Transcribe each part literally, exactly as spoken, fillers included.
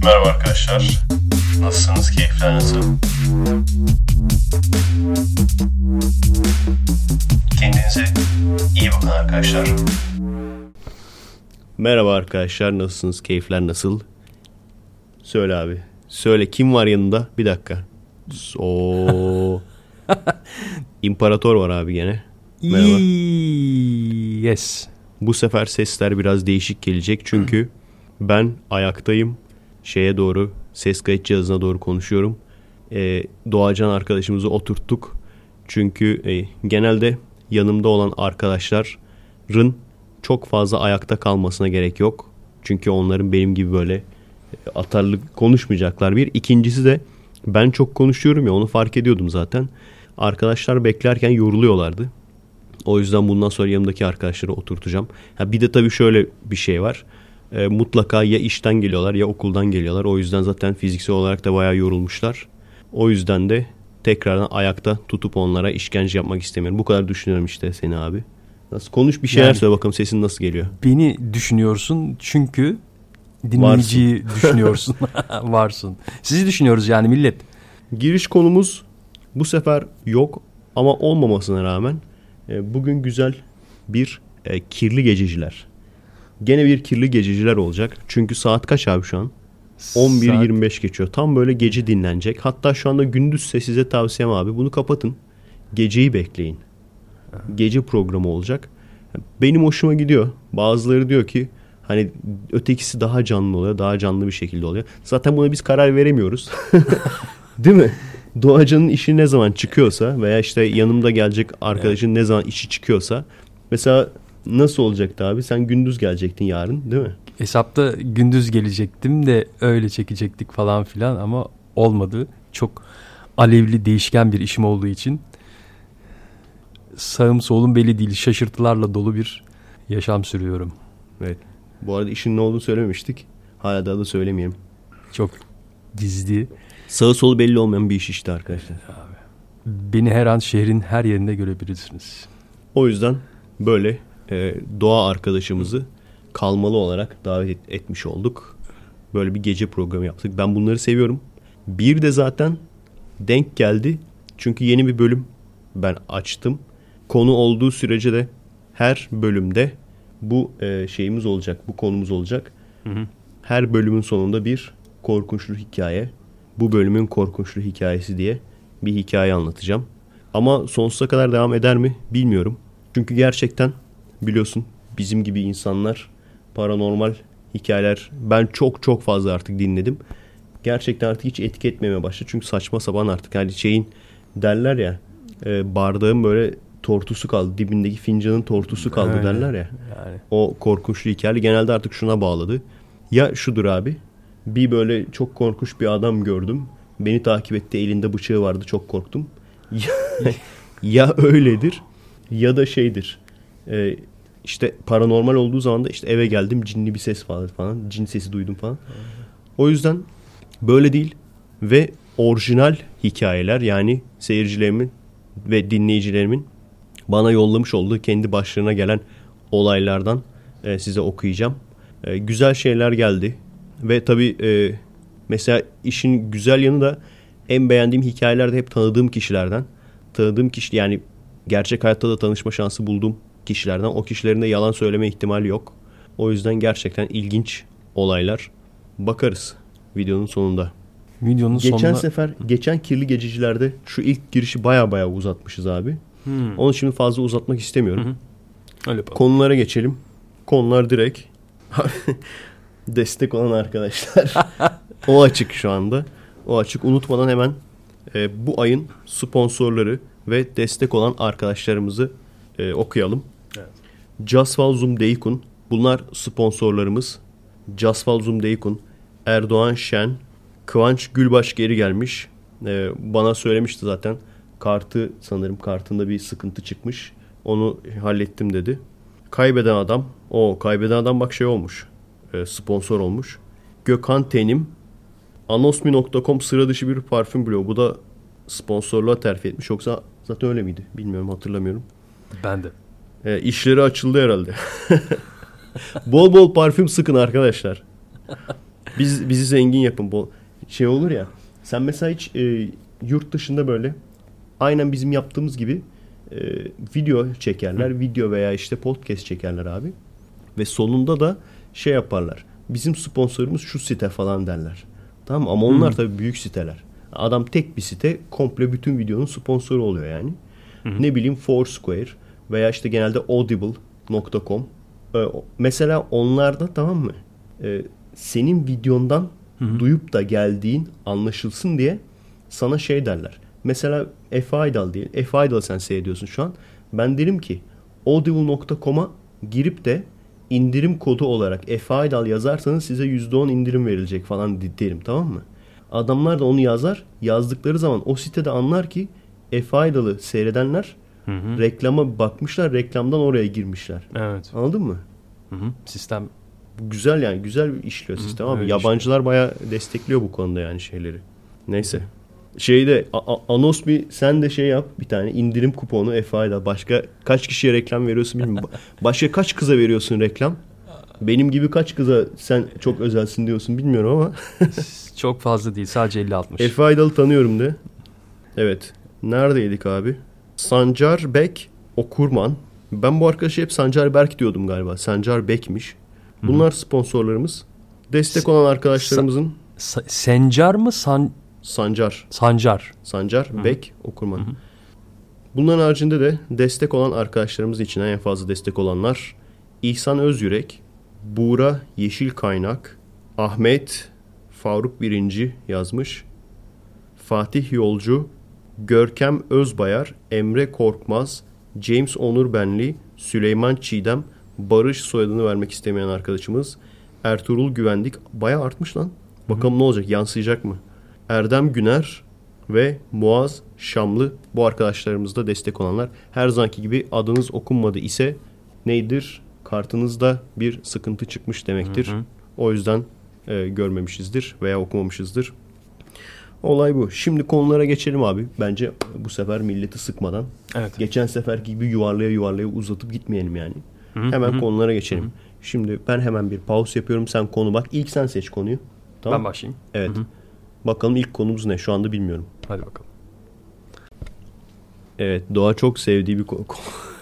Merhaba arkadaşlar. Nasılsınız? Keyifler nasıl? Kendinize iyi bakın arkadaşlar. Merhaba arkadaşlar. Nasılsınız? Keyifler nasıl? Söyle abi. Söyle, kim var yanında? Bir dakika. Oo. İmparator var abi gene. Merhaba. Yes. Bu sefer sesler biraz değişik gelecek çünkü ben ayaktayım. Şeye doğru, ses kayıt cihazına doğru konuşuyorum. Ee, Doğacan arkadaşımızı oturttuk. Çünkü e, genelde yanımda olan arkadaşların çok fazla ayakta kalmasına gerek yok. Çünkü onların benim gibi böyle atarlı konuşmayacaklar bir. İkincisi de ben çok konuşuyorum ya, onu fark ediyordum zaten. Arkadaşlar beklerken yoruluyorlardı. O yüzden bundan sonra yanımdaki arkadaşları oturtacağım. Ha, bir de tabii şöyle bir şey var. E, mutlaka ya işten geliyorlar ya okuldan geliyorlar. O yüzden zaten fiziksel olarak da bayağı yorulmuşlar. O yüzden de tekrardan ayakta tutup onlara işkence yapmak istemiyorum. Bu kadar düşünüyorum işte seni abi. Nasıl? Konuş bir şeyler yani, söyle bakalım, sesin nasıl geliyor? Beni düşünüyorsun çünkü dinleyiciyi Varsın. düşünüyorsun. Varsın. Sizi düşünüyoruz yani millet. Giriş konumuz bu sefer yok ama olmamasına rağmen e, bugün güzel bir e, kirli gececiler. Gene bir kirli gececiler olacak. Çünkü saat kaç abi şu an? on bir yirmi beş geçiyor. Tam böyle gece dinlenecek. Hatta şu anda gündüzse size tavsiyem abi bunu kapatın. Geceyi bekleyin. Gece programı olacak. Benim hoşuma gidiyor. Bazıları diyor ki hani ötekisi daha canlı oluyor. Daha canlı bir şekilde oluyor. Zaten buna biz karar veremiyoruz. Değil mi? Doğacan'ın işi ne zaman çıkıyorsa veya işte yanımda gelecek arkadaşın evet. ne zaman işi çıkıyorsa. Mesela nasıl olacaktı abi? Sen gündüz gelecektin yarın değil mi? Hesapta gündüz gelecektim de öyle çekecektik falan filan ama olmadı. Çok alevli, değişken bir işim olduğu için sağım solum belli değil. Şaşırtılarla dolu bir yaşam sürüyorum. Evet. Bu arada işin ne olduğunu söylememiştik. Hala daha da söylemeyelim. Çok gizli. Sağı solu belli olmayan bir iş işte arkadaşlar. Abi, beni her an şehrin her yerinde görebilirsiniz. O yüzden böyle e, doğa arkadaşımızı kalmalı olarak davet et, etmiş olduk. Böyle bir gece programı yaptık. Ben bunları seviyorum. Bir de zaten denk geldi. Çünkü yeni bir bölüm ben açtım. Konu olduğu sürece de her bölümde bu e, şeyimiz olacak. Bu konumuz olacak. Hı hı. Her bölümün sonunda bir korkunçlu hikaye. Bu bölümün korkunçlu hikayesi diye bir hikaye anlatacağım. Ama sonsuza kadar devam eder mi bilmiyorum. Çünkü gerçekten biliyorsun bizim gibi insanlar paranormal hikayeler ben çok çok fazla artık dinledim. Gerçekten artık hiç etki etmemeye başladı. Çünkü saçma sapan artık hani şeyin derler ya e, bardağın böyle tortusu kaldı. Dibindeki fincanın tortusu kaldı Öyle. derler ya. Yani. O korkunçlu hikaye genelde artık şuna bağladı. Ya şudur abi. Bir böyle çok korkunç bir adam gördüm. Beni takip etti. Elinde bıçağı vardı. Çok korktum. Ya, ya öyledir ya da şeydir. Ee, işte paranormal olduğu zaman da işte eve geldim. Cinli bir ses vardı falan. Cin sesi duydum falan. O yüzden böyle değil. Ve orijinal hikayeler yani seyircilerimin ve dinleyicilerimin bana yollamış olduğu kendi başlarına gelen olaylardan e, size okuyacağım. E, güzel şeyler geldi. Ve tabii e, mesela işin güzel yanı da en beğendiğim hikayelerde hep tanıdığım kişilerden. Tanıdığım kişi yani gerçek hayatta da tanışma şansı bulduğum kişilerden. O kişilerin de yalan söyleme ihtimali yok. O yüzden gerçekten ilginç olaylar. Bakarız videonun sonunda. Videonun geçen sonunda... sefer, geçen kirli gececilerde şu ilk girişi baya baya uzatmışız abi. Hmm. Onu şimdi fazla uzatmak istemiyorum. Hı hı. Öyle yapalım. Konulara geçelim. Konular direkt... Destek olan arkadaşlar. O açık şu anda. O açık. Unutmadan hemen e, bu ayın sponsorları ve destek olan arkadaşlarımızı e, okuyalım. Evet. Casval Zoom Deikun. Bunlar sponsorlarımız. Casval Zoom Deikun, Erdoğan Şen, Kıvanç Gülbaş geri gelmiş. E, bana söylemişti zaten. Kartı sanırım kartında bir sıkıntı çıkmış. Onu hallettim dedi. Kaybeden adam. O kaybeden adam bak şey olmuş. Sponsor olmuş. Gökhan Tenim, anosmi nokta com sıra dışı bir parfüm bloğu. Bu da sponsorluğa terfi etmiş. Yoksa zaten öyle miydi? Bilmiyorum, hatırlamıyorum. Ben de. E, işleri açıldı herhalde. Bol bol parfüm sıkın arkadaşlar. Biz bizi zengin yapın bu şey olur ya. Sen mesela hiç e, yurt dışında böyle aynen bizim yaptığımız gibi e, video çekerler. Hı. Video veya işte podcast çekerler abi. Ve sonunda da şey yaparlar. Bizim sponsorumuz şu site falan derler. Tamam mı? Ama onlar Hı. tabii büyük siteler. Adam tek bir site komple bütün videonun sponsoru oluyor yani. Hı. Ne bileyim Foursquare veya işte genelde audible nokta com. Ee, mesela onlarda tamam mı? Ee, senin videondan Hı-hı. duyup da geldiğin anlaşılsın diye sana şey derler. Mesela F Idol değil. F Idol sen seyrediyorsun şu an. Ben derim ki audible nokta com'a girip de indirim kodu olarak F Idol yazarsanız size yüzde on indirim verilecek falan derim, tamam mı? Adamlar da onu yazar. Yazdıkları zaman o sitede anlar ki F Idol'ı seyredenler hı hı. reklama bakmışlar. Reklamdan oraya girmişler. Evet. Anladın mı? Hı hı. Sistem güzel yani. Güzel işliyor sistem. Hı, abi yabancılar işte. Bayağı destekliyor bu konuda yani şeyleri. Neyse. Şeyde a- Anos bir sen de şey yap bir tane indirim kuponu F Idol. Başka kaç kişiye reklam veriyorsun bilmiyorum. Başka kaç kıza veriyorsun reklam? Benim gibi kaç kıza sen çok özelsin diyorsun bilmiyorum ama. Çok fazla değil. Sadece elli altmış. F Idol'ı tanıyorum de. Evet. Neredeydik abi? Sancar Bek Okurman. Ben bu arkadaşı hep Sancar Berk diyordum galiba. Sancar Bek'miş. Bunlar Hı-hı. sponsorlarımız. Destek olan arkadaşlarımızın. Sa- Sencar mı? San... Sancar. Sancar. Sancar Hı-hı. Bek Okurman. Hı-hı. Bunların haricinde de destek olan arkadaşlarımız içinden en fazla destek olanlar İhsan Özyürek, Buğra Yeşil Kaynak, Ahmet Faruk Birinci yazmış, Fatih Yolcu, Görkem Özbayar, Emre Korkmaz, James Onur Benli, Süleyman Çiğdem, Barış soyadını vermek istemeyen arkadaşımız, Ertuğrul Güvendik. Bayağı artmış lan. Bakalım Hı-hı. ne olacak? Yansıyacak mı? Erdem Güner ve Muaz Şamlı. Bu arkadaşlarımız da destek olanlar. Her zamanki gibi adınız okunmadı ise neydir? Kartınızda bir sıkıntı çıkmış demektir. Hı-hı. O yüzden e, görmemişizdir veya okumamışızdır. Olay bu. Şimdi konulara geçelim abi. Bence bu sefer milleti sıkmadan. Evet. Geçen sefer gibi yuvarlaya yuvarlaya uzatıp gitmeyelim yani. Hı-hı. Hemen Hı-hı. konulara geçelim. Hı-hı. Şimdi ben hemen bir pause yapıyorum. Sen konu bak. İlk sen seç konuyu. Tamam. Ben başlayayım. Evet. Hı-hı. Bakalım ilk konumuz ne? Şu anda bilmiyorum. Hadi bakalım. Evet. Doğa çok sevdiği bir konu,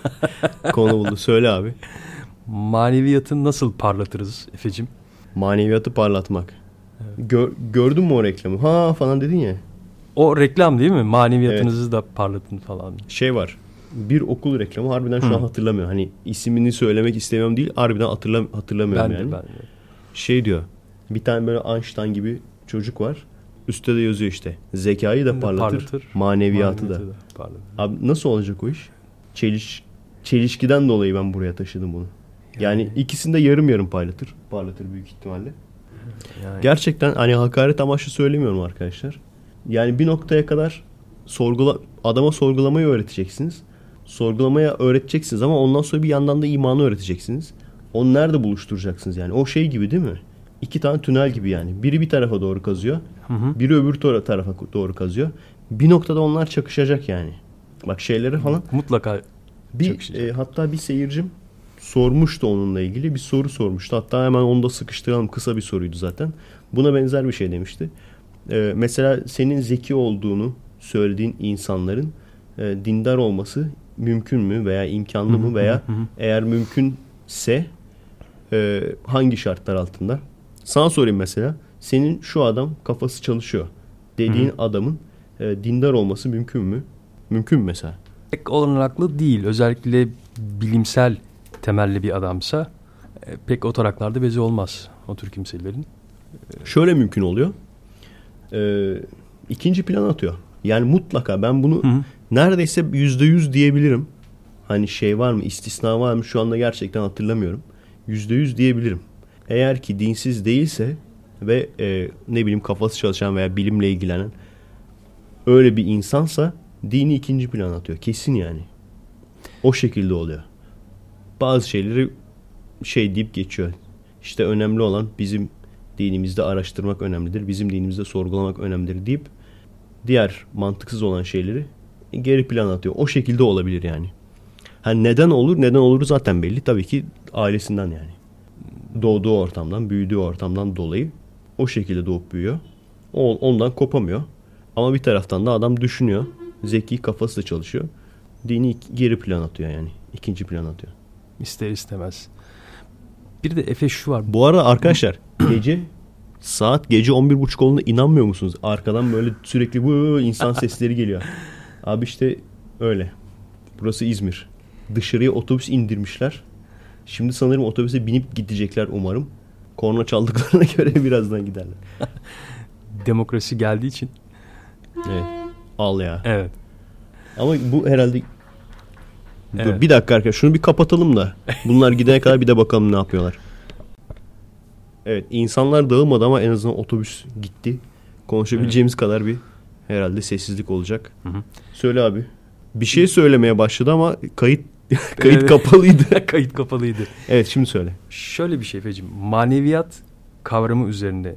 konu buldu. Söyle abi. Maneviyatı nasıl parlatırız Efe'cim? Maneviyatı parlatmak. Evet. Gör, gördün mü o reklamı? Ha falan dedin ya. O reklam değil mi? Maneviyatınızı evet. da parlatın falan. Şey var. Bir okul reklamı harbiden şu Hı. an hatırlamıyorum. Hani ismini söylemek istemiyorum değil. Harbiden hatırlam hatırlamıyorum ben yani. De, ben de. Şey diyor. Bir tane böyle Einstein gibi çocuk var. Üstte de yazıyor işte. Zekayı da parlatır, parlatır maneviyatı, maneviyatı da. da parlatır. Abi nasıl olacak o iş? Çeliş, çelişkiden dolayı ben buraya taşıdım bunu. Yani, yani ikisini de yarım yarım parlatır. Parlatır büyük ihtimalle. Yani. Gerçekten hani hakaret amaçlı söylemiyorum arkadaşlar. Yani bir noktaya kadar sorgula, adama sorgulamayı öğreteceksiniz. Sorgulamaya öğreteceksiniz ama ondan sonra bir yandan da imanı öğreteceksiniz. Onu nerede buluşturacaksınız yani? O şey gibi değil mi? İki tane tünel gibi yani. Biri bir tarafa doğru kazıyor. Hı hı. Biri öbür tarafa doğru kazıyor. Bir noktada onlar çakışacak yani. Bak şeyleri falan. Mutlaka bir e, hatta bir seyircim sormuştu onunla ilgili. Bir soru sormuştu. Hatta hemen onu da sıkıştıralım. Kısa bir soruydu zaten. Buna benzer bir şey demişti. E, mesela senin zeki olduğunu söylediğin insanların e, dindar olması mümkün mü veya imkanlı mı veya hı hı. eğer mümkünse e, hangi şartlar altında? Sana sorayım mesela. Senin şu adam kafası çalışıyor dediğin hı. adamın e, dindar olması mümkün mü? Mümkün mü mesela? Pek olanaklı değil. Özellikle bilimsel temelli bir adamsa e, pek o taraklarda bezi olmaz o tür kimselerin. E, Şöyle mümkün oluyor. E, ikinci plan atıyor. Yani mutlaka ben bunu hı. neredeyse yüzde yüz diyebilirim. Hani şey var mı, istisna var mı şu anda gerçekten hatırlamıyorum. Yüzde yüz diyebilirim. Eğer ki dinsiz değilse ve e, ne bileyim kafası çalışan veya bilimle ilgilenen öyle bir insansa dini ikinci plan atıyor. Kesin yani. O şekilde oluyor. Bazı şeyleri şey deyip geçiyor. İşte önemli olan bizim dinimizde araştırmak önemlidir. Bizim dinimizde sorgulamak önemlidir deyip diğer mantıksız olan şeyleri geri plan atıyor. O şekilde olabilir yani. Hani neden olur? Neden olur zaten belli. Tabii ki ailesinden yani. Doğduğu ortamdan, büyüdüğü ortamdan dolayı O şekilde doğup büyüyor. O, ondan kopamıyor. Ama bir taraftan da adam düşünüyor. Zeki, kafası da çalışıyor. Dini geri plan atıyor yani. İkinci plan atıyor. İster istemez. Bir de Efe şu var. Bu arada arkadaşlar gece saat gece on bir buçuk olduğuna inanmıyor musunuz? Arkadan böyle sürekli bu insan sesleri geliyor. Abi işte öyle. Burası İzmir. Dışarıya otobüs indirmişler. Şimdi sanırım otobüse binip gidecekler umarım. Korna çaldıklarına göre birazdan giderler. Demokrasi geldiği için. Evet. Al ya. Evet. Ama bu herhalde... Evet. Dur, bir dakika arkadaşlar. Şunu bir kapatalım da. Bunlar gidene kadar bir de bakalım ne yapıyorlar. Evet. İnsanlar dağılmadı ama en azından otobüs gitti. Konuşabileceğimiz evet. kadar bir herhalde sessizlik olacak. Hı hı. Söyle abi. Bir şey söylemeye başladı ama kayıt kayıt kapalıydı. Kayıt kapalıydı. Evet, şimdi söyle. Şöyle bir şey Efe'cim. Maneviyat kavramı üzerinde.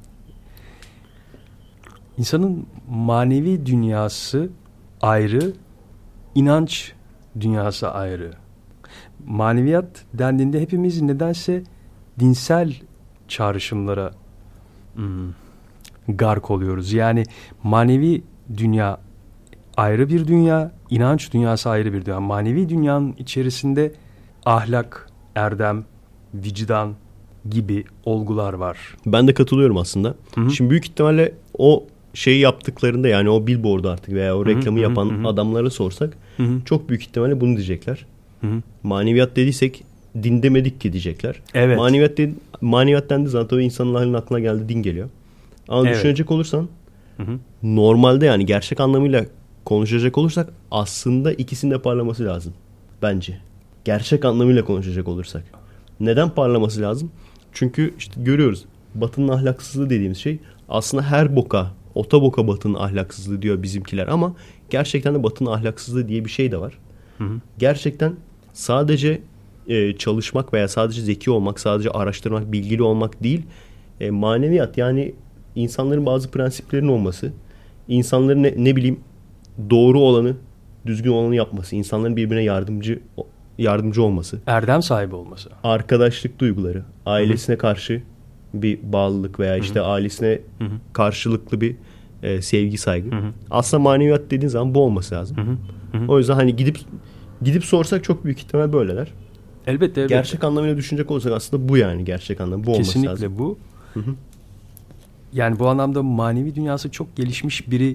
İnsanın manevi dünyası ayrı, inanç dünyası ayrı. Maneviyat dendiğinde hepimiz nedense dinsel çağrışımlara hmm, gark oluyoruz. Yani manevi dünya ayrı bir dünya, inanç dünyası ayrı bir dünya. Manevi dünyanın içerisinde ahlak, erdem, vicdan gibi olgular var. Ben de katılıyorum aslında. Hı hı. Şimdi büyük ihtimalle o şeyi yaptıklarında, yani o billboard'u artık veya o reklamı hı hı, yapan hı hı. adamlara sorsak hı hı. çok büyük ihtimalle bunu diyecekler. Hı hı. Maneviyat dediysek din demedik ki diyecekler. Evet. Maneviyat, dedi, maneviyat dendi zaten o insanın halinin aklına geldi din geliyor. Ama evet. düşünecek olursan hı hı. normalde yani gerçek anlamıyla konuşacak olursak aslında ikisinin de parlaması lazım. Bence. Gerçek anlamıyla konuşacak olursak. Neden parlaması lazım? Çünkü işte görüyoruz. Batı'nın ahlaksızlığı dediğimiz şey aslında her boka, ota boka Batı'nın ahlaksızlığı diyor bizimkiler ama gerçekten de Batı'nın ahlaksızlığı diye bir şey de var. Hı hı. Gerçekten sadece e, çalışmak veya sadece zeki olmak, sadece araştırmak, bilgili olmak değil, e, maneviyat yani insanların bazı prensiplerinin olması, insanların ne, ne bileyim doğru olanı, düzgün olanı yapması, insanların birbirine yardımcı yardımcı olması, erdem sahibi olması, arkadaşlık duyguları, ailesine Hı-hı. karşı bir bağlılık veya işte Hı-hı. ailesine Hı-hı. karşılıklı bir e, sevgi, saygı. Hı-hı. Aslında maneviyat dediğin zaman bu olması lazım. Hı-hı. O yüzden hani gidip gidip sorsak çok büyük ihtimal böyleler. Elbette, elbette. Gerçek anlamıyla düşünecek olursak aslında bu yani gerçek anlamı bu olması Kesinlikle lazım. Kesinlikle bu. Hı-hı. Yani bu anlamda manevi dünyası çok gelişmiş biri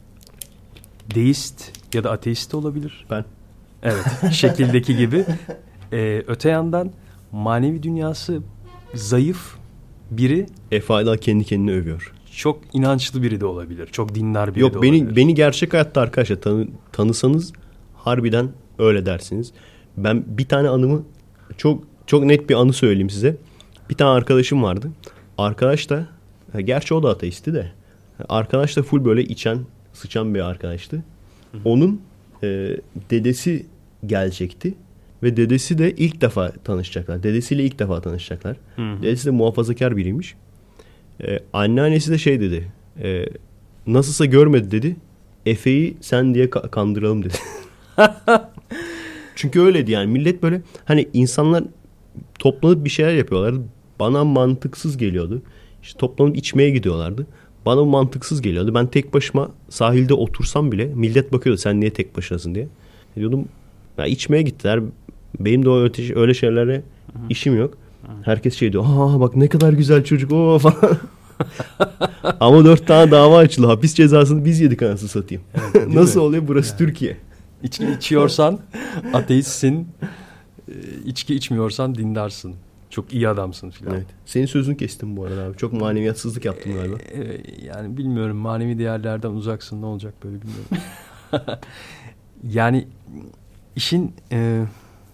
deist ya da ateist de olabilir. Ben. Evet, şekildeki gibi. Ee, öte yandan manevi dünyası zayıf biri. Efe Aydal kendi kendini övüyor. Çok inançlı biri de olabilir. Çok dindar biri Yok, de beni, olabilir. Yok beni gerçek hayatta arkadaşlar tanı, tanısanız harbiden öyle dersiniz. Ben bir tane anımı çok çok net bir anı söyleyeyim size. Bir tane arkadaşım vardı. Arkadaş da gerçi o da ateisti de. Arkadaş da full böyle içen, sıçan bir arkadaştı. Hı hı. Onun e, dedesi gelecekti. Ve dedesi de ilk defa tanışacaklar. Dedesiyle ilk defa tanışacaklar. Hı hı. Dedesi de muhafazakar biriymiş. Ee, anneannesi de şey dedi. E, nasılsa görmedi dedi. Efe'yi sen diye ka- kandıralım dedi. Çünkü öyleydi yani. Millet böyle hani insanlar toplanıp bir şeyler yapıyorlardı. Bana mantıksız geliyordu. İşte toplanıp içmeye gidiyorlardı. Bana mantıksız geliyordu. Ben tek başıma sahilde otursam bile millet bakıyordu sen niye tek başınasın diye. Diyordum ya içmeye gittiler. Benim de o öte, öyle şeylere Hı-hı. işim yok. Hı-hı. Herkes şey diyor. Aa bak ne kadar güzel çocuk o falan. Ama dört tane dava açıldı. Hapis cezasını biz yedik anasını satayım. Evet, nasıl mi? Oluyor? Burası yani. Türkiye. İçki içiyorsan ateistsin. İçki içmiyorsan dindarsın. Çok iyi adamsın filan. Evet. Senin sözünü kestim bu arada abi. Çok maneviyatsızlık yaptım galiba. Ee, yani bilmiyorum. Manevi değerlerden uzaksın. Ne olacak böyle bilmiyorum. Yani işin e,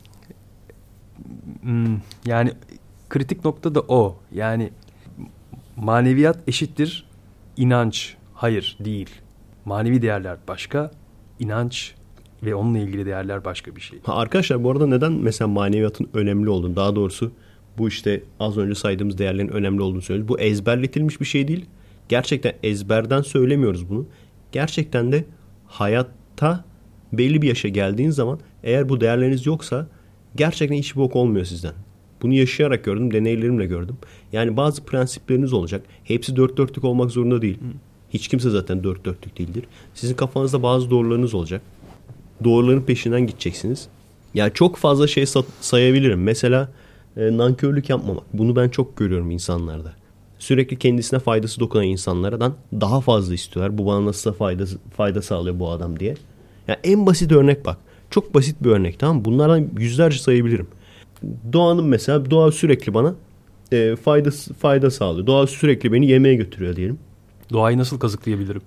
yani kritik nokta da o. Yani maneviyat eşittir inanç. Hayır değil. Manevi değerler başka, inanç ve onunla ilgili değerler başka bir şey. Ha, arkadaşlar bu arada neden mesela maneviyatın önemli olduğunu, daha doğrusu bu işte az önce saydığımız değerlerin önemli olduğunu söylüyoruz. Bu ezberletilmiş bir şey değil. Gerçekten ezberden söylemiyoruz bunu. Gerçekten de hayatta belli bir yaşa geldiğin zaman eğer bu değerleriniz yoksa gerçekten hiçbir bok olmuyor sizden. Bunu yaşayarak gördüm, deneylerimle gördüm. Yani bazı prensipleriniz olacak. Hepsi dört dörtlük olmak zorunda değil. Hı. Hiç kimse zaten dört dörtlük değildir. Sizin kafanızda bazı doğrularınız olacak. Doğruların peşinden gideceksiniz. Yani çok fazla şey sayabilirim. Mesela e, nankörlük yapmamak. Bunu ben çok görüyorum insanlarda. Sürekli kendisine faydası dokunan insanlardan daha fazla istiyorlar. Bu bana nasıl fayda, fayda sağlıyor bu adam diye. Yani en basit örnek bak. Çok basit bir örnek, tamam mı? Bunlardan yüzlerce sayabilirim. Doğanın mesela, doğa sürekli bana e, fayda, fayda sağlıyor. Doğa sürekli beni yemeğe götürüyor diyelim. Doğayı nasıl kazıklayabilirim?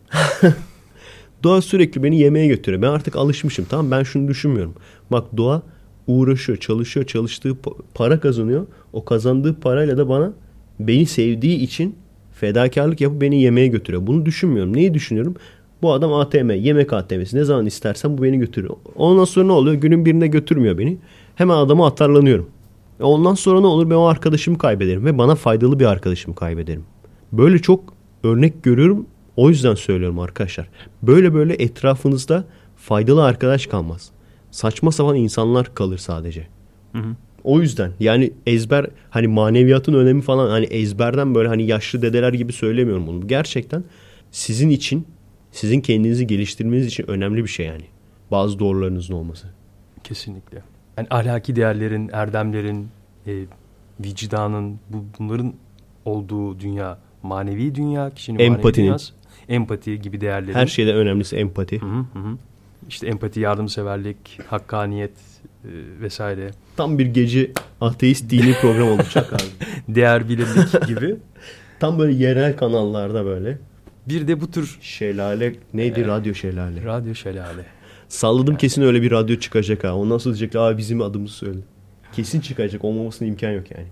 Doğa sürekli beni yemeğe götürüyor. Ben artık alışmışım, tamam. Ben şunu düşünmüyorum. Bak, doğa uğraşıyor, çalışıyor, çalıştığı para kazanıyor. O kazandığı parayla da bana, beni sevdiği için fedakarlık yapıp beni yemeğe götürüyor. Bunu düşünmüyorum. Neyi düşünüyorum? Bu adam A T M, yemek A T M'si. Ne zaman istersem bu beni götürüyor. Ondan sonra ne oluyor? Günün birine götürmüyor beni. Hemen adama atarlanıyorum. Ondan sonra ne olur? Ben o arkadaşımı kaybederim ve bana faydalı bir arkadaşımı kaybederim. Böyle çok örnek görüyorum. O yüzden söylüyorum arkadaşlar. Böyle böyle etrafınızda faydalı arkadaş kalmaz. Saçma sapan insanlar kalır sadece. Hı hı. O yüzden yani ezber, hani maneviyatın önemi falan, hani ezberden böyle hani yaşlı dedeler gibi söylemiyorum bunu. Gerçekten sizin için, sizin kendinizi geliştirmeniz için önemli bir şey yani. Bazı doğrularınızın olması. Kesinlikle. Yani ahlaki değerlerin, erdemlerin, e, vicdanın, bu, bunların olduğu dünya, manevi dünya, kişinin empatinin, manevi dünyası, empati gibi değerlerin. Her şeyden önemlisi empati. Hı hı hı. İşte empati, yardımseverlik, hakkaniyet e, vesaire. Tam bir gece ateist dini program olacak abi. Değer bilimlik gibi. Tam böyle yerel kanallarda böyle. Bir de bu tür şelale neydi? Ee, radyo şelale. Radyo şelale. Salladım yani. Kesin öyle bir radyo çıkacak ha. Ondan sonra diyecekler abi bizim adımızı söyle. Kesin çıkacak. Olmamasına imkan yok yani.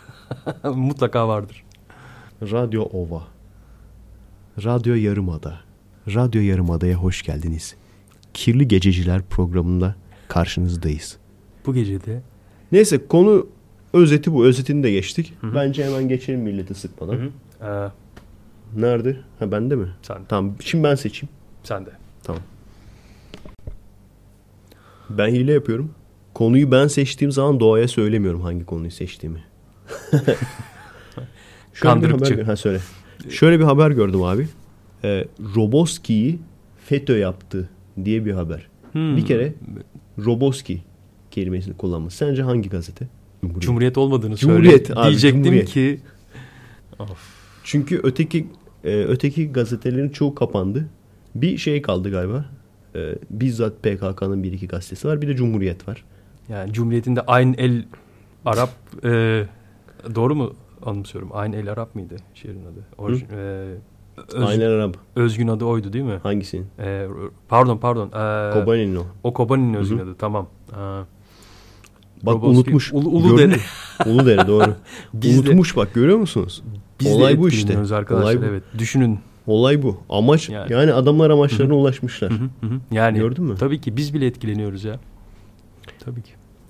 Mutlaka vardır. Radyo Ova. Radyo Yarımada. Radyo Yarımada'ya hoş geldiniz. Kirli Gececiler programında karşınızdayız. Bu gecede. Neyse, konu özeti bu. Özetini de geçtik. Hı-hı. Bence hemen geçelim milleti sıkmadan. Ee, Nerede? Ha, bende mi? Sen. Tamam. Şimdi ben seçeyim. Sen de. Tamam. Ben hile yapıyorum. Konuyu ben seçtiğim zaman doğaya söylemiyorum hangi konuyu seçtiğimi. Kandırıkçı. Haber, ha söyle. Şöyle bir haber gördüm abi. Ee, Roboski'yi FETÖ yaptı diye bir haber. Hmm. Bir kere Roboski kelimesini kullanması. Sence hangi gazete? Cumhuriyet, Cumhuriyet olmadığını Cumhuriyet söyle. Abi, diyecektim Cumhuriyet. ki. Of. Çünkü öteki e, öteki gazetelerin çoğu kapandı. Bir şey kaldı galiba. E, bizzat P K K'nın bir iki gazetesi var. Bir de Cumhuriyet var. Yani Cumhuriyet'in de Ayn el Arap e, doğru mu anımsıyorum? Ayn el Arap mıydı şehrin adı? Orji, e, öz, Ayn el Arap. Özgün adı oydu değil mi? Hangisinin? E, pardon pardon. E, Kobani'nin o. O Kobani'nin özgün adı, tamam. E, bak Roboski, unutmuş. Ulu, Uludere. Uludere doğru. Unutmuş bak, görüyor musunuz? Biz olay bu işte. Arkadaşlar, olay bu. Evet. Düşünün. Olay bu. Amaç yani, yani adamlar amaçlarına Hı-hı. ulaşmışlar. Hı-hı. Hı-hı. Yani gördün mü? Tabii ki biz bile etkileniyoruz ya. Tabii ki.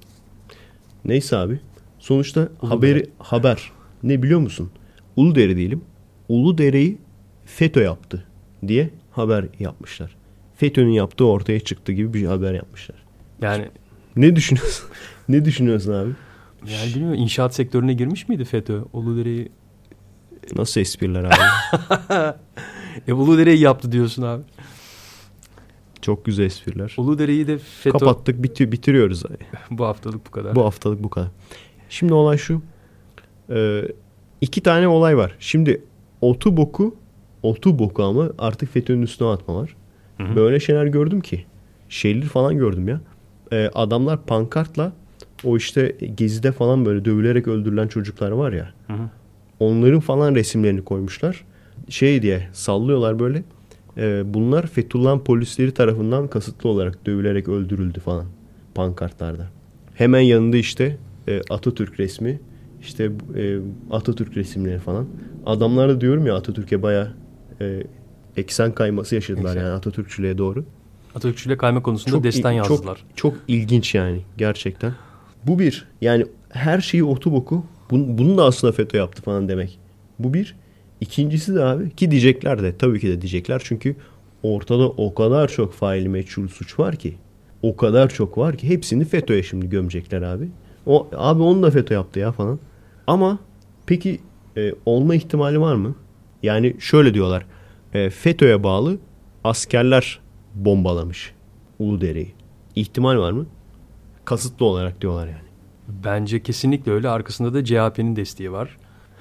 Neyse abi. Sonuçta Uludere. haberi haber. Ne biliyor musun? Uludere diyelim. Uludere'yi FETÖ yaptı diye haber yapmışlar. FETÖ'nün yaptığı ortaya çıktı gibi bir haber yapmışlar. Yani ne düşünüyorsun? ne düşünüyorsun abi? Yani bilmiyorum, inşaat sektörüne girmiş miydi FETÖ? Uludere'yi nasıl espriler abi? e Uludere'yi yaptı diyorsun abi. Çok güzel espriler. Uludere'yi de FETÖ... Kapattık, biti- bitiriyoruz. Bu haftalık bu kadar. Bu haftalık bu kadar. Şimdi olay şu. Ee, iki tane olay var. Şimdi otuboku, otuboku ama artık FETÖ'nün üstüne atma var. Hı hı. Böyle şeyler gördüm ki. Şeyleri falan gördüm ya. Ee, adamlar pankartla o işte Gezi'de falan böyle dövülerek öldürülen çocuklar var ya. Hı hı. Onların falan resimlerini koymuşlar. Şey diye sallıyorlar böyle. Ee, bunlar Fethullah'ın polisleri tarafından kasıtlı olarak dövülerek öldürüldü falan pankartlarda. Hemen yanında işte e, Atatürk resmi, işte e, Atatürk resimleri falan. Adamlar da diyorum ya, Atatürk'e bayağı e, eksen kayması yaşadılar eksen. Yani Atatürkçülüğe doğru. Atatürkçülüğe kayma konusunda çok destan il, yazdılar. Çok, çok ilginç yani gerçekten. Bu bir. Yani her şeyi otuboku. Bunu, bunu da aslında FETÖ yaptı falan demek. Bu bir. İkincisi de abi, ki diyecekler de tabii ki de diyecekler. Çünkü ortada o kadar çok faili meçhul suç var ki. O kadar çok var ki hepsini FETÖ'ye şimdi gömecekler abi. O abi onu da FETÖ yaptı ya falan. Ama peki e, olma ihtimali var mı? Yani şöyle diyorlar. E, FETÖ'ye bağlı askerler bombalamış Uludere'yi. İhtimal var mı? Kasıtlı olarak diyorlar yani. Bence kesinlikle öyle. Arkasında da C H P'nin desteği var.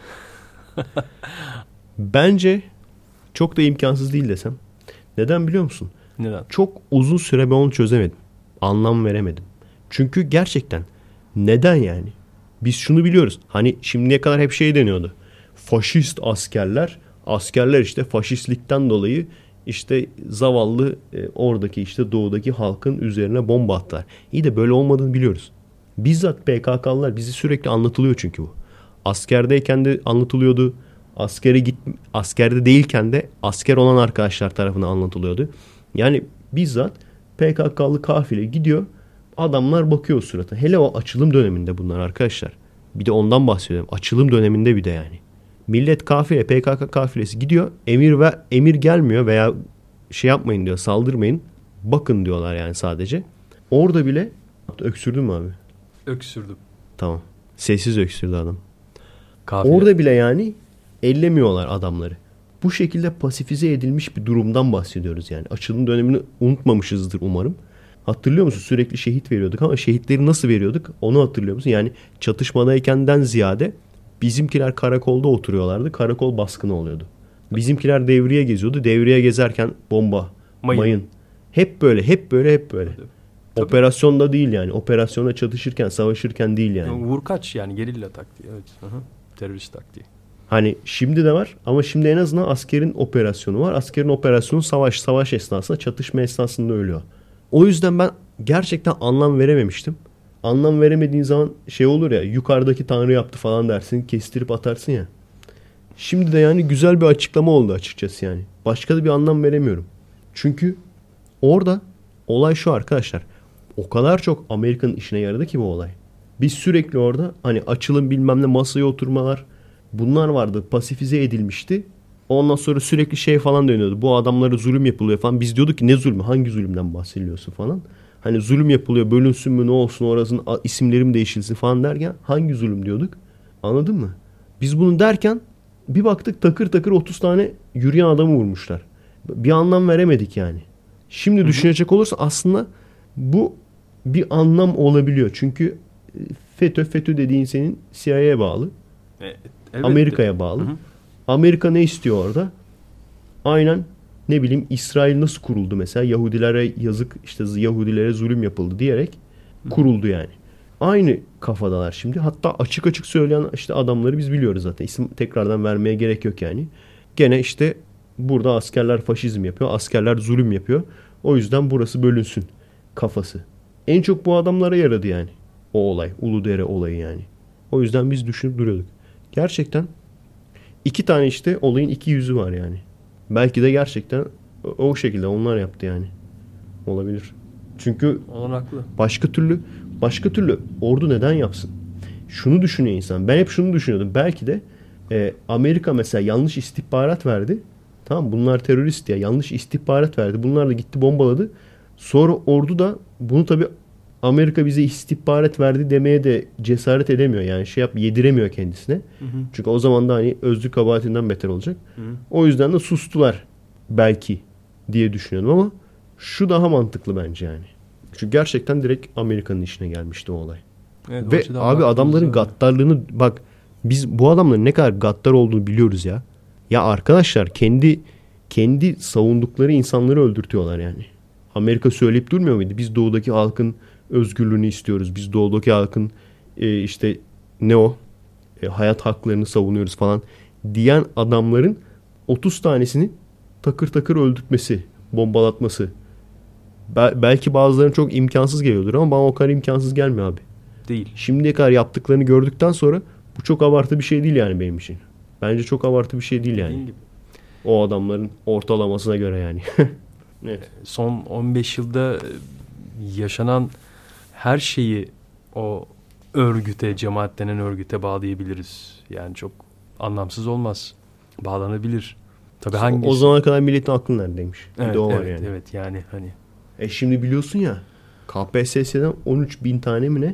Bence çok da imkansız değil desem. Neden biliyor musun? Neden? Çok uzun süre ben onu çözemedim. Anlam veremedim. Çünkü gerçekten neden yani? Biz şunu biliyoruz. Hani şimdiye kadar hep şey deniyordu. Faşist askerler, askerler işte faşistlikten dolayı işte zavallı e, oradaki işte doğudaki halkın üzerine bomba attılar. İyi de böyle olmadığını biliyoruz. Bizzat P K K'lılar bizi sürekli anlatılıyor çünkü bu. Askerdeyken de anlatılıyordu. Askere git askerde değilken de asker olan arkadaşlar tarafından anlatılıyordu. Yani bizzat P K K'lı kafile gidiyor. Adamlar bakıyor surata. Hele o açılım döneminde bunlar arkadaşlar. Bir de ondan bahsediyorum. Açılım döneminde bir de yani. Millet kafile, P K K kafilesi gidiyor. Emir ve emir gelmiyor veya şey yapmayın diyor, saldırmayın. Bakın diyorlar yani sadece. Orada bile öksürdün mü abi? Öksürdüm. Tamam. Sessiz öksürdü adam. Kafile. Orada bile yani ellemiyorlar adamları. Bu şekilde pasifize edilmiş bir durumdan bahsediyoruz yani. Açılım dönemini unutmamışızdır umarım. Hatırlıyor musun? Sürekli şehit veriyorduk ama şehitleri nasıl veriyorduk? Onu hatırlıyor musun? Yani çatışmadayken'den ziyade bizimkiler karakolda oturuyorlardı. Karakol baskını oluyordu. Bizimkiler devriye geziyordu. Devriye gezerken bomba, mayın. mayın. Hep böyle, hep böyle, hep böyle. Tabii. Operasyonda değil yani. Operasyona çatışırken, savaşırken değil yani. Vurkaç yani gerilla taktiği. Evet. Aha. Terörist taktiği. Hani şimdi de var ama şimdi en azından askerin operasyonu var. Askerin operasyonu savaş, savaş esnasında, çatışma esnasında ölüyor. O yüzden ben gerçekten anlam verememiştim. Anlam veremediğin zaman şey olur ya, yukarıdaki tanrı yaptı falan dersin, kestirip atarsın ya. Şimdi de yani güzel bir açıklama oldu açıkçası yani. Başka da bir anlam veremiyorum. Çünkü orada olay şu arkadaşlar. O kadar çok Amerika'nın işine yaradı ki bu olay. Biz sürekli orada hani açılım bilmem ne masaya oturmalar bunlar vardı. Pasifize edilmişti. Ondan sonra sürekli şey falan dönüyordu. Bu adamlara zulüm yapılıyor falan. Biz diyorduk ki ne zulmü? Hangi zulümden bahsediyorsun falan. Hani zulüm yapılıyor, bölünsün mü, ne olsun, orasının isimleri mi değişilsin falan derken hangi zulüm diyorduk? Anladın mı? Biz bunu derken bir baktık takır takır otuz tane yürüyen adamı vurmuşlar. Bir anlam veremedik yani. Şimdi Hı-hı. düşünecek olursa aslında bu bir anlam olabiliyor. Çünkü FETÖ, FETÖ dediğin senin C I A'ya bağlı. Evet, Amerika'ya bağlı. Hı-hı. Amerika ne istiyor orada? Aynen ne bileyim İsrail nasıl kuruldu mesela? Yahudilere yazık, işte Yahudilere zulüm yapıldı diyerek kuruldu yani. Aynı kafadalar şimdi. Hatta açık açık söyleyen işte adamları biz biliyoruz zaten. İsim tekrardan vermeye gerek yok yani. Gene işte burada askerler faşizm yapıyor. Askerler zulüm yapıyor. O yüzden burası bölünsün kafası. En çok bu adamlara yaradı yani. O olay. Uludere olayı yani. O yüzden biz düşünüp duruyorduk. Gerçekten iki tane işte olayın iki yüzü var yani. Belki de gerçekten o şekilde onlar yaptı yani. Olabilir. Çünkü başka türlü başka türlü ordu neden yapsın? Şunu düşünüyor insan. Ben hep şunu düşünüyordum. Belki de e, Amerika mesela yanlış istihbarat verdi. Tamam, bunlar terörist ya. Yanlış istihbarat verdi. Bunlar da gitti bombaladı. Sonra ordu da bunu tabii Amerika bize istihbarat verdi demeye de cesaret edemiyor. Yani şey yap yediremiyor kendisine. Hı hı. Çünkü o zaman da hani özlü kabahatinden beter olacak. Hı hı. O yüzden de sustular belki diye düşünüyorum ama şu daha mantıklı bence yani. Çünkü gerçekten direkt Amerika'nın işine gelmişti o olay. Evet, ve abi adamların gaddarlığını bak, biz bu adamların ne kadar gaddar olduğunu biliyoruz ya. Ya arkadaşlar kendi kendi savundukları insanları öldürtüyorlar yani. Amerika söyleyip durmuyor muydu? Biz doğudaki halkın özgürlüğünü istiyoruz. Biz doğudaki halkın e, işte ne o e, hayat haklarını savunuyoruz falan diyen adamların otuz tanesini takır takır öldürtmesi, bombalatması. Be- belki bazılarına çok imkansız geliyordur ama bana o kadar imkansız gelmiyor abi. Değil. Şimdiye kadar yaptıklarını gördükten sonra bu çok abartı bir şey değil yani benim için. Bence çok abartı bir şey değil yani. Gibi. O adamların ortalamasına göre yani. Evet. Son on beş yılda yaşanan her şeyi o örgüte, cemaat denen örgüte bağlayabiliriz. Yani çok anlamsız olmaz. Bağlanabilir. Tabii hangisi? O zamana kadar milletin aklı neredeymiş? Evet, bir de o var evet, yani. Evet yani hani. E şimdi biliyorsun ya K P S S'den on üç bin tane mi ne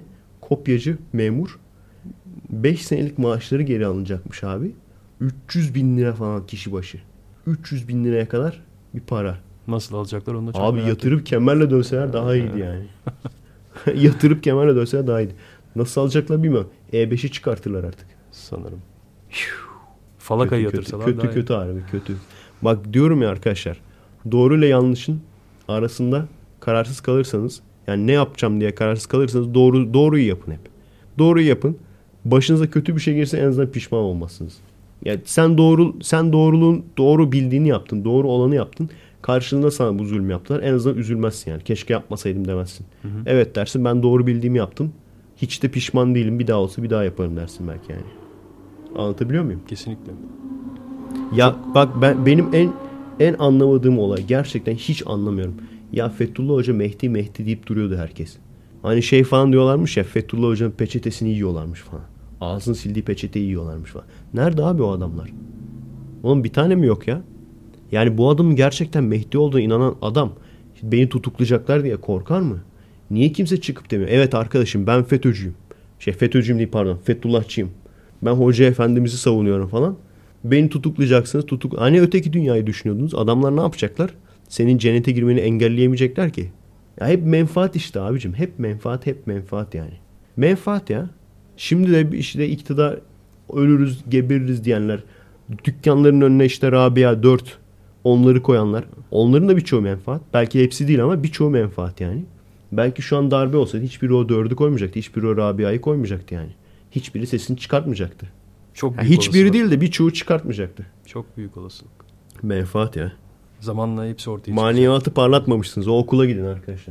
kopyacı memur beş senelik maaşları geri alınacakmış abi. üç yüz bin lira falan kişi başı. üç yüz bin liraya kadar bir para. Nasıl alacaklar onu da çok Abi merak yatırıp ediyorum. kemerle dönseler daha iyiydi yani. Yatırıp kemerle dönseler daha iyiydi. Nasıl alacaklar bilmiyorum. E beşi çıkartırlar artık. Sanırım. Falakayı Kötü, yatırsalar kötü, daha kötü, iyi. kötü harbi kötü. Bak diyorum ya arkadaşlar. Doğru ile yanlışın arasında kararsız kalırsanız, yani ne yapacağım diye kararsız kalırsanız doğru doğruyu yapın hep. Doğruyu yapın. Başınıza kötü bir şey gelirse en azından pişman olmazsınız. Yani sen doğru sen doğruluğun doğru bildiğini yaptın, doğru olanı yaptın. Karşılığında sana bu zulmü yaptılar. En azından üzülmezsin yani. Keşke yapmasaydım demezsin. Hı hı. Evet dersin, ben doğru bildiğimi yaptım. Hiç de pişman değilim. Bir daha olsa bir daha yaparım dersin belki yani. Anlatabiliyor muyum? Kesinlikle. Ya bak, ben benim en en anlamadığım olay, gerçekten hiç anlamıyorum. Ya Fethullah Hoca Mehdi Mehdi deyip duruyordu herkes. Hani şey falan diyorlarmış ya, Fethullah Hoca'nın peçetesini yiyorlarmış falan. Ağzını sildiği peçeteyi yiyorlarmış falan. Nerede abi o adamlar? Oğlum bir tane mi yok ya? Yani bu adamın gerçekten Mehdi olduğuna inanan adam beni tutuklayacaklar diye korkar mı? Niye kimse çıkıp demiyor? Evet arkadaşım, ben FETÖ'cüyüm. Şey FETÖ'cüyüm değil pardon. Fethullahçıyım. Ben Hoca Efendimiz'i savunuyorum falan. Beni tutuklayacaksınız. Tutuk... Hani öteki dünyayı düşünüyordunuz? Adamlar ne yapacaklar? Senin cennete girmeni engelleyemeyecekler ki. Ya hep menfaat işte abicim. Hep menfaat, hep menfaat yani. Menfaat ya. Şimdi de işte iktidar, ölürüz, gebeririz diyenler, dükkanların önüne işte Rabia dört, onları koyanlar. Onların da birçoğu menfaat. Belki hepsi değil ama birçoğu menfaat yani. Belki şu an darbe olsaydı hiçbiri o dördü koymayacaktı. Hiçbiri o Rabia'yı koymayacaktı yani. Hiçbiri sesini çıkartmayacaktı. Çok Yani büyük hiçbiri olasılık. değil de birçoğu çıkartmayacaktı. Çok büyük olasılık. Menfaat ya. Zamanla hepsi ortaya çıkacak. Maneviyatı parlatmamışsınız. O okula gidin arkadaşlar.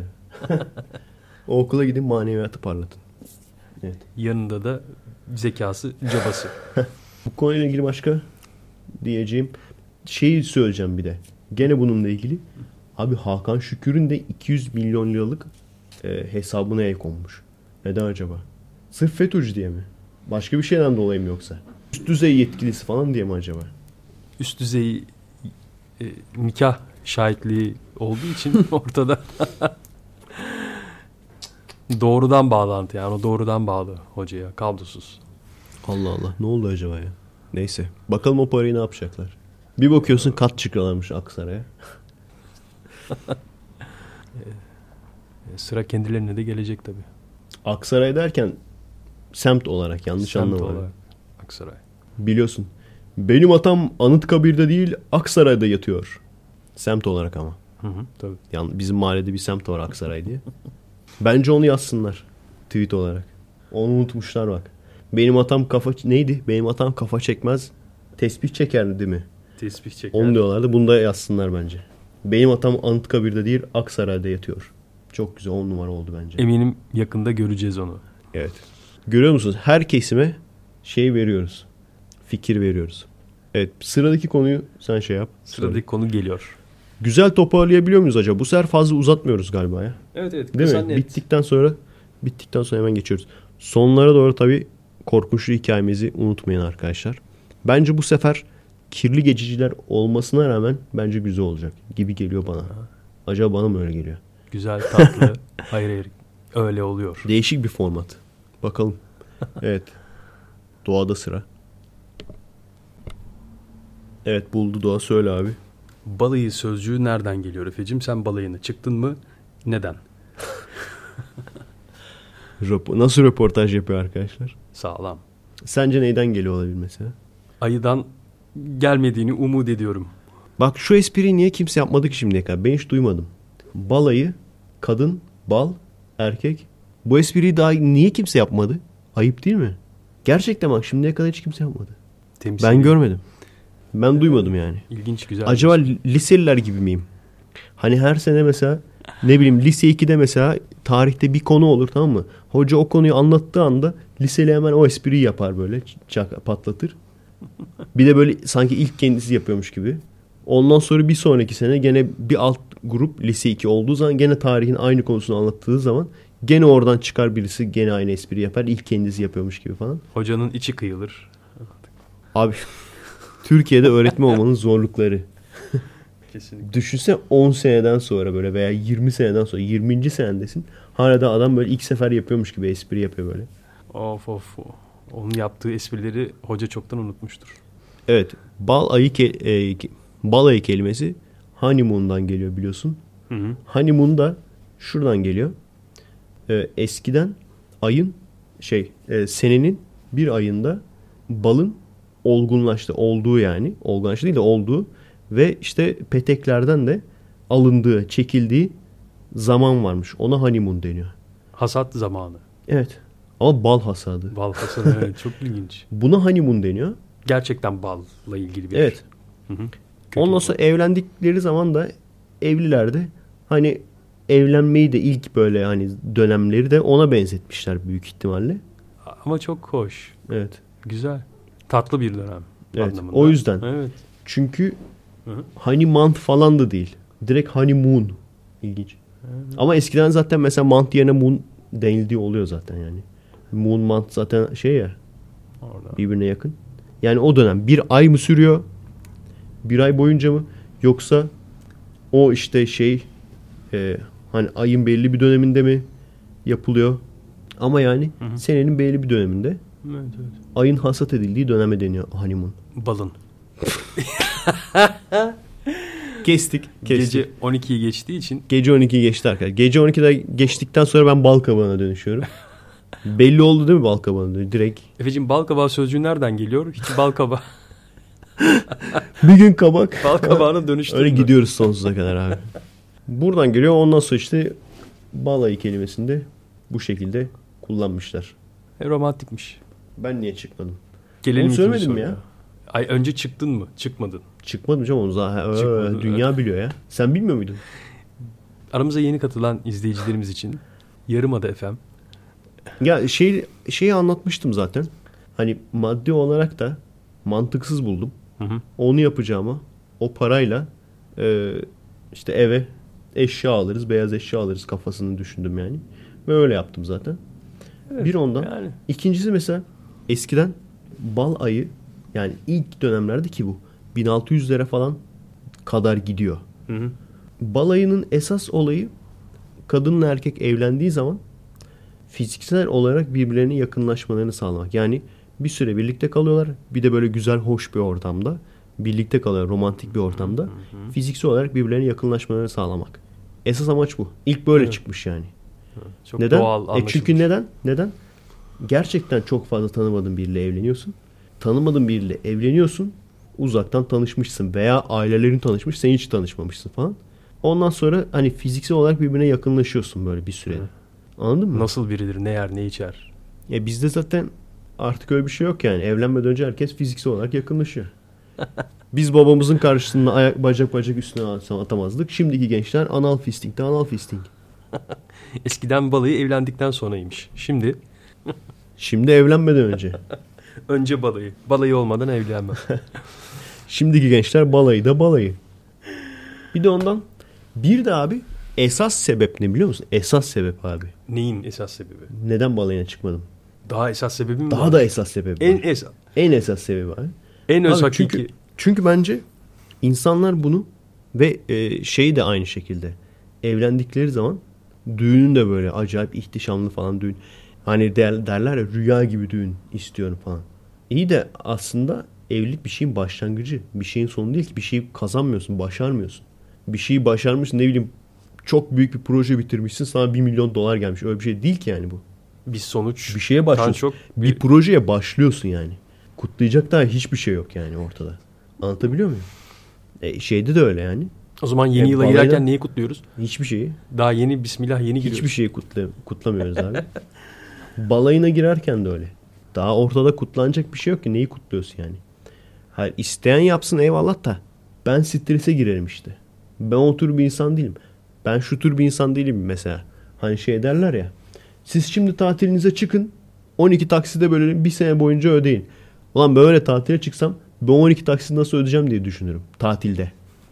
O okula gidin, maneviyatı parlatın. Evet. Yanında da zekası, cabası. Bu konuyla ilgili başka diyeceğim şeyi söyleyeceğim bir de. Gene bununla ilgili. Abi Hakan Şükür'ün de iki yüz milyon liralık e, hesabına el konmuş. Neden acaba? Sırf FETÖ'cü diye mi? Başka bir şeyden dolayı mı yoksa? Üst düzey yetkilisi falan diye mi acaba? Üst düzey e, nikah şahitliği olduğu için ortada doğrudan bağlantı, yani o doğrudan bağlı hocaya, kablosuz. Allah Allah, ne oldu acaba ya? Neyse, bakalım o parayı ne yapacaklar. Bir bakıyorsun kat çıkarlarmış Aksaray'a. E, sıra kendilerine de gelecek tabii. Aksaray derken semt olarak, yanlış Semt anlama. olarak Aksaray. Biliyorsun. Benim atam Anıtkabir'de değil Aksaray'da yatıyor. Semt olarak ama. Hı hı, tabii. Yani bizim mahallede bir semt var Aksaray diye. Bence onu yazsınlar tweet olarak. Onu unutmuşlar bak. Benim atam kafa neydi? Benim atam kafa çekmez, tesbih çekerdi değil mi? Tesbih çeker. Onu diyorlardı. Bunu da yazsınlar bence. Benim atam Anıtkabir'de değil Aksaray'da yatıyor. Çok güzel, on numara oldu bence. Eminim yakında göreceğiz onu. Evet. Görüyor musunuz? Her kesime şey veriyoruz. Fikir veriyoruz. Evet. Sıradaki konuyu sen şey yap. Sıradaki Söyle. konu geliyor. Güzel toparlayabiliyor muyuz acaba? Bu sefer fazla uzatmıyoruz galiba ya. Evet evet. Değil mi? Bittikten sonra bittikten sonra hemen geçiyoruz. Sonlara doğru tabii korkunçlu hikayemizi unutmayın arkadaşlar. Bence bu sefer kirli geçiciler olmasına rağmen bence güzel olacak gibi geliyor bana. Acaba bana mı öyle geliyor? Güzel, tatlı. Hayır hayır. Öyle oluyor. Değişik bir format. Bakalım. Evet. Doğada sıra. Evet, buldu Doğa, söyle abi. Balayı sözcüğü nereden geliyor Efe'cim? Sen balayına çıktın mı? Neden? Nasıl röportaj yapıyor arkadaşlar? Sağlam. Sence neyden geliyor olabilir mesela? Ayıdan gelmediğini umut ediyorum. Bak şu espriyi niye kimse yapmadı ki şimdiye kadar? Ben hiç duymadım. Balayı, kadın, bal, erkek. Bu espriyi daha niye kimse yapmadı? Ayıp değil mi? Gerçekten bak, şimdiye kadar hiç kimse yapmadı. Temsili. Ben görmedim. Ben duymadım yani. İlginç, güzel. Acaba liseliler gibi miyim? Hani her sene mesela ne bileyim lise ikide mesela tarihte bir konu olur, tamam mı? Hoca o konuyu anlattığı anda liseli hemen o espriyi yapar böyle. Çak, patlatır. Bir de böyle sanki ilk kendisi yapıyormuş gibi. Ondan sonra bir sonraki sene gene bir alt grup lise iki olduğu zaman gene tarihin aynı konusunu anlattığı zaman gene oradan çıkar birisi, gene aynı espri yapar. İlk kendisi yapıyormuş gibi falan. Hocanın içi kıyılır. Abi Türkiye'de öğretmen olmanın zorlukları. Kesinlikle. Düşünsene on seneden sonra böyle veya yirmi seneden sonra yirminci senedesin. Hala da adam böyle ilk sefer yapıyormuş gibi espri yapıyor böyle. Of of. Onun yaptığı esprileri hoca çoktan unutmuştur. Evet. Bal ayı ke- e, bal ayı kelimesi honeymoon'dan geliyor biliyorsun. Hı hı. Honeymoon da şuradan geliyor. E, eskiden ayın şey e, senenin bir ayında balın olgunlaştı. Olduğu yani. Olgunlaştı değil de olduğu ve işte peteklerden de alındığı, çekildiği zaman varmış. Ona honeymoon deniyor. Hasat zamanı. Evet. Ama bal hasadı. Bal hasadı. Evet, çok ilginç. Buna honeymoon deniyor. Gerçekten balla ilgili bir Evet. Hı hı. Ondan sonra evlendikleri zaman da evlilerde hani evlenmeyi de ilk böyle hani dönemleri de ona benzetmişler büyük ihtimalle. Ama çok hoş. Evet. Güzel. Tatlı bir dönem. Evet. Anlamında. O yüzden. Evet. Çünkü Hı hı. honey month falan da değil. Direkt honeymoon. İlginç. Hı. Ama eskiden zaten mesela month yerine moon denildiği oluyor zaten yani. Moon month zaten şey ya Orada. birbirine yakın. Yani o dönem bir ay mı sürüyor? Bir ay boyunca mı? Yoksa o işte şey e, hani ayın belli bir döneminde mi yapılıyor? Ama yani Hı hı. senenin belli bir döneminde Evet, evet. ayın hasat edildiği döneme deniyor honeymoon. Balın. Kestik. kestik. Gece on ikiyi geçtiği için Gece on ikiyi geçti arkadaşlar. Gece on ikide geçtikten sonra ben bal kabağına dönüşüyorum. Belli oldu değil mi bal kabağına dönüyor? Direkt. Efeciğim bal kabağı sözcüğü nereden geliyor? Hiç bal kabağı. Bir gün kabak. Bal kabağına dönüştün Öyle mü? gidiyoruz sonsuza kadar abi. Buradan geliyor. Ondan sonra işte balayı kelimesini de bu şekilde kullanmışlar. E, romantikmiş. Ben niye çıkmadım? Gelelim Onu ikinci söylemedim mi soruya. ya? Ay önce çıktın mı? Çıkmadın. Çıkmadım canım onu zaten. Ee, Çıkmadı, dünya evet. biliyor ya. Sen bilmiyor muydun? Aramıza yeni katılan izleyicilerimiz için Yarımada F M. Ya şey şeyi anlatmıştım zaten. Hani maddi olarak da mantıksız buldum. Hı hı. Onu yapacağıma o parayla e, işte eve eşya alırız, beyaz eşya alırız kafasını düşündüm yani. Ve öyle yaptım zaten. Evet, Bir ondan. yani. İkincisi mesela eskiden bal ayı yani ilk dönemlerde ki bu bin altı yüzlere falan kadar gidiyor. Hı hı. Bal ayının esas olayı kadınla erkek evlendiği zaman fiziksel olarak birbirlerine yakınlaşmalarını sağlamak. Yani bir süre birlikte kalıyorlar. Bir de böyle güzel, hoş bir ortamda birlikte kalıyorlar. Romantik bir ortamda. Hı hı. Fiziksel olarak birbirlerine yakınlaşmalarını sağlamak. Esas amaç bu. İlk böyle evet. çıkmış yani. Çok neden? doğal E anlaşılmış. çünkü neden? Neden? Gerçekten çok fazla tanımadığın biriyle evleniyorsun. Tanımadığın biriyle evleniyorsun. Uzaktan tanışmışsın veya ailelerin tanışmış, sen hiç tanışmamışsın falan. Ondan sonra hani fiziksel olarak birbirine yakınlaşıyorsun böyle bir sürede. Hı. Anladın mı? Nasıl biridir, ne yer, ne içer? Ya bizde zaten artık öyle bir şey yok yani. Evlenmeden önce herkes fiziksel olarak yakınlaşıyor. Biz babamızın karşısında ayak bacak bacak üstüne atamazdık. Şimdiki gençler anal fisting de anal fisting. Eskiden balayı evlendikten sonraymış. Şimdi? Şimdi evlenmeden önce. Önce balayı. Balayı olmadan evlenmem. Şimdiki gençler balayı da balayı. Bir de ondan bir de abi esas sebep ne biliyor musun? Esas sebep abi. Neyin esas sebebi? Neden balayına çıkmadım? Daha esas sebebi mi Daha var? da esas sebebi En var. esas. En esas sebebi abi. En öz abi hakiki. Çünkü, çünkü bence insanlar bunu ve e, şey de aynı şekilde evlendikleri zaman düğünün de böyle acayip ihtişamlı falan düğün. Hani der, derler ya rüya gibi düğün istiyorum falan. İyi de aslında evlilik bir şeyin başlangıcı. Bir şeyin sonu değil ki. Bir şeyi kazanmıyorsun, başarmıyorsun. Bir şeyi başarmışsın, ne bileyim çok büyük bir proje bitirmişsin, sana bir milyon dolar gelmiş. Öyle bir şey değil ki yani bu. Bir sonuç. Bir şeye başlıyorsun. Çok bir... bir projeye başlıyorsun yani. Kutlayacak daha hiçbir şey yok yani ortada. Anlatabiliyor muyum? E, şeyde de öyle yani. O zaman yeni e, yıla balayına... girerken neyi kutluyoruz? Hiçbir şeyi. Daha yeni bismillah yeni giriyoruz. Hiçbir şeyi kutla... kutlamıyoruz abi. Balayına girerken de öyle. Daha ortada kutlanacak bir şey yok ki. Neyi kutluyorsun yani? Hayır, isteyen yapsın eyvallah da ben strese girerim işte. Ben o tür bir insan değilim. Ben şu tür bir insan değilim mesela. Hani şey derler ya. Siz şimdi tatilinize çıkın. on iki takside bölelim. Bir sene boyunca ödeyin. Ulan böyle tatile çıksam ben on iki taksidi nasıl ödeyeceğim diye düşünürüm. Tatilde.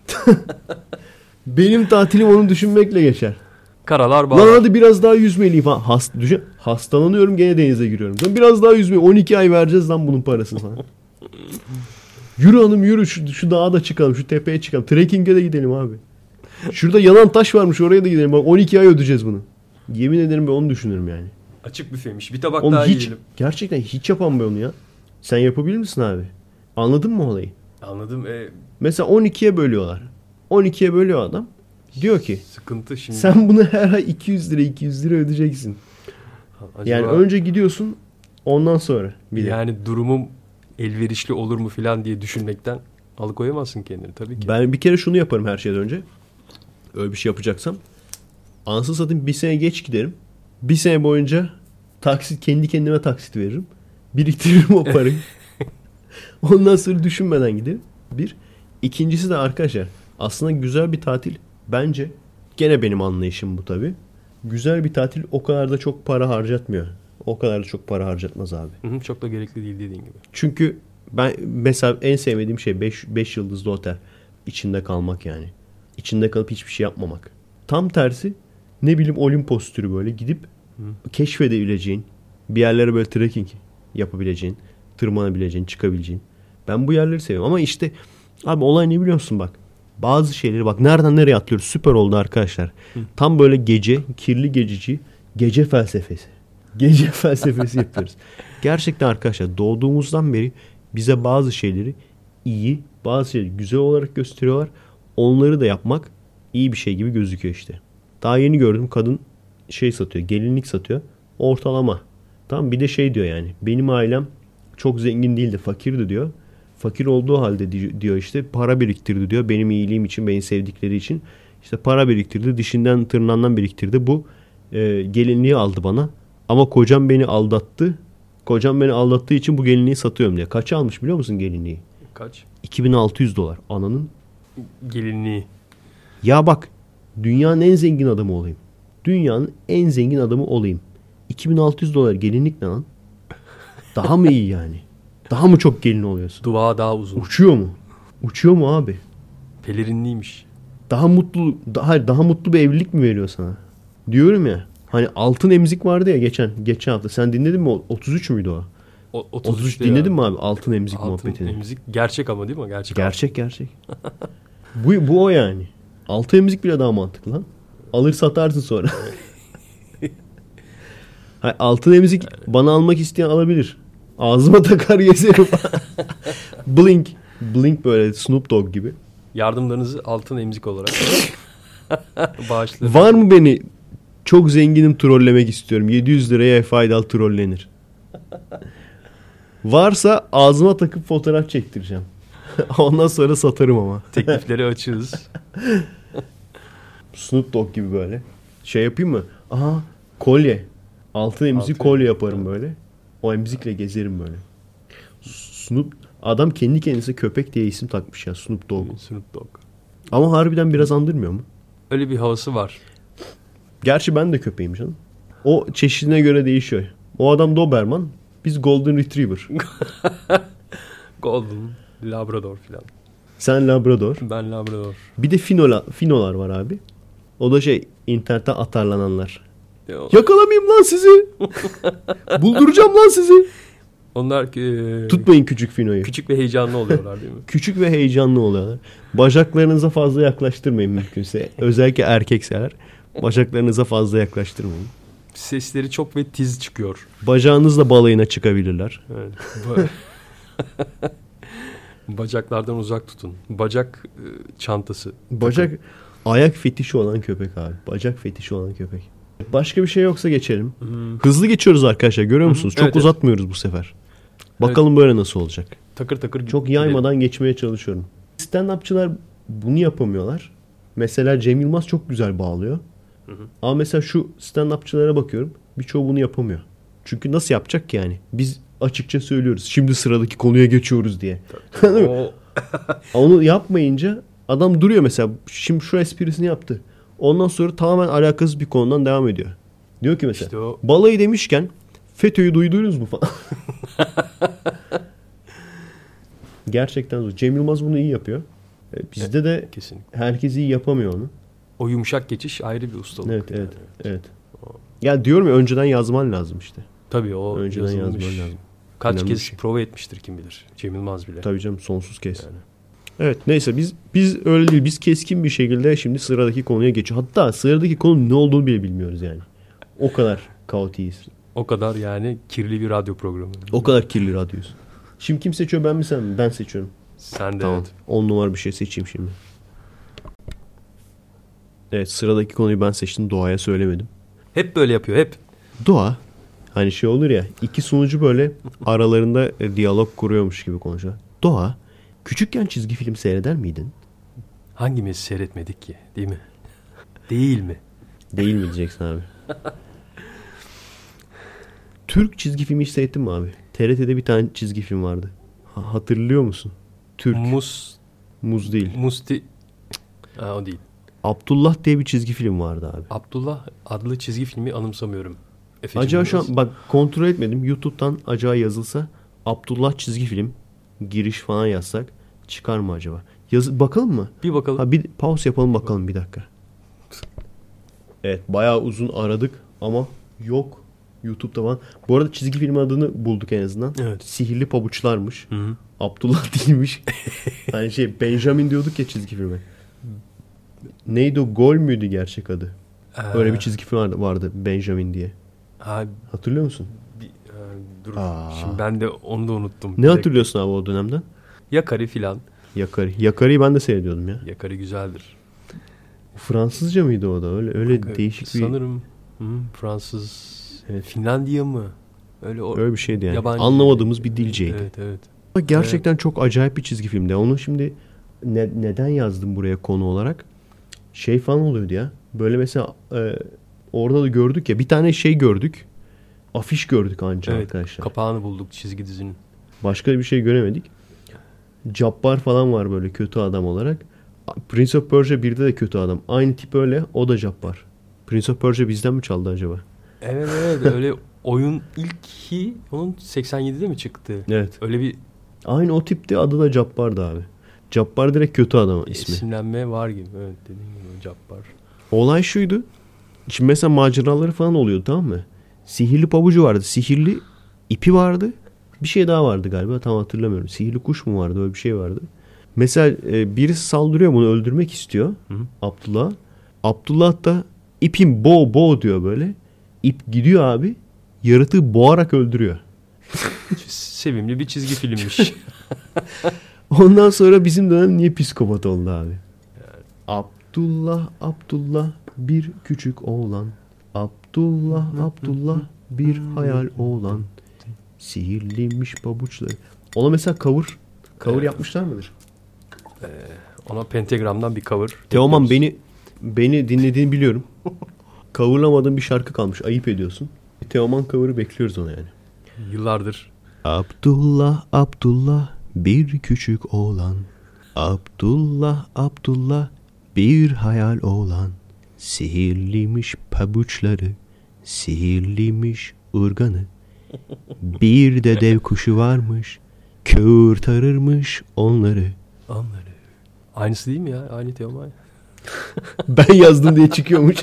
Benim tatilim onu düşünmekle geçer. Karalar bağlar. Lan hadi biraz daha yüzmeliyim falan. Hast düşün, hastalanıyorum gene denize giriyorum. Biraz daha yüzmeliyim. on iki ay vereceğiz lan bunun parasını falan. Yürü hanım yürü. Şu, şu dağa da çıkalım. Şu tepeye çıkalım. Trekking'e de gidelim abi. Şurada yanan taş varmış. Oraya da gidelim. Bak on iki ay ödeyeceğiz bunu. Yemin ederim ben onu düşünürüm yani. Açık büfeymiş. Bir tabak Onu daha hiç, yiyelim. gerçekten hiç yapamam ben onu ya. Sen yapabilir misin abi? Anladın mı olayı? Anladım. E, Mesela on ikiye bölüyorlar. on ikiye bölüyor adam. Diyor ki sıkıntı şimdi. sen bunu her ay iki yüz lira iki yüz lira ödeyeceksin. Acaba, Yani önce gidiyorsun ondan sonra. Bir de. yani durumum elverişli olur mu falan diye düşünmekten alıkoyamazsın kendini tabii ki. Ben bir kere şunu yaparım her şeyden önce. Öyle bir şey yapacaksam. Ansız satayım bir sene geç giderim. Bir sene boyunca taksit kendi kendime taksit veririm. Biriktiririm o parayı. Ondan sonra düşünmeden giderim. Bir. İkincisi de arkadaşlar aslında güzel bir tatil bence gene benim anlayışım bu tabii. Güzel bir tatil o kadar da çok para harcatmıyor. O kadar da çok para harcatmaz abi. Hı hı, çok da gerekli değil dediğin gibi. Çünkü ben mesela en sevmediğim şey beş yıldızlı otel. İçinde kalmak yani. İçinde kalıp hiçbir şey yapmamak. Tam tersi ne bileyim Olimpos türü böyle gidip Hı. keşfedebileceğin, bir yerlere böyle trekking yapabileceğin, tırmanabileceğin, çıkabileceğin. Ben bu yerleri seviyorum ama işte abi olay ne biliyor musun bak. Bazı şeyleri bak nereden nereye atlıyoruz. Süper oldu arkadaşlar. Hı. Tam böyle gece, kirli gececi, gece felsefesi. Gece felsefesi yapıyoruz. Gerçekten arkadaşlar doğduğumuzdan beri bize bazı şeyleri iyi, bazı şeyleri güzel olarak gösteriyorlar. Onları da yapmak iyi bir şey gibi gözüküyor işte. Daha yeni gördüm kadın şey satıyor, gelinlik satıyor. Ortalama. Tamam bir de şey diyor yani. Benim ailem çok zengin değildi, fakirdi diyor. Fakir olduğu halde diyor işte para biriktirdi diyor. Benim iyiliğim için, beni sevdikleri için. İşte para biriktirdi, dişinden tırnağından biriktirdi. Bu e, gelinliği aldı bana. Ama kocam beni aldattı. Kocam beni aldattığı için bu gelinliği satıyorum diye. Kaç almış biliyor musun gelinliği? Kaç? iki bin altı yüz dolar. Ananın. Gelinliği. Ya bak dünyanın en zengin adamı olayım. Dünyanın en zengin adamı olayım. iki bin altı yüz dolar gelinlik ne lan? Daha mı iyi yani? Daha mı çok gelin oluyorsun? Duvağı daha uzun. Uçuyor mu? Uçuyor mu abi? Pelerinliymiş. Daha mutlu, daha, daha mutlu bir evlilik mi veriyor sana? Diyorum ya. Hani altın emzik vardı ya geçen geçen hafta. Sen dinledin mi? otuz üç müydü o? o otuz üç dinledin mi abi altın emzik altın muhabbetini? Altın emzik gerçek ama değil mi? Gerçek. Gerçek gerçek. bu, bu o yani. Altın emzik bile daha mantıklı lan. Alır satarsın sonra. Hayır, altın emzik bana almak isteyen alabilir. Ağzıma takar gezerim. Blink. Blink böyle Snoop Dogg gibi. Yardımlarınızı altın emzik olarak bağışlarım. Var mı beni çok zenginim trollemek istiyorum. yedi yüz liraya faydalı trollenir. Varsa ağzıma takıp fotoğraf çektireceğim. Ondan sonra satarım ama. Teklifleri açığız. Snoop Dogg gibi böyle. Şey yapayım mı? Aha kolye. Altın emzik Altın kolye yaparım böyle. O emzikle gezerim böyle. Snoop adam kendi kendisine köpek diye isim takmış ya Snoop Dogg. Snoop Dogg. Ama harbiden biraz andırmıyor mu? Öyle bir havası var. Gerçi ben de köpeğim canım. O çeşidine göre değişiyor. O adam Doberman, biz Golden Retriever. Golden, Labrador filan. Sen Labrador. Ben Labrador. Bir de Finola, Finolar var abi. O da şey internette atarlananlar. Ya, yakalamayayım lan sizi. Bulduracağım lan sizi. Onlar e, tutmayın küçük Fino'yu. Küçük ve heyecanlı oluyorlar değil mi? Küçük ve heyecanlı oluyorlar. Bacaklarınıza fazla yaklaştırmayın mümkünse. Özellikle erkekseler. Bacaklarınıza fazla yaklaştırmayın. Sesleri çok ve tiz çıkıyor. Bacağınızla balayına çıkabilirler. Evet. Ba- Bacaklardan uzak tutun. Bacak e, çantası. Bacak takın. Ayak fetişi olan köpek abi. Bacak fetişi olan köpek. Başka bir şey yoksa geçelim. Hmm. Hızlı geçiyoruz arkadaşlar. Görüyor musunuz? Hmm. Çok evet, uzatmıyoruz evet. bu sefer. Bakalım evet. böyle nasıl olacak. Takır takır. Çok yaymadan geçmeye çalışıyorum. Stand-upçılar bunu yapamıyorlar. Mesela Cem Yılmaz çok güzel bağlıyor. Hı hı. Ama mesela şu stand-upçılara bakıyorum. Birçoğu bunu yapamıyor. Çünkü nasıl yapacak ki yani? Biz açıkça söylüyoruz. Şimdi sıradaki konuya geçiyoruz diye. Onu yapmayınca adam duruyor mesela. Şimdi şu esprisini yaptı. Ondan sonra tamamen alakasız bir konudan devam ediyor. Diyor ki mesela. İşte o... Balayı demişken FETÖ'yü duydunuz mu falan. Gerçekten zor. Cem Yılmaz bunu iyi yapıyor. Bizde evet, de kesinlikle. Herkes iyi yapamıyor onu. O yumuşak geçiş ayrı bir ustalık. Evet, evet, yani. evet. O... Ya diyorum ya önceden yazman lazım işte. Tabii o önceden yazman lazım. Kaç önemli kez şey. Prova etmiştir kim bilir. Cem Yılmaz bile. Tabii canım sonsuz kez. Yani. Evet neyse biz biz öyle değil. Biz keskin bir şekilde şimdi sıradaki konuya geçiyoruz. Hatta sıradaki konu ne olduğunu bile bilmiyoruz yani. O kadar kaotiyiz. O kadar yani kirli bir radyo programı. O kadar kirli radyoyuz. Şimdi kim seçiyor, ben mi sen mi? Ben seçiyorum. Sen de Tamam. evet. on numara bir şey seçeyim şimdi. Evet, sıradaki konuyu ben seçtim. Doğa'ya söylemedim. Hep böyle yapıyor hep. Doğa, hani şey olur ya, iki sunucu böyle aralarında e, diyalog kuruyormuş gibi konuşuyor. Doğa, küçükken çizgi film seyreder miydin? Hangimiz seyretmedik ki, değil mi? Değil mi? Değil mi diyeceksin abi. Türk çizgi filmi hiç seyrettin mi abi? T R T'de bir tane çizgi film vardı. Ha, hatırlıyor musun? Türk. Mus, Muz değil. Musti... Ha, o değil. Abdullah diye bir çizgi film vardı abi. Abdullah adlı çizgi filmi anımsamıyorum. Efeciğim, Acaba şu an biraz- bak kontrol etmedim. YouTube'dan acaba yazılsa Abdullah çizgi film giriş falan yazsak çıkar mı acaba? Yaz bakalım mı? Bir bakalım. Ha, bir pause yapalım bakalım bir dakika. Evet, bayağı uzun aradık ama yok YouTube'da falan. Bu arada çizgi film adını bulduk en azından. Evet. Sihirli Pabuçlarmış. Hı hı. Abdullah değilmiş. Hani şey Benjamin diyorduk ya çizgi filme. Neydi o? Gol müydü gerçek adı? Ee, Öyle bir çizgi film vardı, vardı Benjamin diye. Ha, Hatırlıyor musun? bir, e, dur. Aa. Şimdi ben de onu da unuttum. Ne Bir dakika. hatırlıyorsun abi o dönemden? Yakari filan. Yakari. Yakari'yi ben de seyrediyordum ya. Yakari güzeldir. Fransızca mıydı o da? Öyle öyle Kanka, değişik bir sanırım hı, Fransız, Evet. Finlandiya mı? Öyle o, öyle bir şeydi yani. yabancı. Anlamadığımız bir dilceydi. Evet evet. Ama gerçekten çok acayip bir çizgi filmdi. Onu şimdi ne- neden yazdım buraya konu olarak? Şey falan oluyordu ya. Böyle mesela e, orada da gördük ya, bir tane şey gördük. Afiş gördük anca Evet, arkadaşlar. kapağını bulduk çizgi dizinin. Başka bir şey göremedik. Cabbar falan var böyle kötü adam olarak. Prince of Persia birde de kötü adam. Aynı tip öyle, o da Cabbar. Prince of Persia bizden mi çaldı acaba? Evet evet öyle oyun ilki onun seksen yedide mi çıktı? Evet. Öyle bir Aynı o tipte, adı da Cabbar'dı abi. Cabbar direkt kötü adam ismi. isimlenme var gibi. Evet dediğim gibi Cabbar. Olay şuydu. Şimdi mesela maceraları falan oluyordu, tamam mı? Sihirli pabucu vardı. Sihirli ipi vardı. Bir şey daha vardı galiba. Tam hatırlamıyorum. Sihirli kuş mu vardı? Öyle bir şey vardı. Mesela e, birisi saldırıyor, bunu öldürmek istiyor. Hı hı. Abdullah. Abdullah da ipin bo bo diyor böyle. İp gidiyor abi. Yaratığı boğarak öldürüyor. Sevimli bir çizgi filmmiş. Ondan sonra bizim dönem niye psikopat oldu abi? Abdullah, Abdullah bir küçük oğlan. Abdullah, Abdullah bir hayal oğlan. Sihirliymiş pabuçları. Ona mesela cover, cover Evet. yapmışlar mıdır? Ona Pentagram'dan bir cover. Teoman, bekliyoruz. beni beni dinlediğini biliyorum. Coverlamadığın bir şarkı kalmış. Ayıp ediyorsun. Teoman cover'ı bekliyoruz ona yani. Yıllardır. Abdullah, Abdullah bir küçük oğlan. Abdullah, Abdullah bir hayal oğlan. Sihirliymiş pabuçları, sihirliymiş urganı. Bir de dev kuşu varmış, kurtarırmış onları. Anları. Aynısı değil mi ya? Aynı Teoman. Ben yazdım diye çıkıyormuş.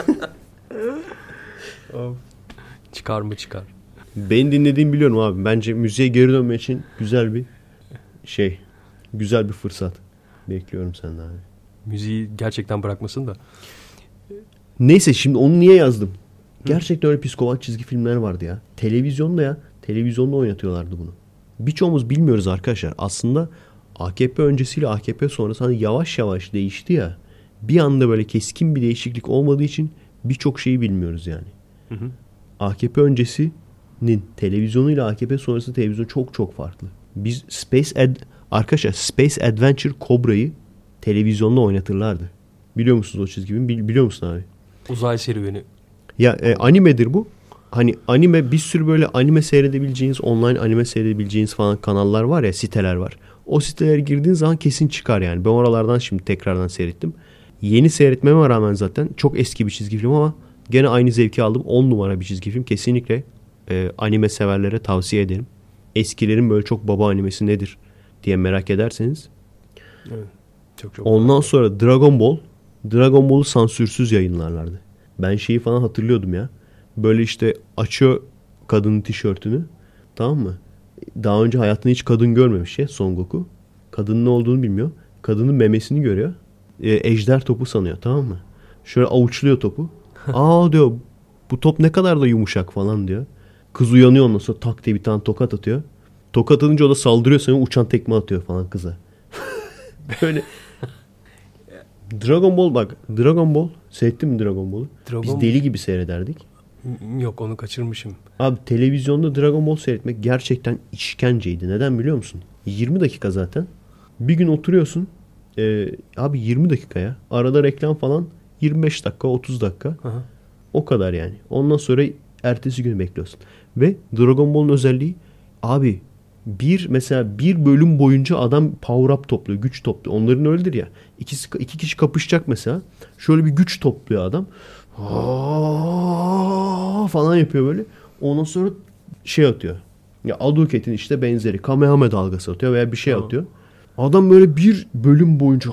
Çıkar mı çıkar. Beni dinlediğimi biliyorum abi. Bence müziğe geri dönmek için güzel bir şey. Güzel bir fırsat. Bekliyorum senden abi. Müziği gerçekten bırakmasın da. Neyse, şimdi onu niye yazdım? Gerçekten öyle psikopat çizgi filmler vardı ya. Televizyonda ya. Televizyonda oynatıyorlardı bunu. Birçoğumuz bilmiyoruz arkadaşlar. Aslında A K P öncesiyle A K P sonrası hani yavaş yavaş değişti ya. Bir anda böyle keskin bir değişiklik olmadığı için birçok şeyi bilmiyoruz yani. Hı hı. A K P öncesinin televizyonuyla A K P sonrası televizyon çok çok farklı. Biz Space Ad arkadaşlar Space Adventure Cobra'yı televizyonda oynatırlardı. Biliyor musunuz o çizgi filmi? Bil- biliyor musun abi? Uzay serüveni. Ya e, animedir bu. Hani anime, bir sürü böyle anime seyredebileceğiniz, online anime seyredebileceğiniz falan kanallar var ya, siteler var. O sitelere girdiğin zaman kesin çıkar yani. Ben oralardan şimdi tekrardan seyrettim. Yeni seyretmeme rağmen zaten çok eski bir çizgi film ama gene aynı zevki aldım. on numara bir çizgi film. Kesinlikle e, anime severlere tavsiye ederim. Eskilerin böyle çok baba animesi nedir diye merak ederseniz. Evet. Çok çok. Ondan sonra Dragon Ball. Dragon Ball'u sansürsüz yayınlarlardı. Ben şeyi falan hatırlıyordum ya. Böyle işte açıyor kadının tişörtünü. Tamam mı? Daha önce hayatında hiç kadın görmemiş ya Son Goku. Kadının ne olduğunu bilmiyor. Kadının memesini görüyor. E, ejder topu sanıyor, tamam mı? Şöyle avuçluyor topu. Aa diyor, Bu top ne kadar da yumuşak falan diyor. Kız uyanıyor ondan sonra tak diye bir tane tokat atıyor. Tokat atınca o da saldırıyor sonra uçan tekme atıyor falan kıza. Böyle Dragon Ball bak. Dragon Ball. Seyrettin mi Dragon Ball'u? Dragon... Biz deli gibi seyrederdik. Yok onu kaçırmışım. Abi televizyonda Dragon Ball seyretmek gerçekten işkenceydi. Neden biliyor musun? yirmi dakika zaten. Bir gün oturuyorsun. E, abi yirmi dakikaya. Arada reklam falan yirmi beş dakika otuz dakika. Aha. O kadar yani. Ondan sonra ertesi günü bekliyorsun. Ve Dragon Ball'un özelliği abi bir mesela bir bölüm boyunca adam power up topluyor. Güç topluyor. Onların öyledir ya. İkisi, iki kişi kapışacak mesela. Şöyle bir güç topluyor adam. Aa, falan yapıyor böyle. Ondan sonra şey atıyor. Ya Hadouken'in işte benzeri. Kamehameha dalgası atıyor veya bir şey tamam. atıyor. Adam böyle bir bölüm boyunca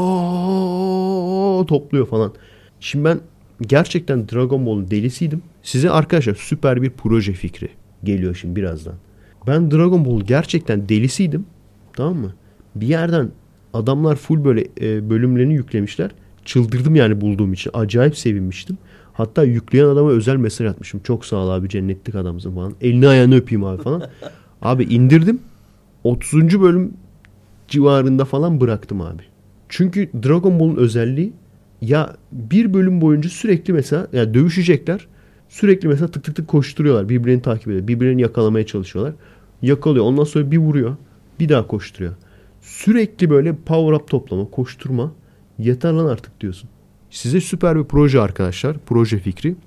aa, topluyor falan. Şimdi ben gerçekten Dragon Ball'un delisiydim. Size arkadaşlar süper bir proje fikri geliyor şimdi birazdan. Ben Dragon Ball gerçekten delisiydim. Tamam mı? Bir yerden adamlar full böyle e, bölümlerini yüklemişler. Çıldırdım yani bulduğum için. Acayip sevinmiştim. Hatta yükleyen adama özel mesaj atmışım. Çok sağ ol abi, cennetlik adamsın falan. Elini ayağını öpeyim abi falan. Abi indirdim. otuzuncu bölüm civarında falan bıraktım abi. Çünkü Dragon Ball'un özelliği ya bir bölüm boyunca sürekli mesela yani dövüşecekler. Sürekli mesela tık tık tık koşturuyorlar. Birbirlerini takip ediyor. Birbirlerini yakalamaya çalışıyorlar. Yakalıyor. Ondan sonra bir vuruyor. Bir daha koşturuyor. Sürekli böyle power up toplama, koşturma. Yeter lan artık diyorsun. Size süper bir proje arkadaşlar. Proje fikri.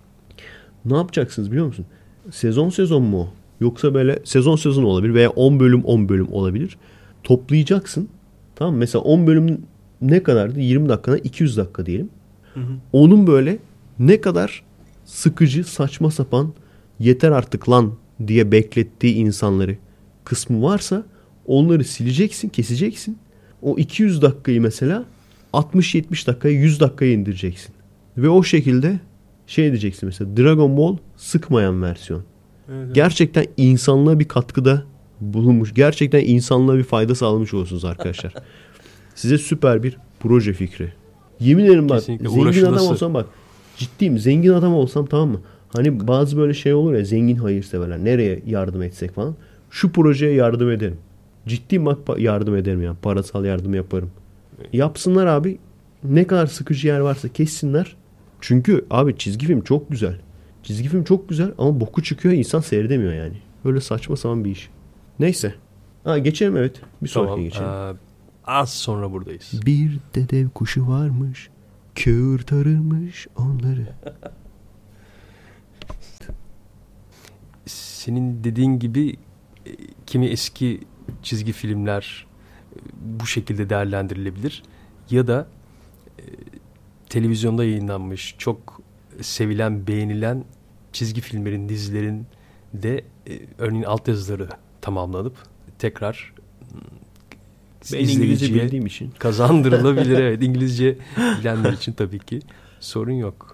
Ne yapacaksınız biliyor musun? Sezon sezon mu o? Yoksa böyle sezon sezon olabilir veya on bölüm on bölüm olabilir. Toplayacaksın. Tamam mı? Mesela on bölüm ne kadardı? yirmi dakikada iki yüz dakika diyelim. Hı hı. Onun böyle ne kadar sıkıcı, saçma sapan, yeter artık lan diye beklettiği insanları kısmı varsa onları sileceksin, keseceksin. O iki yüz dakikayı mesela altmış yetmiş dakikaya, yüz dakikaya indireceksin. Ve o şekilde şey diyeceksin mesela Dragon Ball sıkmayan versiyon. Evet. Gerçekten insanlığa bir katkıda bulunmuş. Gerçekten insanlığa bir fayda sağlamış olursunuz arkadaşlar. Size süper bir proje fikri. Yemin ederim bak kesinlikle zengin adam olsam bak ciddiyim zengin adam olsam tamam mı? Hani bazı böyle şey olur ya zengin hayırseverler. Nereye yardım etsek falan. Şu projeye yardım ederim. Ciddiyim bak yardım ederim yani. Parasal yardım yaparım. Yapsınlar abi. Ne kadar sıkıcı yer varsa kessinler. Çünkü abi çizgi film çok güzel. Çizgi film çok güzel ama boku çıkıyor insan seyredemiyor yani. Öyle saçma sapan bir iş. Neyse. Ha, geçelim evet. Bir sonraki tamam, geçelim. Ee, az sonra buradayız. Bir dedev kuşu varmış. Kürtarırmış onları. Senin dediğin gibi kimi eski çizgi filmler bu şekilde değerlendirilebilir. Ya da e, televizyonda yayınlanmış, çok sevilen, beğenilen çizgi filmlerin, dizilerin de e, örneğin altyazıları tamamlanıp tekrar ben İngilizce bildiğim için kazandırılabilir. Evet, İngilizce bilenler için tabii ki sorun yok.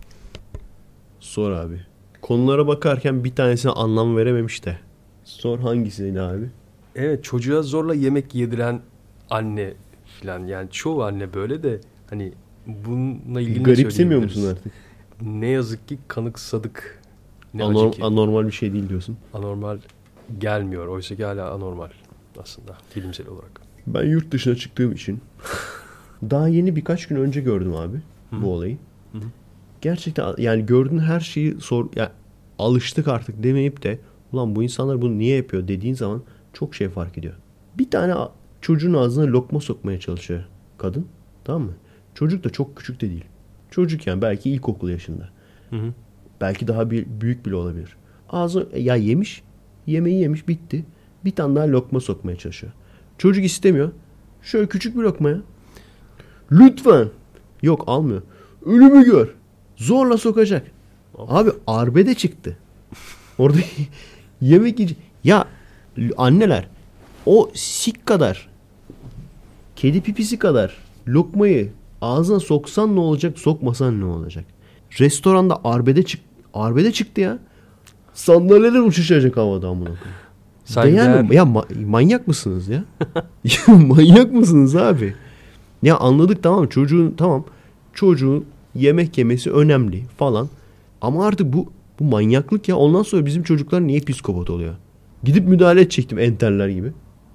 Sor abi. Konulara bakarken bir tanesine anlam verememiş de. Sor hangisiydi abi? Evet, çocuğa zorla yemek yediren anne filan. Yani çoğu anne böyle de hani bununla ilgili garipsemiyor musun artık? Ne yazık ki kanıksadık. Ne Anor- ki. Anormal bir şey değil diyorsun. Anormal gelmiyor. Oysa ki hala anormal aslında bilimsel olarak. Ben yurt dışına çıktığım için daha yeni birkaç gün önce gördüm abi Hı-hı. bu olayı. Hı-hı. Gerçekten yani gördüğün her şeyi sor yani alıştık artık demeyip de ulan bu insanlar bunu niye yapıyor dediğin zaman çok şey fark ediyor. Bir tane çocuğun ağzına lokma sokmaya çalışıyor kadın. Tamam mı? Çocuk da çok küçük de değil. Çocuk yani belki ilkokul yaşında. Hı hı. Belki daha bir, büyük bile olabilir. Ağzı ya yemiş. Yemeği yemiş bitti. Bir tane daha lokma sokmaya çalışıyor. Çocuk istemiyor. Şöyle küçük bir lokmaya. Lütfen. Yok almıyor. Ölümü gör. Zorla sokacak. Abi arbede çıktı. Orada yemek yiyecek. Ya anneler o sik kadar kedi pipisi kadar lokmayı ağzına soksan ne olacak, sokmasan ne olacak? Restoranda arbede çık arbede çıktı ya. Sandalyeler uçuşacak havada amına koyayım. Yani, ya ma- manyak mısınız ya? Manyak mısınız abi? Ya anladık tamam çocuğun tamam çocuğun yemek yemesi önemli falan. Ama artık bu bu manyaklık ya. Ondan sonra bizim çocuklar niye psikopat oluyor? Gidip müdahale edecektim enterler gibi.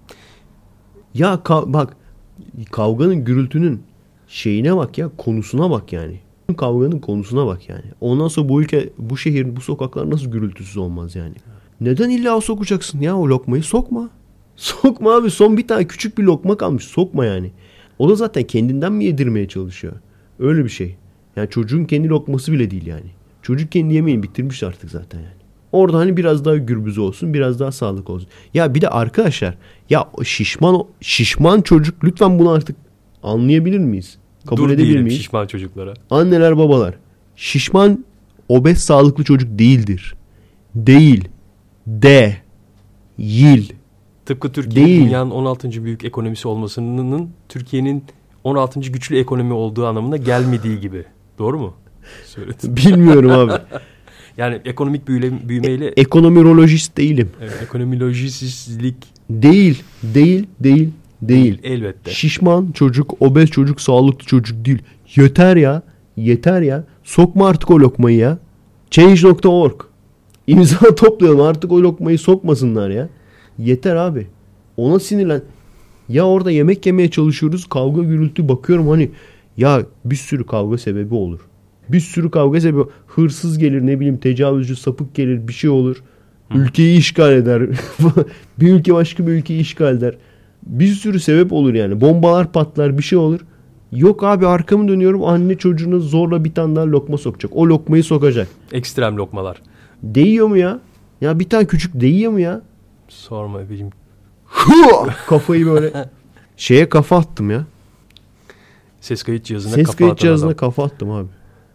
Ya ka- bak kavganın, gürültünün şeyine bak ya, konusuna bak yani. Kavganın konusuna bak yani. Ondan sonra bu ülke, bu şehir, bu sokaklar nasıl gürültüsüz olmaz yani? Neden illa o sokacaksın ya o lokmayı? Sokma. Sokma abi, son bir tane küçük bir lokma kalmış. Sokma yani. O da zaten kendinden mi yedirmeye çalışıyor? Öyle bir şey. Yani çocuğun kendi lokması bile değil yani. Çocuk kendi yemeğini bitirmiş artık zaten yani. Orada hani biraz daha gürbüz olsun, biraz daha sağlık olsun. Ya bir de arkadaşlar, ya şişman şişman çocuk, lütfen bunu artık anlayabilir miyiz? Kabul Dur edebilir diyelim miyiz? şişman çocuklara. Anneler, babalar. Şişman, obez, sağlıklı çocuk değildir. Değil. De. Yil. Tıpkı Türkiye Değil. dünyanın on altıncı büyük ekonomisi olmasının Türkiye'nin on altıncı güçlü ekonomi olduğu anlamına gelmediği gibi. Doğru mu? Söyledim. Bilmiyorum abi. Yani ekonomik büyüme, büyümeyle Ekonomirolojist değilim. evet, ekonomilojisizlik Değil. Değil. Değil. Değil. elbette. Şişman çocuk, obez çocuk, sağlıklı çocuk değil. Yeter ya. Yeter ya. Sokma artık o lokmayı ya. Change nokta org. İmza toplayalım, artık o lokmayı sokmasınlar ya. Yeter abi. Ona sinirlen. Ya orada yemek yemeye çalışıyoruz. Kavga gürültü, bakıyorum hani. Ya bir sürü kavga sebebi olur. Bir sürü kavga sebebi. Hırsız gelir, ne bileyim tecavüzcü sapık gelir, bir şey olur. Hı. Ülkeyi işgal eder. Bir ülke başka bir ülkeyi işgal eder. Bir sürü sebep olur yani. Bombalar patlar, bir şey olur. Yok abi, arkamı dönüyorum, anne çocuğuna zorla bir tane daha lokma sokacak. O lokmayı sokacak. Ekstrem lokmalar. Değiyor mu ya? Ya bir tane küçük değiyor mu ya? Sorma benim. Kafayı böyle şeye kafa attım ya. Ses kayıt cihazına Ses kafa kayıt atan cihazına adam. kafa attım abi.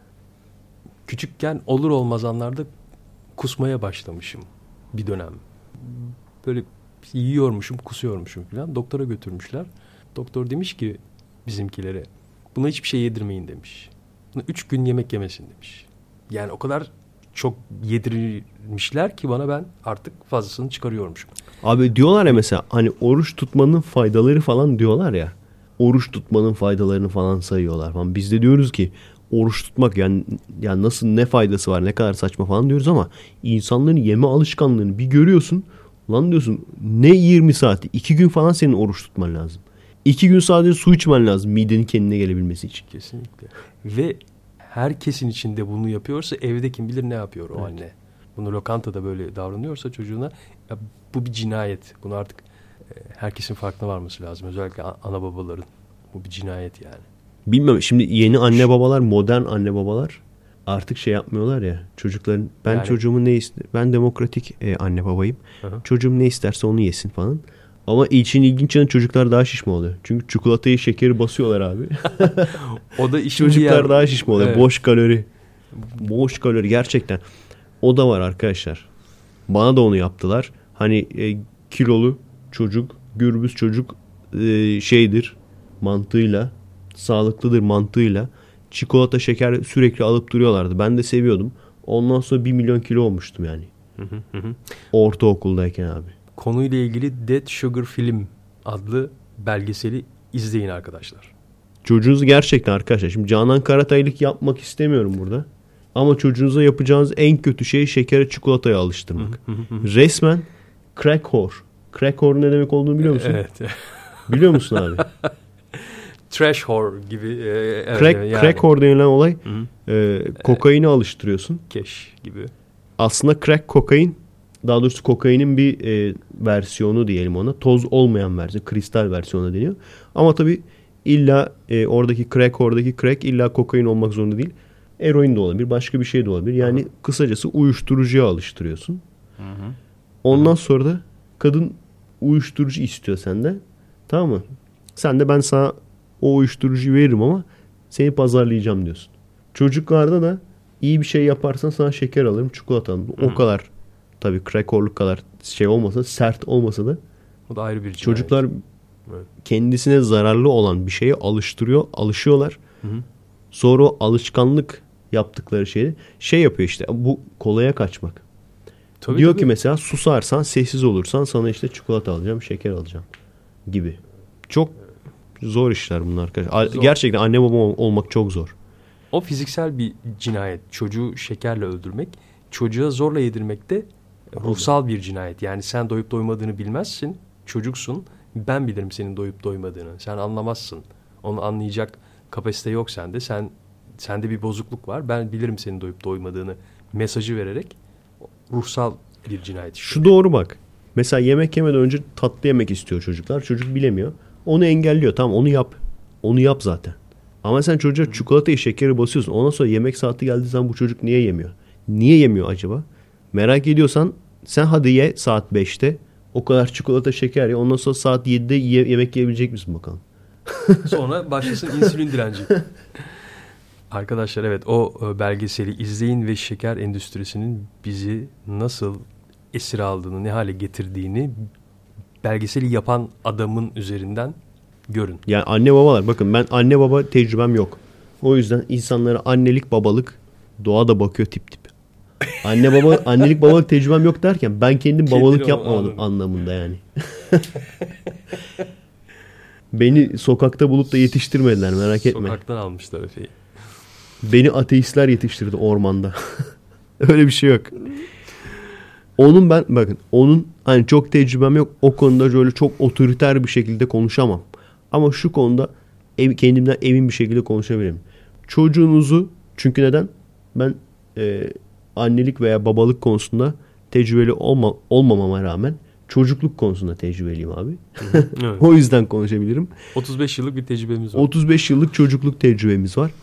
Küçükken olur olmaz anlarda kusmaya başlamışım bir dönem. Böyle yiyormuşum, kusuyormuşum falan. Doktora götürmüşler. Doktor demiş ki bizimkilere, buna hiçbir şey yedirmeyin demiş. Buna üç gün yemek yemesin demiş. Yani o kadar çok yedirmişler ki bana, ben artık fazlasını çıkarıyormuşum. Abi diyorlar ya mesela, hani oruç tutmanın faydaları falan diyorlar ya. Oruç tutmanın faydalarını falan sayıyorlar falan. Biz de diyoruz ki oruç tutmak yani, yani nasıl, ne faydası var, ne kadar saçma falan diyoruz ama insanların yeme alışkanlığını bir görüyorsun. Lan diyorsun, ne yirmi saati, iki gün falan senin oruç tutman lazım. iki gün sadece su içmen lazım midenin kendine gelebilmesi için. Kesinlikle. Ve herkesin içinde bunu yapıyorsa evde kim bilir ne yapıyor o Evet. anne. Bunu lokantada böyle davranıyorsa çocuğuna, ya bu bir cinayet. Bunu artık e, herkesin farkına varması lazım. Özellikle a- ana babaların. Bu bir cinayet yani. Bilmem, şimdi yeni anne babalar, modern anne babalar artık şey yapmıyorlar ya çocukların. Ben Yani- çocuğumun ne ister, ben demokratik e, anne babayım. Hı hı. Çocuğum ne isterse onu yesin falan. Ama için ilginç yanı, çocuklar daha şişme oluyor. Çünkü çikolatayı, şekeri basıyorlar abi. O da işin Çocuklar diğer- daha şişme oluyor. Evet. Boş kalori. Boş kalori gerçekten. O da var arkadaşlar. Bana da onu yaptılar. Hani e, kilolu çocuk, gürbüz çocuk e, şeydir mantığıyla, sağlıklıdır mantığıyla çikolata, şeker sürekli alıp duruyorlardı. Ben de seviyordum. Ondan sonra bir milyon kilo olmuştum yani. Hı hı hı hı. Ortaokuldayken abi. Konuyla ilgili Dead Sugar Film adlı belgeseli izleyin arkadaşlar. Çocuğunuzu gerçekten arkadaşlar, şimdi Canan Karataylık yapmak istemiyorum burada. Ama çocuğunuza yapacağınız en kötü şey şekere, çikolataya alıştırmak. Resmen crack whore. Crack whore ne demek olduğunu biliyor musun? Evet. Biliyor musun abi? Trash whore gibi. E, evet, Crack, yani. crack whore denilen olay, Hı-hı. e, kokaini alıştırıyorsun. Keş gibi. Aslında crack kokain, daha doğrusu kokainin bir e, versiyonu diyelim ona. Toz olmayan versiyon, kristal versiyonu deniyor. Ama tabii illa e, oradaki crack, oradaki crack illa kokain olmak zorunda değil. Eroin de olabilir, başka bir şey de olabilir. Yani Hı-hı. kısacası uyuşturucuya alıştırıyorsun. Hı-hı. Ondan Hı-hı. sonra da kadın uyuşturucu istiyor senden. Tamam mı? Sen de ben sana o uyuşturucuyu veririm ama seni pazarlayacağım diyorsun. Çocuklarda da iyi bir şey yaparsan sana şeker alırım, çikolata alırım. O Hı-hı. kadar tabii crackkorluk kadar şey olmasa, sert olmasa da o da ayrı bir cinayet. Çocuklar evet. kendisine zararlı olan bir şeye alıştırıyor, alışıyorlar. Hı-hı. Sonra o alışkanlık yaptıkları şeyi şey yapıyor işte, bu kolaya kaçmak. Tabii, diyor tabii. ki mesela susarsan, sessiz olursan sana işte çikolata alacağım, şeker alacağım gibi. Çok zor işler bunlar arkadaşlar. Zor. Gerçekten anne baba olmak çok zor. O fiziksel bir cinayet. Çocuğu şekerle öldürmek, çocuğa zorla yedirmek de ruhsal bir cinayet. Yani sen doyup doymadığını bilmezsin, çocuksun. Ben bilirim senin doyup doymadığını. Sen anlamazsın. Onu anlayacak kapasite yok sende. Sen sende bir bozukluk var. Ben bilirim senin doyup doymadığını mesajı vererek ruhsal bir cinayet. Şu doğru bak. Mesela yemek yemeden önce tatlı yemek istiyor çocuklar. Çocuk bilemiyor. Onu engelliyor. Tamam onu yap. Onu yap zaten. Ama sen çocuğa çikolatayı, şekeri basıyorsun. Ondan sonra yemek saati geldiği zaman bu çocuk niye yemiyor? Niye yemiyor acaba? Merak ediyorsan sen hadi ye saat beşte. O kadar çikolata, şeker ye. Ondan sonra saat yedide ye- yemek yiyebilecek misin bakalım? Sonra başlasın insülin direnci. Arkadaşlar evet o belgeseli izleyin ve şeker endüstrisinin bizi nasıl esir aldığını, ne hale getirdiğini belgeseli yapan adamın üzerinden görün. Yani anne babalar bakın ben anne baba tecrübem yok. O yüzden insanlara annelik babalık doğa da bakıyor tip tip. Anne baba annelik babalık tecrübem yok derken ben kendim babalık Kendini yapmamadım anladım. anlamında yani. Beni sokakta bulup da yetiştirmediler merak etme. Sokaktan almışlar Efe'yi. Beni ateistler yetiştirdi ormanda. Öyle bir şey yok. Onun ben bakın onun hani çok tecrübem yok. O konuda şöyle çok otoriter bir şekilde konuşamam. Ama şu konuda ev, kendimden emin bir şekilde konuşabilirim. Çocuğunuzu çünkü neden? Ben e, annelik veya babalık konusunda tecrübeli olma, olmamama rağmen çocukluk konusunda tecrübeliyim abi. Evet. O yüzden konuşabilirim. otuz beş yıllık bir tecrübemiz var. otuz beş yıllık çocukluk tecrübemiz var.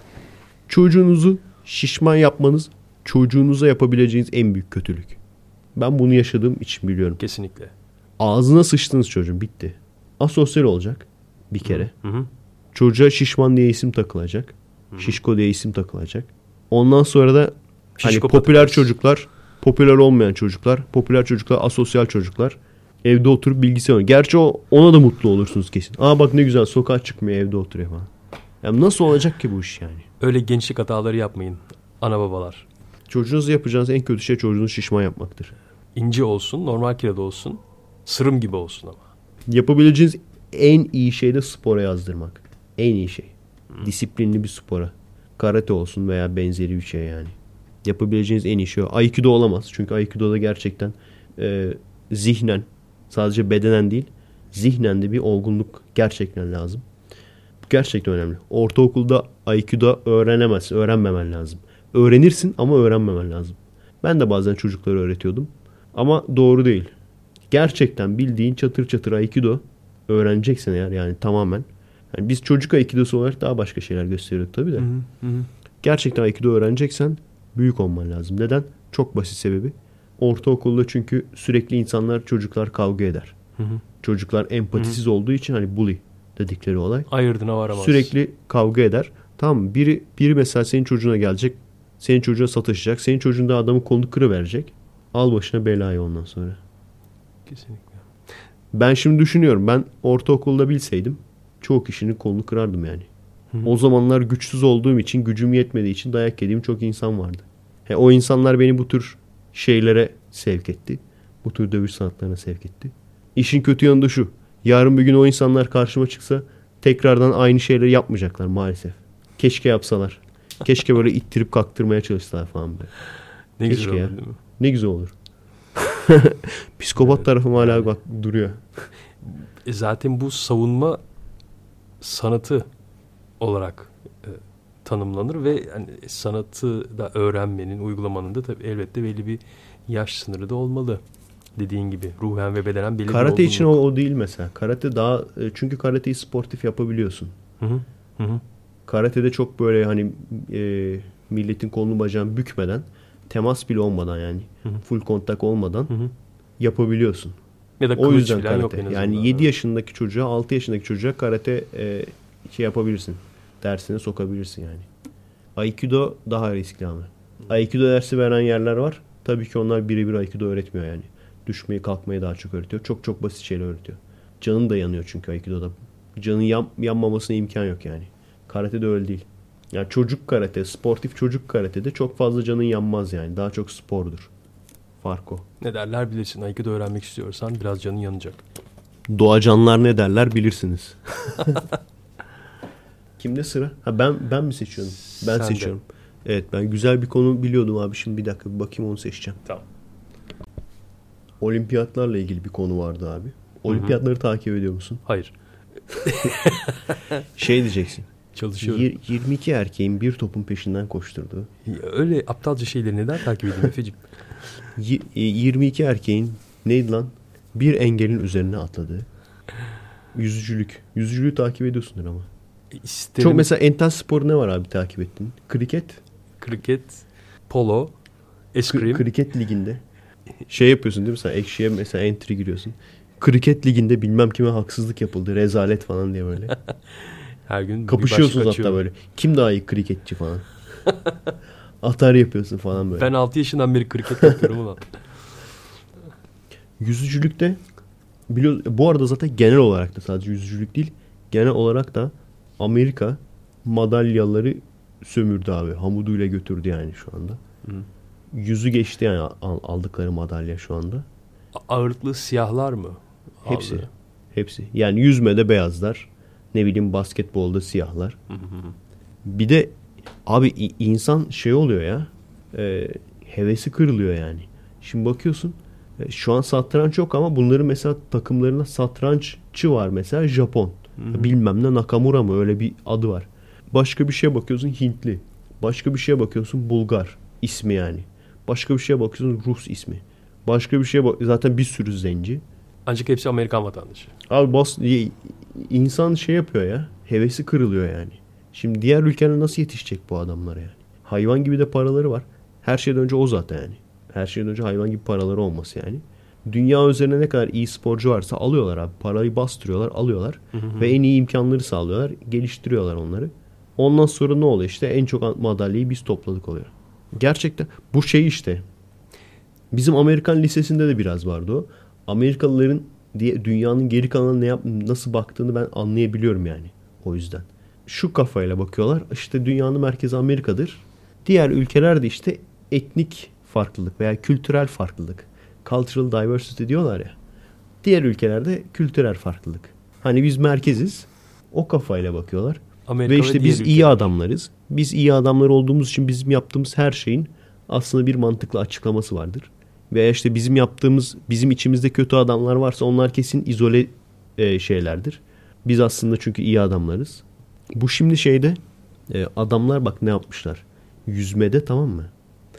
Çocuğunuzu şişman yapmanız çocuğunuza yapabileceğiniz en büyük kötülük. Ben bunu yaşadığım için biliyorum. Kesinlikle. Ağzına sıçtınız çocuğun bitti. Asosyal olacak bir kere. Hı hı. Çocuğa şişman diye isim takılacak. Hı-hı. Şişko diye isim takılacak. Ondan sonra da hani Şişko popüler patates. çocuklar, popüler olmayan çocuklar, popüler çocuklar, asosyal çocuklar evde oturup bilgisayar oynuyor. Gerçi o, ona da mutlu olursunuz kesin. Aa bak ne güzel sokağa çıkmıyor evde oturuyor falan. Yani nasıl olacak ki bu iş yani? Öyle gençlik hataları yapmayın ana babalar. Çocuğunuza yapacağınız en kötü şey çocuğunuzu şişman yapmaktır. İnce olsun, normal kiloda olsun, sırım gibi olsun ama. Yapabileceğiniz en iyi şey de spora yazdırmak. En iyi şey. Hmm. Disiplinli bir spora. Karate olsun veya benzeri bir şey yani. Yapabileceğiniz en iyi şey o. Aikido olamaz. Çünkü Aikido'da gerçekten e, zihnen, sadece bedenen değil, zihnen de bir olgunluk gerçekten lazım. Bu gerçekten önemli. Ortaokulda Aikido öğrenemezsin, öğrenmemen lazım. Öğrenirsin ama öğrenmemen lazım. Ben de bazen çocuklara öğretiyordum. Ama doğru değil. Gerçekten bildiğin çatır çatır Aikido öğreneceksin eğer yani tamamen. Yani biz çocuk Aikido'su olarak daha başka şeyler gösteriyorduk tabii de. Hı hı. Gerçekten Aikido öğreneceksen büyük olman lazım. Neden? Çok basit sebebi. Ortaokulda çünkü sürekli insanlar, çocuklar kavga eder. Hı hı. Çocuklar empatisiz hı hı. olduğu için hani bully dedikleri olay. Ayırdına varamaz. Sürekli kavga eder. Tamam mı? Biri, biri mesela senin çocuğuna gelecek. Senin çocuğuna sataşacak. Senin çocuğun da adamın kolunu kırıverecek. Al başına belayı ondan sonra. Kesinlikle. Ben şimdi düşünüyorum. Ben ortaokulda bilseydim çoğu kişinin kolunu kırardım yani. Hı hı. O zamanlar güçsüz olduğum için, gücüm yetmediği için dayak yediğim çok insan vardı. He, o insanlar beni bu tür şeylere sevk etti. Bu tür dövüş sanatlarına sevk etti. İşin kötü yanı da şu. Yarın bir gün o insanlar karşıma çıksa tekrardan aynı şeyleri yapmayacaklar maalesef. Keşke yapsalar. Keşke böyle ittirip kaktırmaya çalışsalar falan böyle. Ne Keşke güzel ya. olur, değil mi? Ne güzel olur. Psikopat evet, tarafım hala yani. Bak duruyor. E zaten bu savunma sanatı olarak e, tanımlanır ve yani sanatı da öğrenmenin, uygulamanın da tabii elbette belli bir yaş sınırı da olmalı. Dediğin gibi ruhen ve bedenen belli karate bir olgunluk. için o, o değil mesela. Karate daha çünkü karateyi sportif yapabiliyorsun. Hı hı. Hı hı. Karate'de çok böyle hani e, milletin kolunu bacağını bükmeden, temas bile olmadan yani hı hı. full kontak olmadan hı hı. yapabiliyorsun. Ya da o yüzden falan karate. yok en yani yedi yaşındaki çocuğa, altı yaşındaki çocuğa karate e, şey yapabilirsin. Dersine sokabilirsin yani. Aikido daha riskli ama. Aikido dersi veren yerler var. Tabii ki onlar birebir Aikido öğretmiyor yani. Düşmeyi, kalkmayı daha çok öğretiyor. Çok çok basit şeyler öğretiyor. Canın da yanıyor çünkü Aikido'da. Canın yan, yanmamasına imkan yok yani. Karate'de öyle değil. Yani çocuk karate, sportif çocuk karatede çok fazla canın yanmaz yani. Daha çok spordur. Fark o. Ne derler bilirsin. Aikido öğrenmek istiyorsan biraz canın yanacak. Doğacanlar ne derler bilirsiniz. Kimde sıra? Ha ben ben mi seçiyorum? Ben Sen seçiyorum. de. Evet, ben güzel bir konu biliyordum abi. Şimdi bir dakika bir bakayım, onu seçeceğim. Tamam. Olimpiyatlarla ilgili bir konu vardı abi. Olimpiyatları Hı-hı. takip ediyor musun? Hayır. Şey diyeceksin. Çalışıyorum. Y- yirmi iki erkeğin bir topun peşinden koşturduğu. Öyle aptalca şeyleri neden takip edeyim Efe'cim? Y- yirmi iki erkeğin neydi lan? Bir engelin üzerine atladığı. Yüzücülük. Yüzücülüğü takip ediyorsundur ama. İsterim. Çok mesela entel spor ne var abi takip ettin? Kriket. Kriket, polo, eskrim. K- kriket liginde. Şey yapıyorsun değil mi sen? Ekşi'ye mesela entry giriyorsun. Kriket liginde bilmem kime haksızlık yapıldı. Rezalet falan diye böyle. Her gün kapışıyorsunuz hatta böyle. Kim daha iyi kriketçi falan. Atar yapıyorsun falan böyle. Ben altı yaşından beri kriket yapıyorum ama. Yüzücülükte biliyor, bu arada zaten genel olarak da sadece yüzücülük değil, genel olarak da Amerika madalyaları sömürdü abi. Hamuduyla götürdü yani şu anda. Hı. Yüzü geçti yani aldıkları madalya şu anda. Ağırlıklı siyahlar mı? Hepsi. Aldı. Hepsi. Yani yüzmede beyazlar. Ne bileyim basketbolda siyahlar. Hı hı. Bir de abi insan şey oluyor ya. E, hevesi kırılıyor yani. Şimdi bakıyorsun. E, şu an satranç yok ama bunların mesela takımlarında satranççı var mesela Japon. Hı hı. Bilmem ne Nakamura mı öyle bir adı var. Başka bir şeye bakıyorsun Hintli. Başka bir şeye bakıyorsun Bulgar ismi yani. Başka bir şeye bakıyorsun Rus ismi. Başka bir şeye bak zaten bir sürü zenci. Ancak hepsi Amerikan vatandaşı. Abi bas, insan şey yapıyor ya. Hevesi kırılıyor yani. Şimdi diğer ülkeler nasıl yetişecek bu adamlara yani? Hayvan gibi de paraları var. Her şeyden önce o zaten yani. Her şeyden önce hayvan gibi paraları olması yani. Dünya üzerine ne kadar iyi sporcu varsa alıyorlar abi. Parayı bastırıyorlar, alıyorlar. Hı hı. Ve en iyi imkanları sağlıyorlar. Geliştiriyorlar onları. Ondan sonra ne oluyor işte? En çok madalyayı biz topladık oluyor. Gerçekten bu şey işte. Bizim Amerikan lisesinde de biraz vardı o. Amerikalıların diye dünyanın geri kalanına ne yap, nasıl baktığını ben anlayabiliyorum yani. O yüzden. Şu kafayla bakıyorlar. İşte dünyanın merkezi Amerika'dır. Diğer ülkeler de işte etnik farklılık veya kültürel farklılık. Cultural diversity diyorlar ya. Diğer ülkelerde kültürel farklılık. Hani biz merkeziz. O kafayla bakıyorlar. Amerika ve işte ve biz ülkeler. iyi adamlarız. Biz iyi adamlar olduğumuz için bizim yaptığımız her şeyin aslında bir mantıklı açıklaması vardır. Veya işte bizim yaptığımız, bizim içimizde kötü adamlar varsa onlar kesin izole e, şeylerdir. Biz aslında çünkü iyi adamlarız. Bu şimdi şeyde e, adamlar bak ne yapmışlar. Yüzmede tamam mı?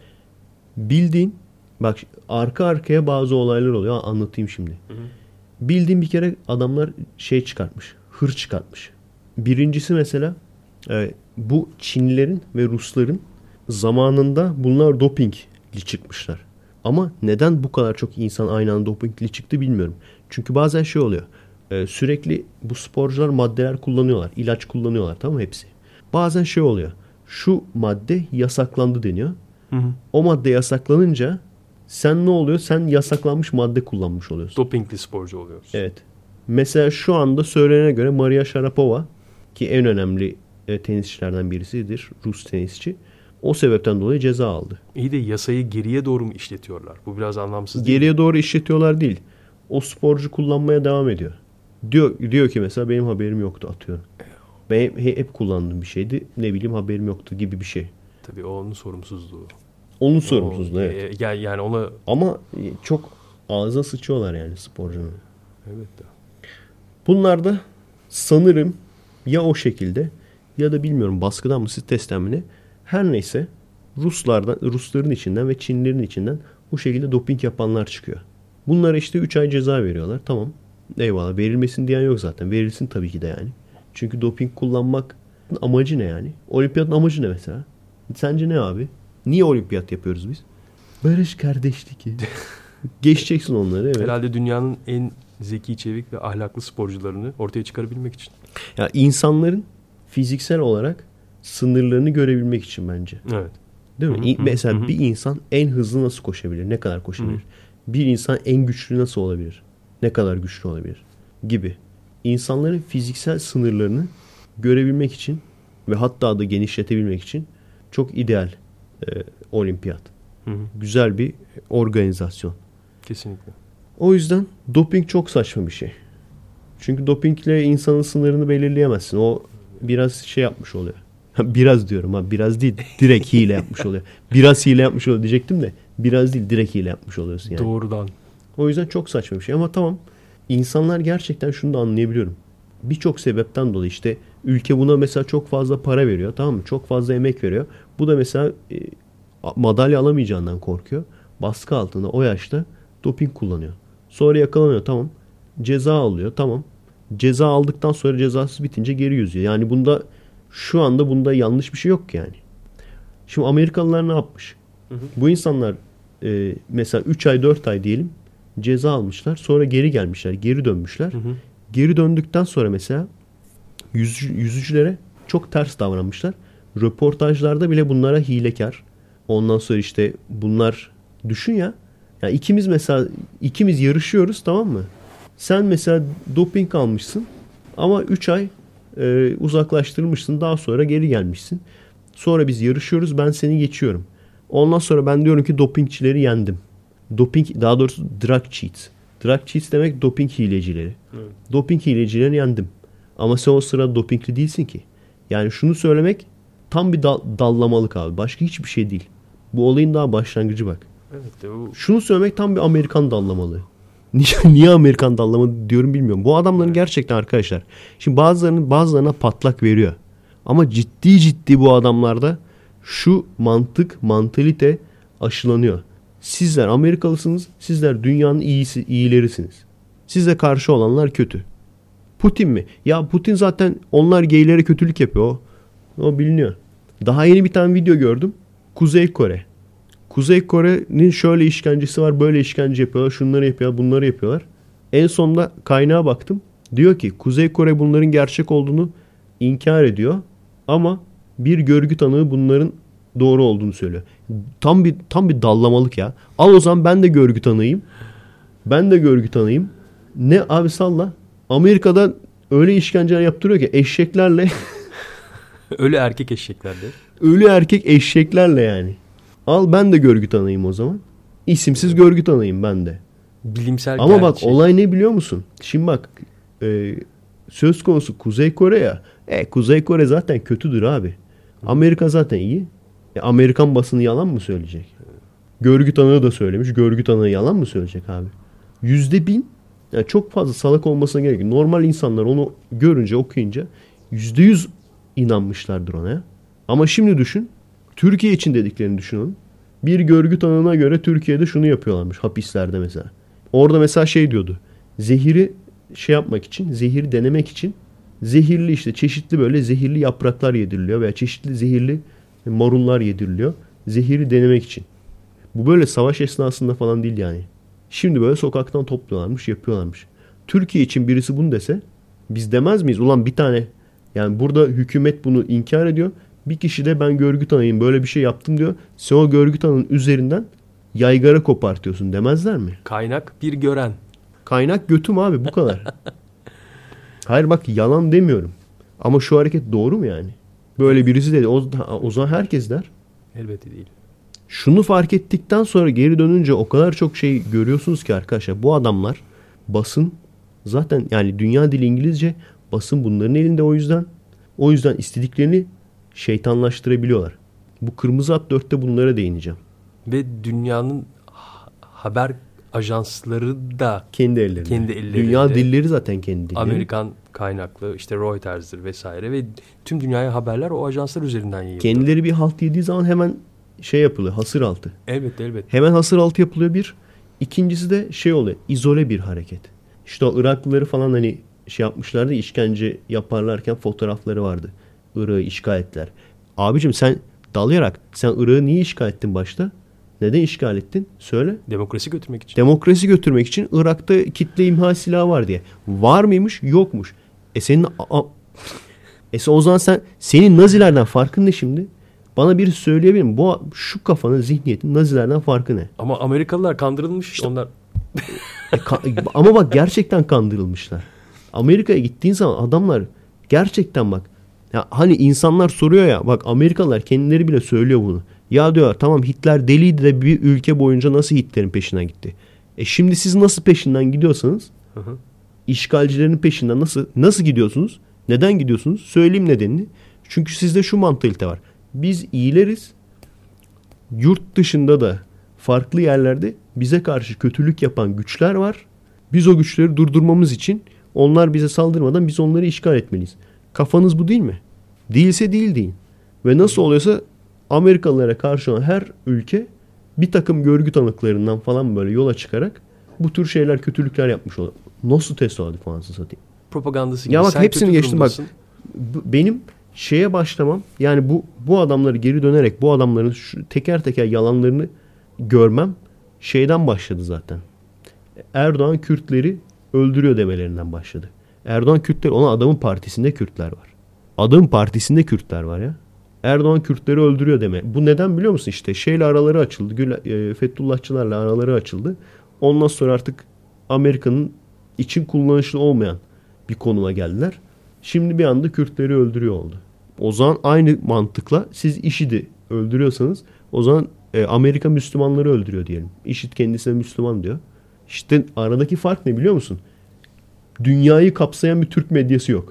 Bildiğin bak arka arkaya bazı olaylar oluyor. Anlatayım şimdi. Hı hı. Bildiğin bir kere adamlar şey çıkartmış. Hır çıkartmış. Birincisi mesela e, bu Çinlilerin ve Rusların zamanında bunlar dopingli çıkmışlar. Ama neden bu kadar çok insan aynı anda dopingli çıktı bilmiyorum. Çünkü bazen şey oluyor. E, sürekli bu sporcular maddeler kullanıyorlar. İlaç kullanıyorlar tamam mı hepsi. Bazen şey oluyor. Şu madde yasaklandı deniyor. Hı hı. O madde yasaklanınca sen ne oluyor? Sen yasaklanmış madde kullanmış oluyorsun. Dopingli sporcu oluyoruz. Evet. Mesela şu anda söylenene göre Maria Sharapova ki en önemli e, tenisçilerden birisidir. Rus tenisçi. O sebepten dolayı ceza aldı. İyi de yasayı geriye doğru mu işletiyorlar? Bu biraz anlamsız değil Geriye mi? doğru işletiyorlar değil. O sporcu kullanmaya devam ediyor. Diyor diyor ki mesela benim haberim yoktu atıyorum. Ben hep, hep kullandığım bir şeydi. Ne bileyim haberim yoktu gibi bir şey. Tabii o onun sorumsuzluğu. Onun sorumsuzluğu o, evet. E, yani ona ama çok ağza sıçıyorlar yani sporcunun. Evet. Bunlar da sanırım ya o şekilde ya da bilmiyorum baskıdan mı stresten mi ne her neyse Ruslardan Rusların içinden ve Çinlilerin içinden bu şekilde doping yapanlar çıkıyor. Bunlara işte üç ay ceza veriyorlar. Tamam. Eyvallah. Verilmesin diyen yok zaten. Verilsin tabii ki de yani. Çünkü doping kullanmak amacı ne yani? Olimpiyatın amacı ne mesela? Sence ne abi? Niye olimpiyat yapıyoruz biz? Barış kardeşlik. Geçeceksin onları evet. Herhalde dünyanın en zeki, çevik ve ahlaklı sporcularını ortaya çıkarabilmek için. Ya insanların fiziksel olarak sınırlarını görebilmek için bence. Evet. Değil mi? Hı hı, mesela hı. bir insan en hızlı nasıl koşabilir? Ne kadar koşabilir? Hı. Bir insan en güçlü nasıl olabilir? Ne kadar güçlü olabilir? Gibi. İnsanların fiziksel sınırlarını görebilmek için ve hatta da genişletebilmek için çok ideal e, olimpiyat. Hı hı. Güzel bir organizasyon. Kesinlikle. O yüzden doping çok saçma bir şey. Çünkü dopingle insanın sınırını belirleyemezsin. O biraz şey yapmış oluyor. Biraz diyorum ha, biraz değil, direkt hile yapmış oluyor. Biraz hile yapmış oluyor diyecektim de biraz değil, direkt hile yapmış oluyorsun yani. Doğrudan. O yüzden çok saçma bir şey ama tamam, insanlar gerçekten şunu da anlayabiliyorum. Birçok sebepten dolayı işte ülke buna mesela çok fazla para veriyor, tamam mı? Çok fazla emek veriyor. Bu da mesela e, madalya alamayacağından korkuyor. Baskı altında o yaşta doping kullanıyor. Sonra yakalanıyor, tamam. Ceza alıyor, tamam. Ceza aldıktan sonra cezası bitince geri yüzüyor. Yani bunda şu anda bunda yanlış bir şey yok yani. Şimdi Amerikalılar ne yapmış? Hı hı. Bu insanlar e, mesela üç ay dört ay diyelim ceza almışlar. Sonra geri gelmişler. Geri dönmüşler. Hı hı. Geri döndükten sonra mesela yüz, yüzücülere çok ters davranmışlar. Röportajlarda bile bunlara hilekar. Ondan sonra işte bunlar düşün ya. Yani ikimiz mesela ikimiz yarışıyoruz, tamam mı? Sen mesela doping almışsın ama üç ay e, uzaklaştırmışsın. Daha sonra geri gelmişsin. Sonra biz yarışıyoruz. Ben seni geçiyorum. Ondan sonra ben diyorum ki dopingçileri yendim. Doping, daha doğrusu drug cheats. Drug cheats demek doping hilecileri. Evet. Doping hilecilerini yendim. Ama sen o sırada dopingli değilsin ki. Yani şunu söylemek tam bir dal, dallamalık abi. Başka hiçbir şey değil. Bu olayın daha başlangıcı bak. Evet, o... Şunu söylemek tam bir Amerikan dallamalığı. Niye, niye Amerikan dallama diyorum bilmiyorum. Bu adamların gerçekten arkadaşlar. Şimdi bazılarının bazılarına patlak veriyor. Ama ciddi ciddi bu adamlarda şu mantık, mantalite aşılanıyor. Sizler Amerikalısınız. Sizler dünyanın iyisi, iyilerisiniz. Size karşı olanlar kötü. Putin mi? Ya Putin zaten onlar geylere kötülük yapıyor. O, o biliniyor. Daha yeni bir tane video gördüm. Kuzey Kore. Kuzey Kore'nin şöyle işkencesi var, böyle işkence yapıyorlar, şunları yapıyorlar, bunları yapıyorlar. En sonunda kaynağa baktım. Diyor ki Kuzey Kore bunların gerçek olduğunu inkar ediyor ama bir görgü tanığı bunların doğru olduğunu söylüyor. Tam bir tam bir dallamalık ya. Al o zaman ben de görgü tanığıyım. Ben de görgü tanığıyım. Ne abi salla. Amerika'da öyle işkenceler yaptırıyor ki eşeklerle. Ölü erkek eşeklerle. Ölü erkek eşeklerle yani. Al ben de görgü tanıyayım o zaman. İsimsiz görgü tanıyayım ben de. Bilimsel ama gerçek. Bak olay ne biliyor musun? Şimdi bak e, söz konusu Kuzey Kore ya. E, Kuzey Kore zaten kötüdür abi. Amerika zaten iyi. E, Amerikan basını yalan mı söyleyecek? Görgü tanığı da söylemiş. Görgü tanığı yalan mı söyleyecek abi? Yüzde bin. Yani çok fazla salak olmasına gerek yok. Normal insanlar onu görünce, okuyunca yüzde yüz inanmışlardır ona ya. Ama şimdi düşün. Türkiye için dediklerini düşünün. Bir görgü tanığına göre Türkiye'de şunu yapıyorlarmış hapislerde mesela. Orada mesela şey diyordu. Zehiri şey yapmak için, zehiri denemek için zehirli işte çeşitli böyle zehirli yapraklar yediriliyor veya çeşitli zehirli marullar yediriliyor. Zehiri denemek için. Bu böyle savaş esnasında falan değil yani. Şimdi böyle sokaktan topluyorlarmış, yapıyorlarmış. Türkiye için birisi bunu dese biz demez miyiz? Ulan bir tane yani burada hükümet bunu inkar ediyor. Bir kişi de ben görgü tanıyım böyle bir şey yaptım diyor. Sen o görgü tanığın üzerinden yaygara kopartıyorsun demezler mi? Kaynak bir gören. Kaynak götüm abi bu kadar. Hayır bak yalan demiyorum. Ama şu hareket doğru mu yani? Böyle birisi dedi. O, o zaman herkes der. Elbette değil. Şunu fark ettikten sonra geri dönünce o kadar çok şey görüyorsunuz ki arkadaşlar. Bu adamlar basın zaten yani dünya dili İngilizce basın bunların elinde o yüzden. O yüzden istediklerini şeytanlaştırabiliyorlar. Bu Kırmızı At dörtte bunlara değineceğim. Ve dünyanın haber ajansları da kendi ellerinde. Kendi ellerinde. Dünya dilleri zaten kendi dilleri. Amerikan kaynaklı işte Reuters'dir vesaire ve tüm dünyaya haberler o ajanslar üzerinden yayılıyor. Kendileri bir halt yediği zaman hemen şey yapılıyor. Hasır altı. Elbette elbette. Hemen hasır altı yapılıyor bir. İkincisi de şey oluyor. İzole bir hareket. İşte o Iraklıları falan hani şey yapmışlardı. İşkence yaparlarken fotoğrafları vardı. Irak'ı işgal ettiler. Abicim sen dalayarak sen Irak'ı niye işgal ettin başta? Neden işgal ettin? Söyle. Demokrasi götürmek için. Demokrasi götürmek için Irak'ta kitle imha silahı var diye. Var mıymış? Yokmuş. E senin a- e sen, o zaman sen senin Nazilerden farkın ne şimdi? Bana biri söyleyebilir mi? Bu şu kafanın zihniyetin Nazilerden farkı ne? Ama Amerikalılar kandırılmış. İşte, onlar e, ka- ama bak gerçekten kandırılmışlar. Amerika'ya gittiğin zaman adamlar gerçekten bak ya hani insanlar soruyor ya bak Amerikalılar kendileri bile söylüyor bunu. Ya diyorlar tamam Hitler deliydi de bir ülke boyunca nasıl Hitler'in peşinden gitti? E şimdi siz nasıl peşinden gidiyorsanız hı hı. işgalcilerin peşinden nasıl nasıl gidiyorsunuz? Neden gidiyorsunuz? Söyleyeyim nedenini. Çünkü sizde şu mantalite var. Biz iyileriz. Yurt dışında da farklı yerlerde bize karşı kötülük yapan güçler var. Biz o güçleri durdurmamız için onlar bize saldırmadan biz onları işgal etmeliyiz. Kafanız bu değil mi? Değilse değil deyin. Ve nasıl oluyorsa Amerikalılara karşı olan her ülke bir takım görgü tanıklarından falan böyle yola çıkarak bu tür şeyler, kötülükler yapmış oluyor. Nasıl tesadüf anasını satayım. Propagandası gibi. Ya bak Sen hepsini kötü geçtim bak. durumdasın. Bu- Benim şeye başlamam yani bu bu adamları geri dönerek bu adamların şu teker teker yalanlarını görmem şeyden başladı zaten. Erdoğan Kürtleri öldürüyor demelerinden başladı. Erdoğan Kürtleri, ona adamın partisinde Kürtler var. Adamın partisinde Kürtler var ya. Erdoğan Kürtleri öldürüyor deme. Bu neden biliyor musun? İşte şeyle araları açıldı. Gül, e, Fethullahçılarla araları açıldı. Ondan sonra artık Amerika'nın için kullanışlı olmayan bir konuma geldiler. Şimdi bir anda Kürtleri öldürüyor oldu. O zaman aynı mantıkla siz IŞİD'i öldürüyorsanız o zaman e, Amerika Müslümanları öldürüyor diyelim. IŞİD kendisine Müslüman diyor. İşte aradaki fark ne biliyor musun? Dünyayı kapsayan bir Türk medyası yok.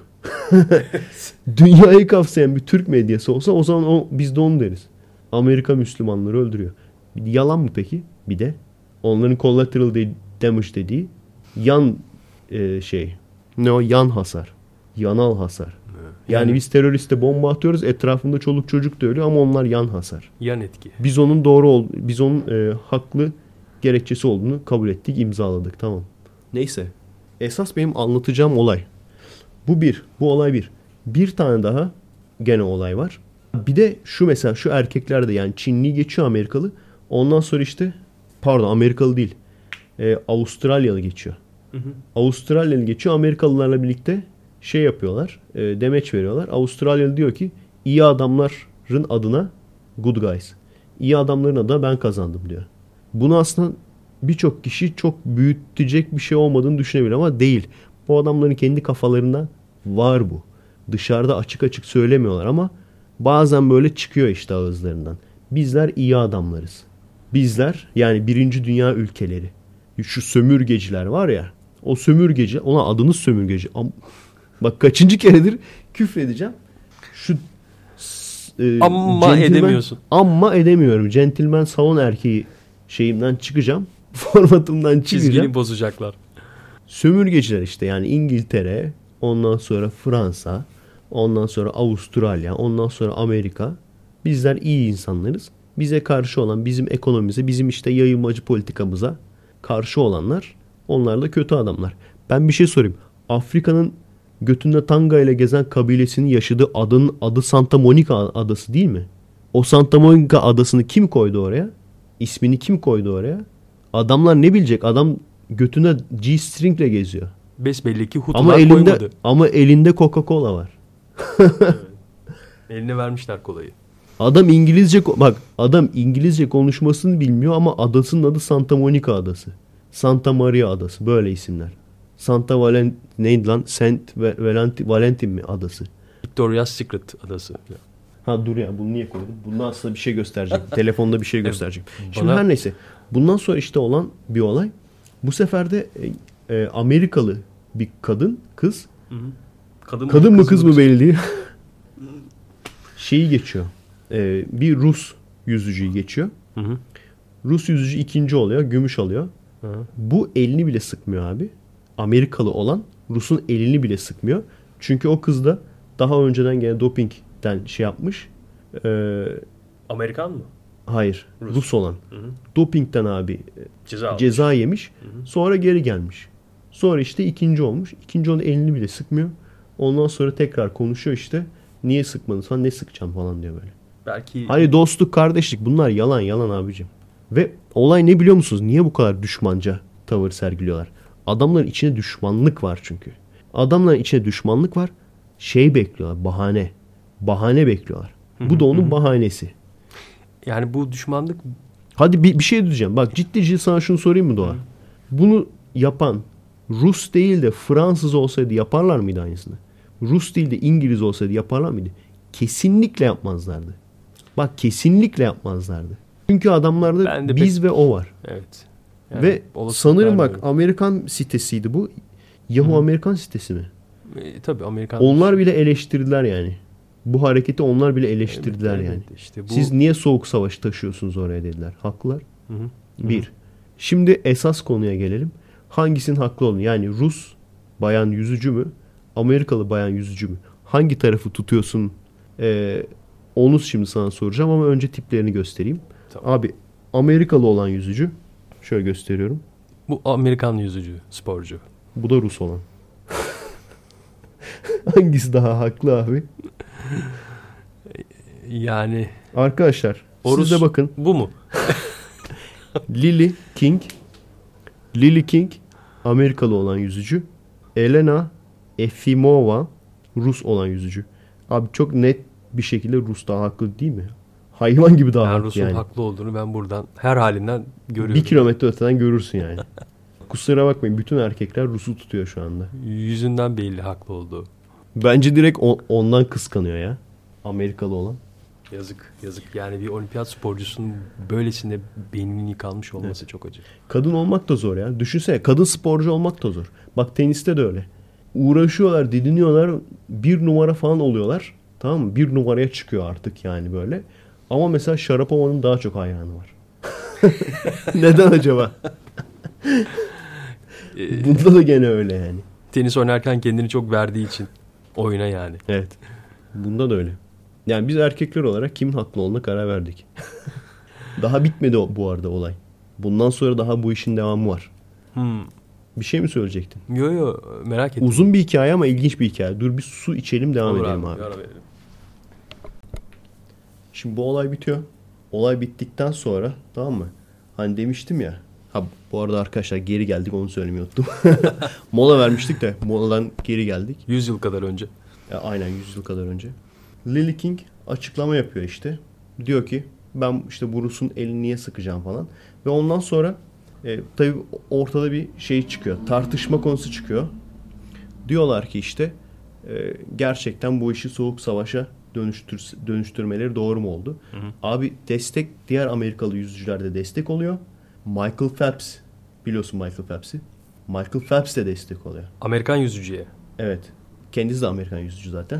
Dünyayı kapsayan bir Türk medyası olsa o zaman o, biz de onu deriz. Amerika Müslümanları öldürüyor. Yalan mı peki? Bir de onların collateral damage dediği yan e, şey. Ne o? Yan hasar. Yanal hasar. Yani, yani biz teröriste bomba atıyoruz. Etrafında çoluk çocuk da ölüyor ama onlar yan hasar. Yan etki. Biz onun doğru ol, biz onun e, haklı gerekçesi olduğunu kabul ettik, imzaladık. Tamam. Neyse. Esas benim anlatacağım olay. Bu bir. Bu olay bir. Bir tane daha gene olay var. Bir de şu mesela şu erkeklerde yani Çinli geçiyor Amerikalı. Ondan sonra işte pardon Amerikalı değil. E, Avustralyalı geçiyor. Hı hı. Avustralyalı geçiyor. Amerikalılarla birlikte şey yapıyorlar. E, demeç veriyorlar. Avustralyalı diyor ki iyi adamların adına good guys. İyi adamların adına ben kazandım diyor. Bunu aslında birçok kişi çok büyütecek bir şey olmadığını düşünebilir ama değil. Bu adamların kendi kafalarında var bu. Dışarıda açık açık söylemiyorlar ama bazen böyle çıkıyor işte ağızlarından. Bizler iyi adamlarız. Bizler yani birinci dünya ülkeleri. Şu sömürgeciler var ya. O sömürgeci, ona adınız sömürgeci. Bak kaçıncı keredir küfredeceğim. Şu e, amma edemiyorsun. Amma edemiyorum. Centilmen salon erkeği şeyimden çıkacağım. Formatımdan çıkacağım. Çizgini bozacaklar. Sömürgeciler işte yani İngiltere, ondan sonra Fransa, ondan sonra Avustralya, ondan sonra Amerika. Bizler iyi insanlarız. Bize karşı olan, bizim ekonomimize, bizim işte yayılmacı politikamıza karşı olanlar, onlar da kötü adamlar. Ben bir şey sorayım. Afrika'nın götünde tanga ile gezen kabilesinin yaşadığı adının adı Santa Monica adası değil mi? O Santa Monica adasını kim koydu oraya? İsmini kim koydu oraya? Adamlar ne bilecek? Adam götüne G-string ile geziyor. Besbelli ki Hutular ama elinde, koymadı. Ama elinde Coca-Cola var. Evet. Eline vermişler kolayı. Adam İngilizce bak adam İngilizce konuşmasını bilmiyor ama adasının adı Santa Monica adası. Santa Maria adası. Böyle isimler. Santa Valent neydi lan? Saint Valentin, Valentin mi adası? Victoria's Secret adası. Ha dur ya bunu niye koydum? Bundan aslında bir şey gösterecek. Telefonda bir şey gösterecek. Evet, Şimdi bana... her neyse. Bundan sonra işte olan bir olay. Bu sefer de e, e, Amerikalı bir kadın, kız. Hı hı. Kadın, kadın mı kız mı belli değil. Şeyi geçiyor. E, bir Rus yüzücüyü geçiyor. Hı hı. Rus yüzücü ikinci oluyor. Gümüş alıyor. Hı hı. Bu elini bile sıkmıyor abi. Amerikalı olan Rus'un elini bile sıkmıyor. Çünkü o kız da daha önceden gene dopingden şey yapmış. Ee, Amerikan mı? Hayır. Rus, Rus olan. Hı hı. Dopingden abi ceza, ceza yemiş. Hı hı. Sonra geri gelmiş. Sonra işte ikinci olmuş. İkinci onun elini bile sıkmıyor. Ondan sonra tekrar konuşuyor işte. Niye sıkmadın falan, ne sıkacağım falan diyor böyle. Belki... Hani dostluk, kardeşlik bunlar yalan yalan abicim. Ve olay ne biliyor musunuz? Niye bu kadar düşmanca tavır sergiliyorlar? Adamların içine düşmanlık var çünkü. Adamların içine düşmanlık var. Şey bekliyorlar, bahane. Bahane bekliyorlar. Bu da onun bahanesi. Yani bu düşmanlık... Hadi bir, bir şey diyeceğim. Bak ciddi ciddi sana şunu sorayım mı Doğa? Hı. Bunu yapan Rus değil de Fransız olsaydı yaparlar mıydı aynısını? Rus değil de İngiliz olsaydı yaparlar mıydı? Kesinlikle yapmazlardı. Bak kesinlikle yapmazlardı. Çünkü adamlarda biz pek... ve o var. Evet. Yani ve sanırım bak Amerikan sitesiydi bu. Yahoo Hı. Amerikan sitesi mi? E, tabii Amerikan. Onlar bile eleştirdiler yani. Bu hareketi onlar bile eleştirdiler Evet, yani. evet, işte bu... Siz niye soğuk savaşı taşıyorsunuz oraya dediler. Haklılar. Hı hı. Bir. Şimdi esas konuya gelelim. Hangisinin haklı olduğunu. Yani Rus bayan yüzücü mü? Amerikalı bayan yüzücü mü? Hangi tarafı tutuyorsun? Ee, onu şimdi sana soracağım ama önce tiplerini göstereyim. Tamam. Abi Amerikalı olan yüzücü. Şöyle gösteriyorum. Bu Amerikan yüzücü, sporcu. Bu da Rus olan. Hangisi daha haklı abi? Yani... Arkadaşlar O siz de Rus, bakın. bu mu? Lily King. Lily King Amerikalı olan yüzücü. Elena Efimova Rus olan yüzücü. Abi çok net bir şekilde Rus daha haklı değil mi? Hayvan gibi daha Yani haklı Rus'un yani. haklı olduğunu ben buradan her halinden görüyorum. Bir kilometre öteden görürsün yani. Kusura bakmayın bütün erkekler Rus'u tutuyor şu anda. Yüzünden belli haklı olduğu. Bence direkt o- ondan kıskanıyor ya. Amerikalı olan. Yazık, yazık. Yani bir olimpiyat sporcusunun böylesine beyninin yıkanmış olması Evet. çok acı. Kadın olmak da zor ya. Düşünsene kadın sporcu olmak da zor. Bak teniste de öyle. Uğraşıyorlar, didiniyorlar. Bir numara falan oluyorlar. Tamam mı? Bir numaraya çıkıyor artık yani böyle. Ama mesela Sharapova'nın daha çok hayranı var. Neden acaba? Bunda da gene öyle yani. Tenis oynarken kendini çok verdiği için oyuna yani. Evet. Bunda da öyle. Yani biz erkekler olarak kimin haklı olduğuna karar verdik. Daha bitmedi o, bu arada olay. Bundan sonra daha bu işin devamı var. Hmm. Bir şey mi söyleyecektin? Yo yo merak ettim. Uzun bir hikaye ama ilginç bir hikaye. Dur bir su içelim devam Olur edelim abi. bir ara verelim. Şimdi bu olay bitiyor. Olay bittikten sonra tamam mı? Hani demiştim ya. Ha bu arada arkadaşlar geri geldik onu söylemeyi unuttum. Mola vermiştik de moladan geri geldik. yüz yıl kadar önce. Ya, aynen yüz yıl kadar önce. Lily King açıklama yapıyor işte. Diyor ki ben işte bu Rus'un elini niye sıkacağım falan. Ve ondan sonra e, tabii ortada bir şey çıkıyor. Tartışma konusu çıkıyor. Diyorlar ki işte e, gerçekten bu işi soğuk savaşa dönüştür, dönüştürmeleri doğru mu oldu? Hı hı. Abi destek diğer Amerikalı yüzücüler de destek oluyor. Michael Phelps biliyorsun Michael Phelps'i. Michael Phelps de destek oluyor. Amerikan yüzücüye. Evet. Kendisi de Amerikan yüzücü zaten.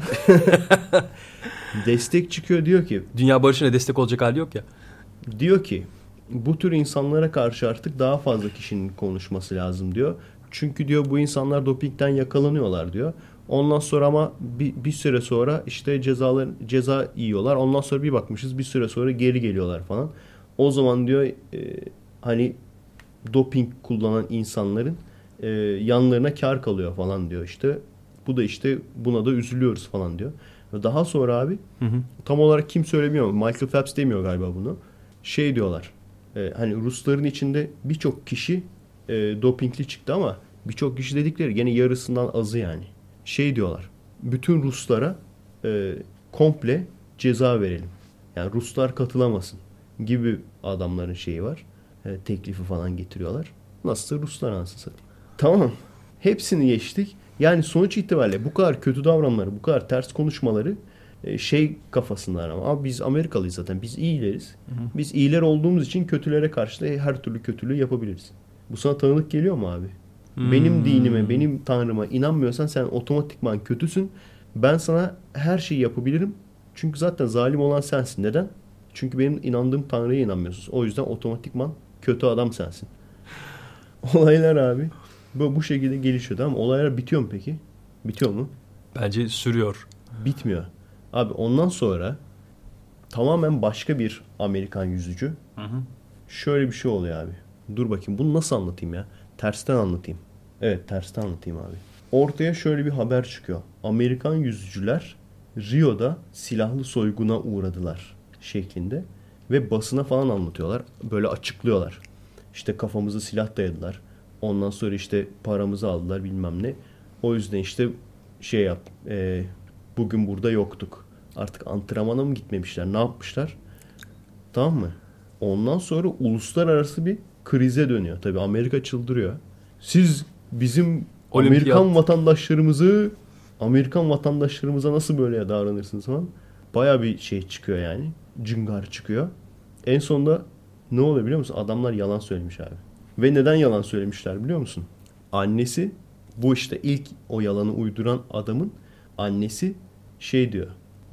Destek çıkıyor diyor ki. Dünya barışına destek olacak hali yok ya. Diyor ki bu tür insanlara karşı artık daha fazla kişinin konuşması lazım diyor. Çünkü diyor bu insanlar dopingten yakalanıyorlar diyor. Ondan sonra ama bir, bir süre sonra işte cezalar ceza yiyorlar. Ondan sonra bir bakmışız bir süre sonra geri geliyorlar falan. O zaman diyor e, hani doping kullanan insanların e, yanlarına kar kalıyor falan diyor işte. Bu da işte buna da üzülüyoruz falan diyor. Daha sonra abi hı hı. tam olarak kim söylemiyor. Michael Phelps demiyor galiba bunu. Şey diyorlar. E, hani Rusların içinde birçok kişi e, dopingli çıktı ama birçok kişi dedikleri gene yarısından azı yani. Şey diyorlar. Bütün Ruslara e, komple ceza verelim. Yani Ruslar katılamasın gibi adamların şeyi var. E, teklifi falan getiriyorlar. Nasılsa Ruslar anasını satayım. Tamam. Hepsini geçtik. Yani sonuç itibariyle bu kadar kötü davranmaları, bu kadar ters konuşmaları e, şey kafasındalar ama. Abi biz Amerikalıyız zaten. Biz iyileriz. Hı hı. Biz iyiler olduğumuz için kötülere karşı da her türlü kötülüğü yapabiliriz. Bu sana tanıdık geliyor mu abi? Hmm. Benim dinime, benim tanrıma inanmıyorsan sen otomatikman kötüsün. Ben sana her şeyi yapabilirim. Çünkü zaten zalim olan sensin. Neden? Çünkü benim inandığım tanrıya inanmıyorsun. O yüzden otomatikman kötü adam sensin. Olaylar abi bu, bu şekilde gelişiyor tamam mı? Olaylar bitiyor mu peki? Bitiyor mu? Bence sürüyor. Bitmiyor. Abi ondan sonra tamamen başka bir Amerikan yüzücü. Hı hı. Şöyle bir şey oluyor abi. Dur bakayım bunu nasıl anlatayım ya? Tersten anlatayım. Evet tersten anlatayım abi. Ortaya şöyle bir haber çıkıyor. Amerikan yüzücüler Rio'da silahlı soyguna uğradılar şeklinde. Ve basına falan anlatıyorlar. Böyle açıklıyorlar. İşte kafamıza silah dayadılar. Ondan sonra işte paramızı aldılar bilmem ne. O yüzden işte şey yap. E, bugün burada yoktuk. Artık antrenmana mı gitmemişler? Ne yapmışlar? Tamam mı? Ondan sonra uluslararası bir krize dönüyor. Tabii Amerika çıldırıyor. Siz bizim Olimpiyat. Amerikan vatandaşlarımızı Amerikan vatandaşlarımıza nasıl böyle davranırsınız falan. Baya bir şey çıkıyor yani. Cıngar çıkıyor. En sonunda ne oluyor biliyor musun? Adamlar yalan söylemiş abi. Ve neden yalan söylemişler biliyor musun? Annesi bu işte ilk o yalanı uyduran adamın annesi şey diyor.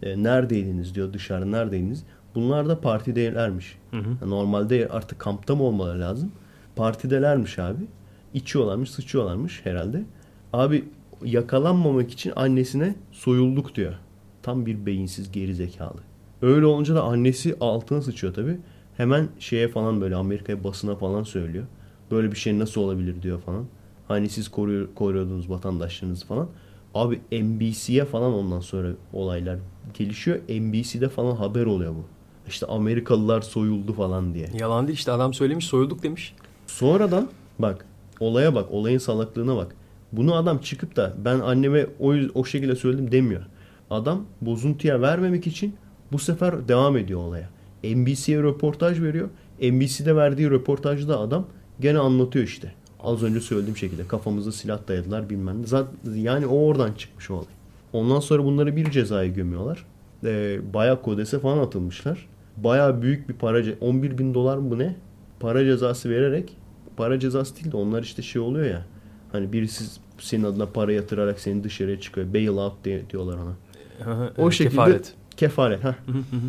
E, neredeydiniz diyor, dışarı neredeydiniz? Bunlar da partidelermiş. Hı hı. Normalde artık kampta mı olmaları lazım? Partidelermiş abi. İçiyorlarmış, sıçıyorlarmış herhalde. Abi yakalanmamak için annesine soyulduk diyor. Tam bir beyinsiz geri zekalı. Öyle olunca da annesi altına sıçıyor tabii. Hemen şeye falan böyle Amerika'ya, basına falan söylüyor. Böyle bir şey nasıl olabilir diyor falan. Hani siz koruyor, koruyordunuz vatandaşlarınızı falan. Abi N B C'ye falan ondan sonra olaylar gelişiyor. N B C'de falan haber oluyor bu. İşte Amerikalılar soyuldu falan diye. Yalan değil işte, adam söylemiş, soyulduk demiş. Sonradan bak olaya bak, olayın salaklığına bak. Bunu adam çıkıp da ben anneme o, o şekilde söyledim demiyor. Adam bozuntuya vermemek için bu sefer devam ediyor olaya. N B C'ye röportaj veriyor. N B C'de verdiği röportajda adam gene anlatıyor işte. Az önce söylediğim şekilde kafamıza silah dayadılar bilmem ne. Zaten yani o oradan çıkmış o olay. Ondan sonra bunları bir cezaya gömüyorlar. Ee, bayağı kodese falan atılmışlar. Bayağı büyük bir para, on bir bin dolar mı ne? Para cezası vererek, para cezası değil de onlar işte şey oluyor ya. Hani birisi senin adına para yatırarak seni dışarıya çıkıyor. Bail out diye diyorlar ona. O şekilde kefaret. Kefaret. Heh.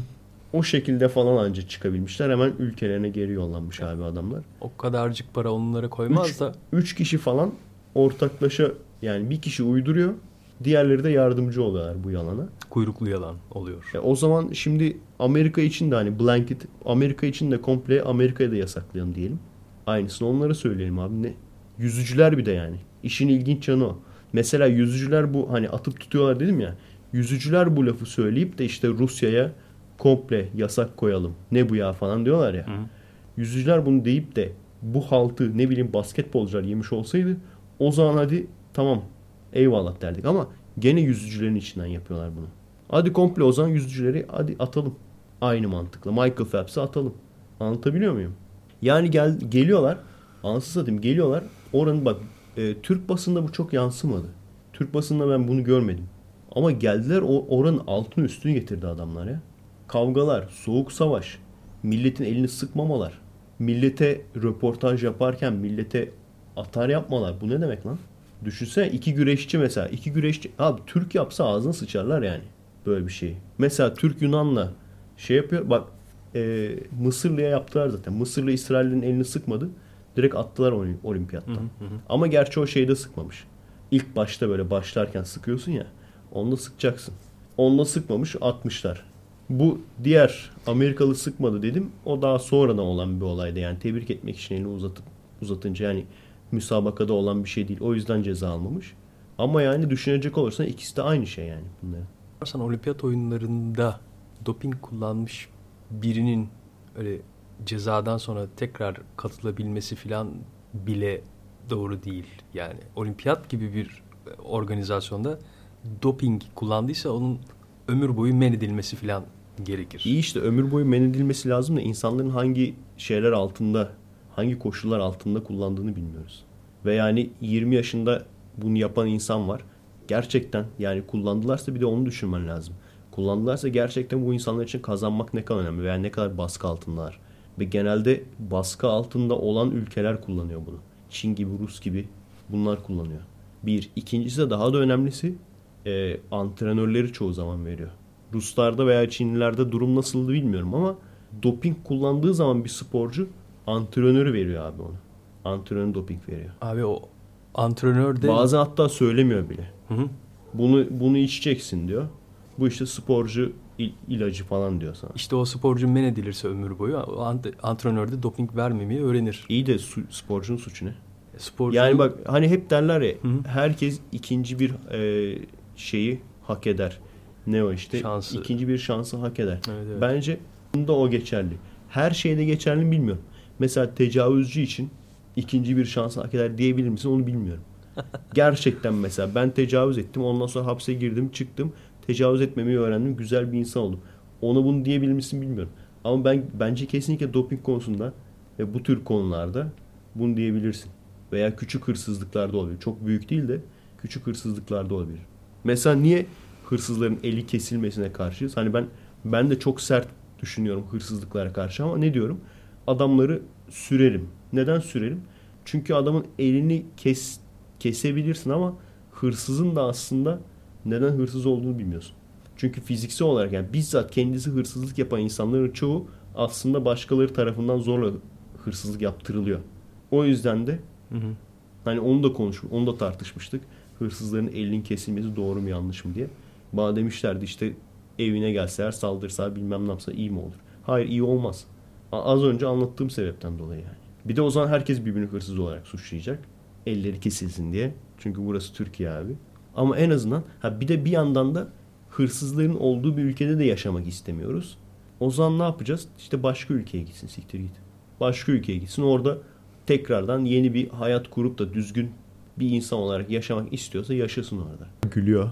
O şekilde falan anca çıkabilmişler. Hemen ülkelerine geri yollanmış abi adamlar. O kadarcık para onlara koymaz üç, da. Üç kişi falan ortaklaşa, yani bir kişi uyduruyor. Diğerleri de yardımcı oluyorlar bu yalana. Kuyruklu yalan oluyor. E o zaman şimdi Amerika için de hani blanket, Amerika için de komple Amerika'yı da yasaklayalım diyelim. Aynısını onlara söyleyelim abi. Ne? Yüzücüler bir de yani. İşin ilginç yanı o. Mesela yüzücüler bu hani atıp tutuyorlar dedim ya. Yüzücüler bu lafı söyleyip de işte Rusya'ya komple yasak koyalım. Ne bu ya falan diyorlar ya. Hı. Yüzücüler bunu deyip de bu haltı ne bileyim basketbolcular yemiş olsaydı o zaman hadi tamam eyvallah derdik ama gene yüzücülerin içinden yapıyorlar bunu. Hadi komple o zaman yüzücüleri hadi atalım. Aynı mantıkla. Michael Phelps'ı atalım. Anlatabiliyor muyum? Yani gel, geliyorlar. Ansız satayım geliyorlar. Oranın bak e, Türk basında bu çok yansımadı. Türk basında ben bunu görmedim. Ama geldiler o oranın altını üstünü getirdi adamlar ya. Kavgalar, soğuk savaş, milletin elini sıkmamalar, millete röportaj yaparken millete atar yapmalar. Bu ne demek lan? Düşünsene iki güreşçi mesela. iki güreşçi. Abi Türk yapsa ağzına sıçarlar yani. Böyle bir şey. Mesela Türk Yunan'la şey yapıyor. Bak e, Mısırlı'ya yaptılar zaten. Mısırlı İsrail'in elini sıkmadı. Direkt attılar olimpiyattan. Hı hı hı. Ama gerçi o şeyde sıkmamış. İlk başta böyle başlarken sıkıyorsun ya. Onda sıkacaksın. Onda sıkmamış, atmışlar. Bu diğer Amerikalı sıkmadı dedim. O daha sonradan olan bir olaydı. Yani tebrik etmek için elini uzatıp uzatınca yani müsabakada olan bir şey değil. O yüzden ceza almamış. Ama yani düşünecek olursan ikisi de aynı şey yani bunların. Sen olimpiyat oyunlarında doping kullanmış birinin öyle cezadan sonra tekrar katılabilmesi falan bile doğru değil. Yani olimpiyat gibi bir organizasyonda doping kullandıysa onun ömür boyu men edilmesi falan gerekir. İyi işte ömür boyu men edilmesi lazım da insanların hangi şeyler altında, hangi koşullar altında kullandığını bilmiyoruz. Ve yani yirmi yaşında bunu yapan insan var. Gerçekten yani kullandılarsa bir de onu düşünmen lazım. Kullandılarsa gerçekten bu insanlar için kazanmak ne kadar önemli veya ne kadar baskı altındalar. Ve genelde baskı altında olan ülkeler kullanıyor bunu. Çin gibi, Rus gibi bunlar kullanıyor. Bir. İkincisi de daha da önemlisi e, antrenörleri çoğu zaman veriyor. Ruslarda veya Çinlilerde durum nasıldı bilmiyorum ama doping kullandığı zaman bir sporcu antrenörü veriyor abi onu. Antrenör doping veriyor. Abi o antrenör de... Bazen hatta söylemiyor bile. Hı hı. Bunu bunu içeceksin diyor. Bu işte sporcu il, ilacı falan diyor sana. İşte o sporcu men edilirse ömür boyu antrenör de doping vermemeyi öğrenir. İyi de su, sporcunun suçu ne? Sporcu... Yani bak hani hep derler ya hı hı. herkes ikinci bir e, şeyi hak eder. Ne o işte? Şansı. İkinci bir şansı hak eder. Evet, evet. Bence bunda o geçerli. Her şeyde geçerli mi bilmiyorum. Mesela tecavüzcü için ikinci bir şansı hak eder diyebilir misin onu bilmiyorum. Gerçekten mesela ben tecavüz ettim. Ondan sonra hapse girdim çıktım. Tecavüz etmemeyi öğrendim. Güzel bir insan oldum. Ona bunu diyebilir misin bilmiyorum. Ama ben bence kesinlikle doping konusunda ve bu tür konularda bunu diyebilirsin. Veya küçük hırsızlıklarda olabilir. Çok büyük değil de küçük hırsızlıklarda olabilir. Mesela niye hırsızların eli kesilmesine karşıyız? Hani ben ben de çok sert düşünüyorum hırsızlıklara karşı ama ne diyorum? Adamları sürerim. Neden sürerim? Çünkü adamın elini kes kesebilirsin ama hırsızın da aslında neden hırsız olduğunu bilmiyorsun. Çünkü fiziksel olarak yani bizzat kendisi hırsızlık yapan insanların çoğu aslında başkaları tarafından zorla hırsızlık yaptırılıyor. O yüzden de Hı hı. hani onu da konuşmuş, onu da tartışmıştık. Hırsızların elinin kesilmesi doğru mu yanlış mı diye. Bana demişlerdi işte evine gelseler saldırsa bilmem ne yapsa iyi mi olur? Hayır iyi olmaz. Az önce anlattığım sebepten dolayı yani. Bir de o zaman herkes birbirini hırsız olarak suçlayacak. Elleri kesilsin diye. Çünkü burası Türkiye abi. Ama en azından ha bir de bir yandan da hırsızların olduğu bir ülkede de yaşamak istemiyoruz. O zaman ne yapacağız? İşte başka ülkeye gitsin siktir git. Başka ülkeye gitsin. Orada tekrardan yeni bir hayat kurup da düzgün bir insan olarak yaşamak istiyorsa yaşasın orada. Gülüyor.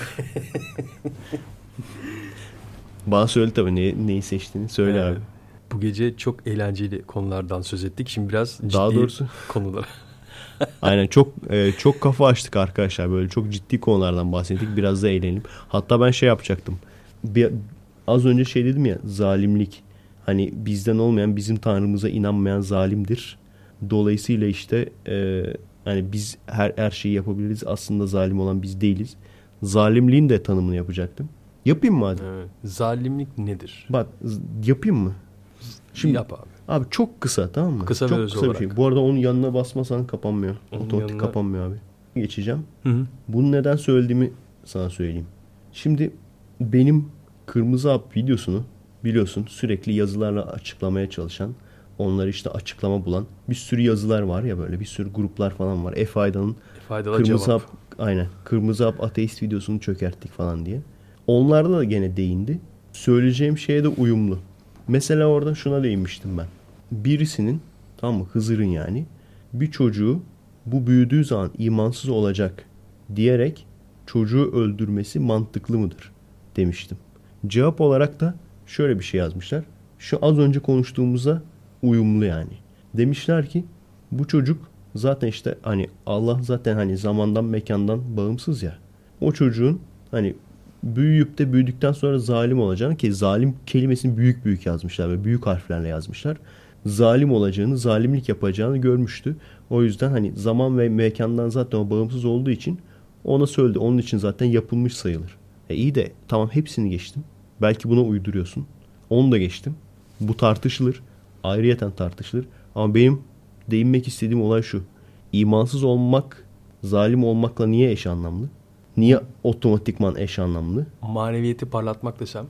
Bana söyle tabii ne, neyi seçtiğini. Söyle Evet. abi. Bu gece çok eğlenceli konulardan söz ettik. Şimdi biraz ciddi Daha doğrusu konular. aynen çok e, çok kafa açtık arkadaşlar. Böyle çok ciddi konulardan bahsettik. Biraz da eğlenelim. Hatta ben şey yapacaktım. Bir, az önce şey dedim ya zalimlik. Hani bizden olmayan bizim tanrımıza inanmayan zalimdir. Dolayısıyla işte e, hani biz her her şeyi yapabiliriz. Aslında zalim olan biz değiliz. Zalimliğin de tanımını yapacaktım. Yapayım mı hadi? Evet. Zalimlik nedir? Bak z- yapayım mı? Şimdi yap abi. Abi çok kısa tamam mı? Kısa ve çok öz kısa olarak. bir şey. Bu arada onun yanına basmasan kapanmıyor. Onun Otomatik yanına- kapanmıyor abi. Geçeceğim. Hı hı. Bunu neden söylediğimi sana söyleyeyim. Şimdi benim Kırmızı Hap videosunu biliyorsun sürekli yazılarla açıklamaya çalışan, onları işte açıklama bulan bir sürü yazılar var ya böyle bir sürü gruplar falan var. Efe Aydan'ın Faydalı Kırmızı cevap. Hap aynen Kırmızı Hap ateist videosunu çökerttik falan diye. Onlarda da gene değindi. Söyleyeceğim şeye de uyumlu. Mesela orada şuna değinmiştim ben. Birisinin tamam mı Hızır'ın yani bir çocuğu bu büyüdüğü zaman imansız olacak diyerek çocuğu öldürmesi mantıklı mıdır demiştim. Cevap olarak da şöyle bir şey yazmışlar. Şu az önce konuştuğumuza uyumlu yani. Demişler ki bu çocuk zaten işte hani Allah zaten hani zamandan mekandan bağımsız ya. O çocuğun hani büyüyüp de büyüdükten sonra zalim olacağını ki zalim kelimesini büyük büyük yazmışlar ve büyük harflerle yazmışlar. Zalim olacağını, zalimlik yapacağını görmüştü. O yüzden hani zaman ve mekandan zaten o bağımsız olduğu için ona söyledi. Onun için zaten yapılmış sayılır. E iyi de tamam hepsini geçtim. Belki buna uyduruyorsun. Onu da geçtim. Bu tartışılır. Ayrıyeten tartışılır. Ama benim değinmek istediğim olay şu. İmansız olmak, zalim olmakla niye eş anlamlı? Niye otomatikman eş anlamlı? Maneviyeti parlatmak desem.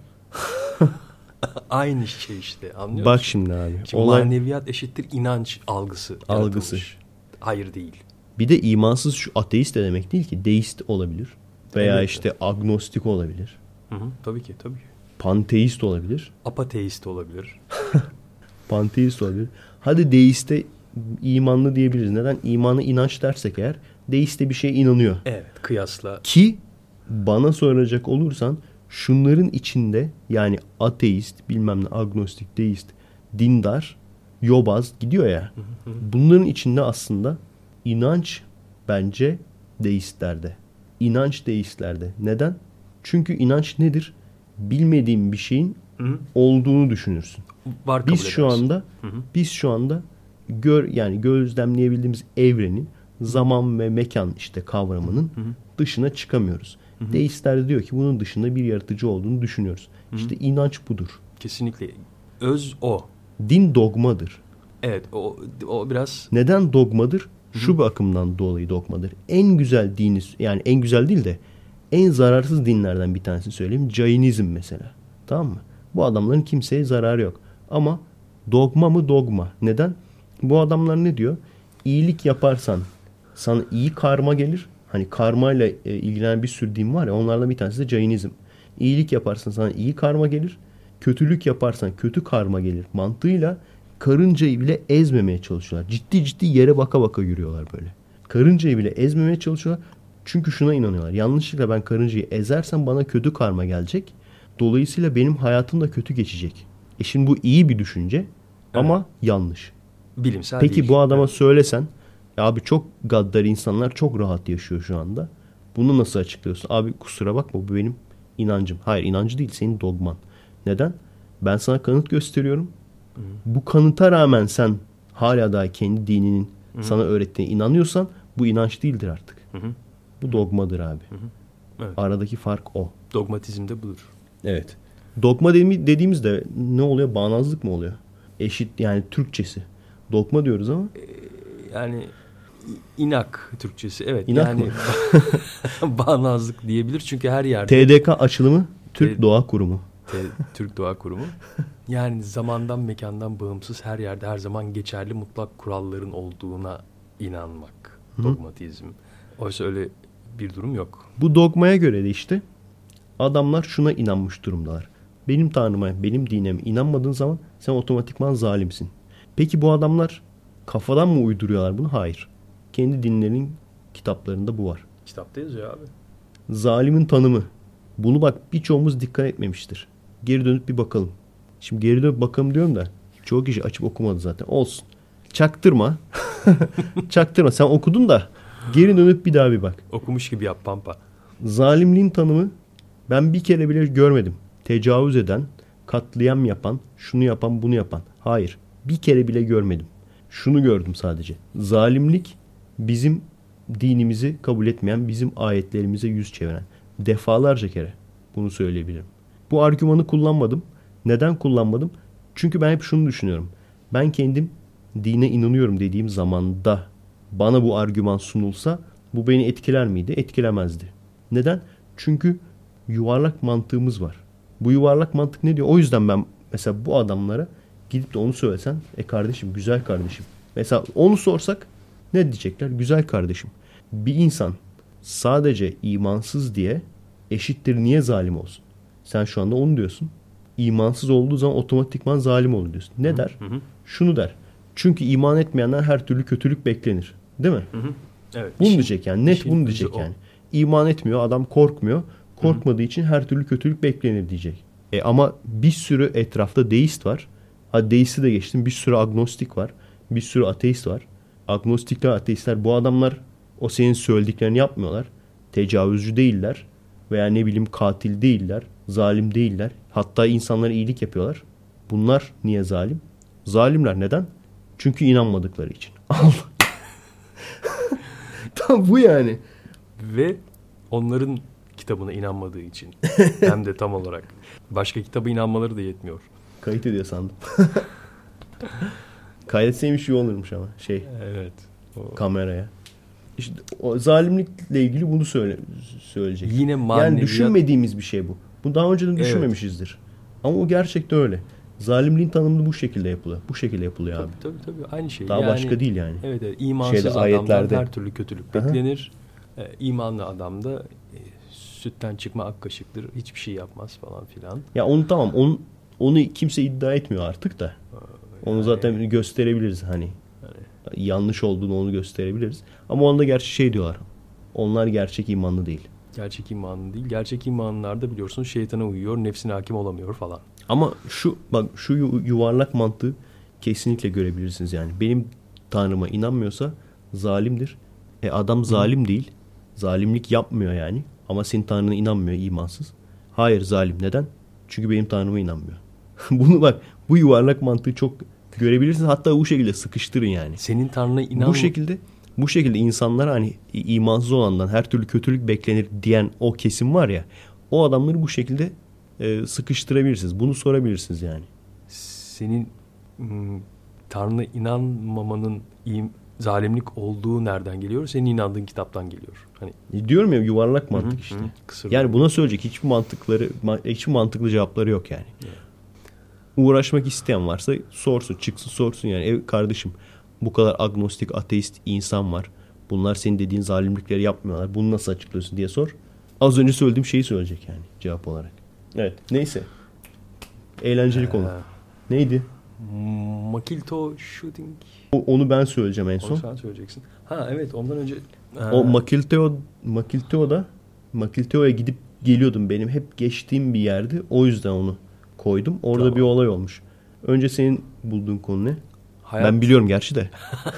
Aynı şey işte anlıyor Bak musun? şimdi abi. Şimdi olay... maneviyat eşittir inanç algısı. Algısı. yaratılmış. Hayır değil. Bir de imansız şu ateist de demek değil ki. Deist olabilir. Veya Elbette. işte agnostik olabilir. Hı hı, tabii ki tabii ki. Panteist olabilir. Apateist olabilir. Panteist olabilir. Hadi deiste imanlı diyebiliriz. Neden? İmanı inanç dersek eğer deiste bir şeye inanıyor. Evet kıyasla. Ki bana soracak olursan şunların içinde yani ateist, bilmem ne, agnostik, deist, dindar, yobaz gidiyor ya. Bunların içinde aslında inanç bence deistlerde. İnanç deistlerde. Neden? Çünkü inanç nedir? Bilmediğin bir şeyin Hı hı. olduğunu düşünürsün. Var kabul Biz şu edersin. anda Hı hı. biz şu anda gör yani gözlemleyebildiğimiz evrenin zaman ve mekan işte kavramının Hı hı. dışına çıkamıyoruz. Hı hı. Deistler de diyor ki bunun dışında bir yaratıcı olduğunu düşünüyoruz. Hı hı. İşte inanç budur. Kesinlikle. Öz o. Din dogmadır. Evet o, o biraz Neden dogmadır? Şu bir akımdan dolayı dogmadır. En güzel dini yani en güzel değil de en zararsız dinlerden bir tanesini söyleyeyim. Jainizm mesela. Tamam mı? Bu adamların kimseye zararı yok. Ama dogma mı dogma? Neden? Bu adamlar ne diyor? İyilik yaparsan sana iyi karma gelir. Hani karmayla e, ilgilenen bir sürü din var ya onlardan bir tanesi de Jainizm. İyilik yaparsan sana iyi karma gelir. Kötülük yaparsan kötü karma gelir mantığıyla karıncayı bile ezmemeye çalışıyorlar. Ciddi ciddi yere baka baka yürüyorlar böyle. Karıncayı bile ezmemeye çalışıyorlar. Çünkü şuna inanıyorlar. Yanlışlıkla ben karıncayı ezersem bana kötü karma gelecek. Dolayısıyla benim hayatım da kötü geçecek. E şimdi bu iyi bir düşünce ama yanlış. bilimsel Peki değil. bu adama Evet. söylesen ya abi çok gaddar insanlar çok rahat yaşıyor şu anda. Bunu nasıl açıklıyorsun? Abi kusura bakma bu benim inancım. Hayır inancı değil senin dogman. Neden? Ben sana kanıt gösteriyorum. Hı. Bu kanıta rağmen sen hala daha kendi dininin Hı. sana öğrettiğine inanıyorsan bu inanç değildir artık. Hı hı. Bu dogmadır abi. Hı hı. Evet. Aradaki fark o. Dogmatizm de budur. Evet. Dogma dediğimizde ne oluyor? Bağnazlık mı oluyor? Eşit yani Türkçesi. Dogma diyoruz ama. Yani inak Türkçesi. Evet. İnak yani mı? bağnazlık diyebilir. Çünkü her yerde. T D K açılımı Türk T- Doğa Kurumu. T- Türk Doğa Kurumu. Yani zamandan mekandan bağımsız her yerde her zaman geçerli mutlak kuralların olduğuna inanmak. Hı. Dogmatizm. Oysa öyle bir durum yok. Bu dogmaya göre de işte adamlar şuna inanmış durumdalar. Benim tanrıma, benim dinime inanmadığın zaman sen otomatikman zalimsin. Peki bu adamlar kafadan mı uyduruyorlar bunu? Hayır. Kendi dinlerinin kitaplarında bu var. Kitapta yazıyor abi. Zalimin tanımı. Bunu bak birçoğumuz dikkat etmemiştir. Geri dönüp bir bakalım. Şimdi geri dönüp bakalım diyorum da çoğu kişi açıp okumadı zaten. Olsun. Çaktırma. Çaktırma. Sen okudun da geri dönüp bir daha bir bak. Okumuş gibi yap Pampa. Zalimliğin tanımı ben bir kere bile görmedim. Tecavüz eden, katliam yapan, şunu yapan, bunu yapan. Hayır. Bir kere bile görmedim. Şunu gördüm sadece. Zalimlik bizim dinimizi kabul etmeyen, bizim ayetlerimize yüz çeviren. Defalarca kere bunu söyleyebilirim. Bu argümanı kullanmadım. Neden kullanmadım? Çünkü ben hep şunu düşünüyorum. Ben kendim dine inanıyorum dediğim zamanda bana bu argüman sunulsa bu beni etkiler miydi? Etkilemezdi. Neden? Çünkü yuvarlak mantığımız var. Bu yuvarlak mantık ne diyor? O yüzden ben mesela bu adamlara gidip de onu söylesen, e kardeşim, güzel kardeşim. Mesela onu sorsak ne diyecekler? Güzel kardeşim. Bir insan sadece imansız diye eşittir niye zalim olsun? Sen şu anda onu diyorsun. İmansız olduğu zaman otomatikman zalim olur diyorsun. Ne Hı hı. der? Hı hı. Şunu der. Çünkü iman etmeyenden her türlü kötülük beklenir. Değil mi? Hı hı. Evet. Bunu İşin- diyecek yani. Net işin bunu özü diyecek o. yani. İman etmiyor. Adam korkmuyor. Korkmadığı için her türlü kötülük beklenir diyecek. E ama bir sürü etrafta deist var. Ha deisti de geçtim. Bir sürü agnostik var. Bir sürü ateist var. Agnostikler, ateistler, bu adamlar o senin söylediklerini yapmıyorlar. Tecavüzcü değiller. Veya ne bileyim katil değiller. Zalim değiller. Hatta insanlara iyilik yapıyorlar. Bunlar niye zalim? Zalimler neden? Çünkü inanmadıkları için. Allah. Tam bu yani. Ve onların kitabına inanmadığı için. Hem de tam olarak. Başka kitaba inanmaları da yetmiyor. Kayıt ediyor sandım. Kaydetseymiş iyi olurmuş ama şey Evet. O... kameraya. İşte o zalimlikle ilgili bunu söyle söyleyecek. Yine maneviyat... Yani düşünmediğimiz bir şey bu. Bu daha önceden düşünmemişizdir. Evet. Ama o gerçekten öyle. Zalimliğin tanımı bu şekilde yapılıyor. Bu şekilde yapılıyor tabii, abi. Tabii tabii aynı şey. Daha yani, başka değil yani. Evet, evet. İmansız Şeyde, adamdan ayetlerde. her türlü kötülük beklenir. Ee, imanlı adam da e, sütten çıkma ak kaşıktır. Hiçbir şey yapmaz falan filan. Ya onu tamam. Onu, onu kimse iddia etmiyor artık da. Onu yani, zaten gösterebiliriz hani. Yani. Yanlış olduğunu onu gösterebiliriz. Ama onda gerçi şey diyorlar. Onlar gerçek imanlı değil. Gerçek imanlı değil. Gerçek imanlılar da biliyorsun şeytana uyuyor, nefsine hakim olamıyor falan. Ama şu bak şu yuvarlak mantığı kesinlikle görebilirsiniz yani. Benim tanrıma inanmıyorsa zalimdir. E adam zalim Hı. değil. Zalimlik yapmıyor yani. Ama senin tanrına inanmıyor, imansız. Hayır zalim. Neden? Çünkü benim tanrıma inanmıyor. Bunu bak bu yuvarlak mantığı çok görebilirsiniz. Hatta bu şekilde sıkıştırın yani. Senin tanrına inan. Bu şekilde bu şekilde insanlar hani imansız olandan her türlü kötülük beklenir diyen o kesim var ya. O adamları bu şekilde e, sıkıştırabilirsiniz. Bunu sorabilirsiniz yani. Senin ım, Tanrı'na inanmamanın im, zalimlik olduğu nereden geliyor? Senin inandığın kitaptan geliyor. Hani diyorum ya yuvarlak mantık hı, işte. Hı, yani buna söyleyecek hiçbir mantıkları hiçbir mantıklı cevapları yok yani. Evet. Uğraşmak isteyen varsa sorsun, çıksın sorsun yani. Ev kardeşim bu kadar agnostik, ateist insan var. Bunlar senin dediğin zalimlikleri yapmıyorlar. Bunu nasıl açıklıyorsun diye sor. Az önce söylediğim şeyi söyleyecek yani cevap olarak. Evet. Neyse. Eğlenceli ee, konu. Neydi? Makilto Shooting. O, onu ben söyleyeceğim en son. Onu sen söyleyeceksin. Ha evet ondan önce. O Makilteo, Makilteo'da Makilteo'ya gidip geliyordum. Benim hep geçtiğim bir yerdi. O yüzden onu koydum. Orada tamam. Bir olay olmuş. Önce senin bulduğun konu ne? Hayat... Ben biliyorum gerçi de.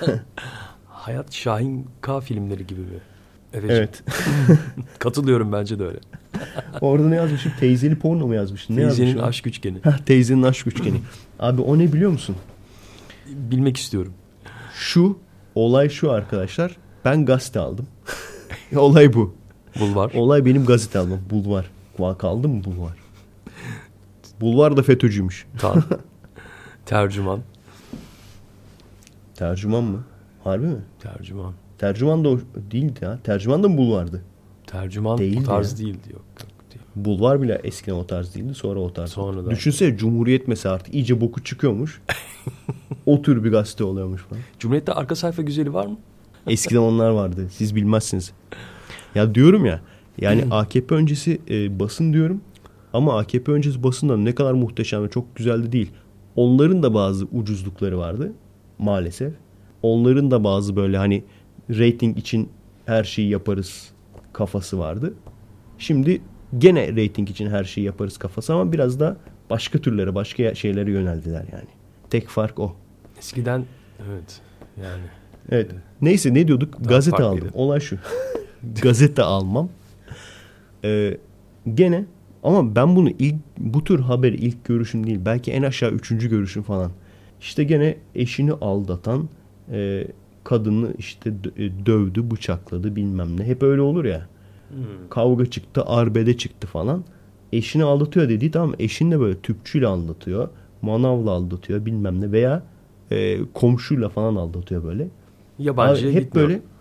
Hayat Şahin K filmleri gibi mi? Efecim. Evet. Katılıyorum bence de öyle. Orada ne yazmışım? Teyzeli porno mu yazmıştın? Ne Teyzenin yazmışım? aşk üçgeni. Teyzenin aşk üçgeni. Abi o ne biliyor musun? Bilmek istiyorum. Şu olay şu arkadaşlar. Ben gazete aldım. Olay bu. Bulvar. Olay benim gazete almam. Bulvar. Kaldı mı bulvar? Bulvar da FETÖ'cüymüş. Tamam. Tercüman. Tercüman mı? Harbi mi? Tercüman. Tercüman da o değildi ya. Tercüman da mı bulvardı? Tercüman Değildi o tarz ya. değildi. Yok, yok değil. Bulvar bile eskiden o tarz değildi. Sonra o tarz. Sonradan. Düşünsene Cumhuriyet mesela artık iyice boku çıkıyormuş. O tür bir gazete oluyormuş falan. Cumhuriyet'te arka sayfa güzeli var mı? Eskiden onlar vardı. Siz bilmezsiniz. Ya diyorum ya. Yani A K P öncesi e, basın diyorum. Ama A K P öncesi basında ne kadar muhteşem ve çok güzeldi değil. Onların da bazı ucuzlukları vardı. Maalesef. Onların da bazı böyle hani rating için her şeyi yaparız kafası vardı. Şimdi gene rating için her şeyi yaparız kafası ama biraz da başka türlere, başka şeylere yöneldiler yani. Tek fark o. Eskiden evet yani. Evet. Neyse ne diyorduk? Daha Gazete farklıydı. aldım. Olay şu. Gazete almam. Ee, gene ama ben bunu ilk bu tür haberi ilk görüşüm değil. Belki en aşağı üçüncü görüşüm falan. İşte gene eşini aldatan e, kadını işte dö- dövdü, bıçakladı bilmem ne. Hep öyle olur ya. Hmm. Kavga çıktı, arbede çıktı falan. Eşini aldatıyor dediği tamam eşini de böyle tüpçüyle aldatıyor. Manavla aldatıyor bilmem ne veya e, komşuyla falan aldatıyor böyle. Yabancıya Abi hep gitmiyor. böyle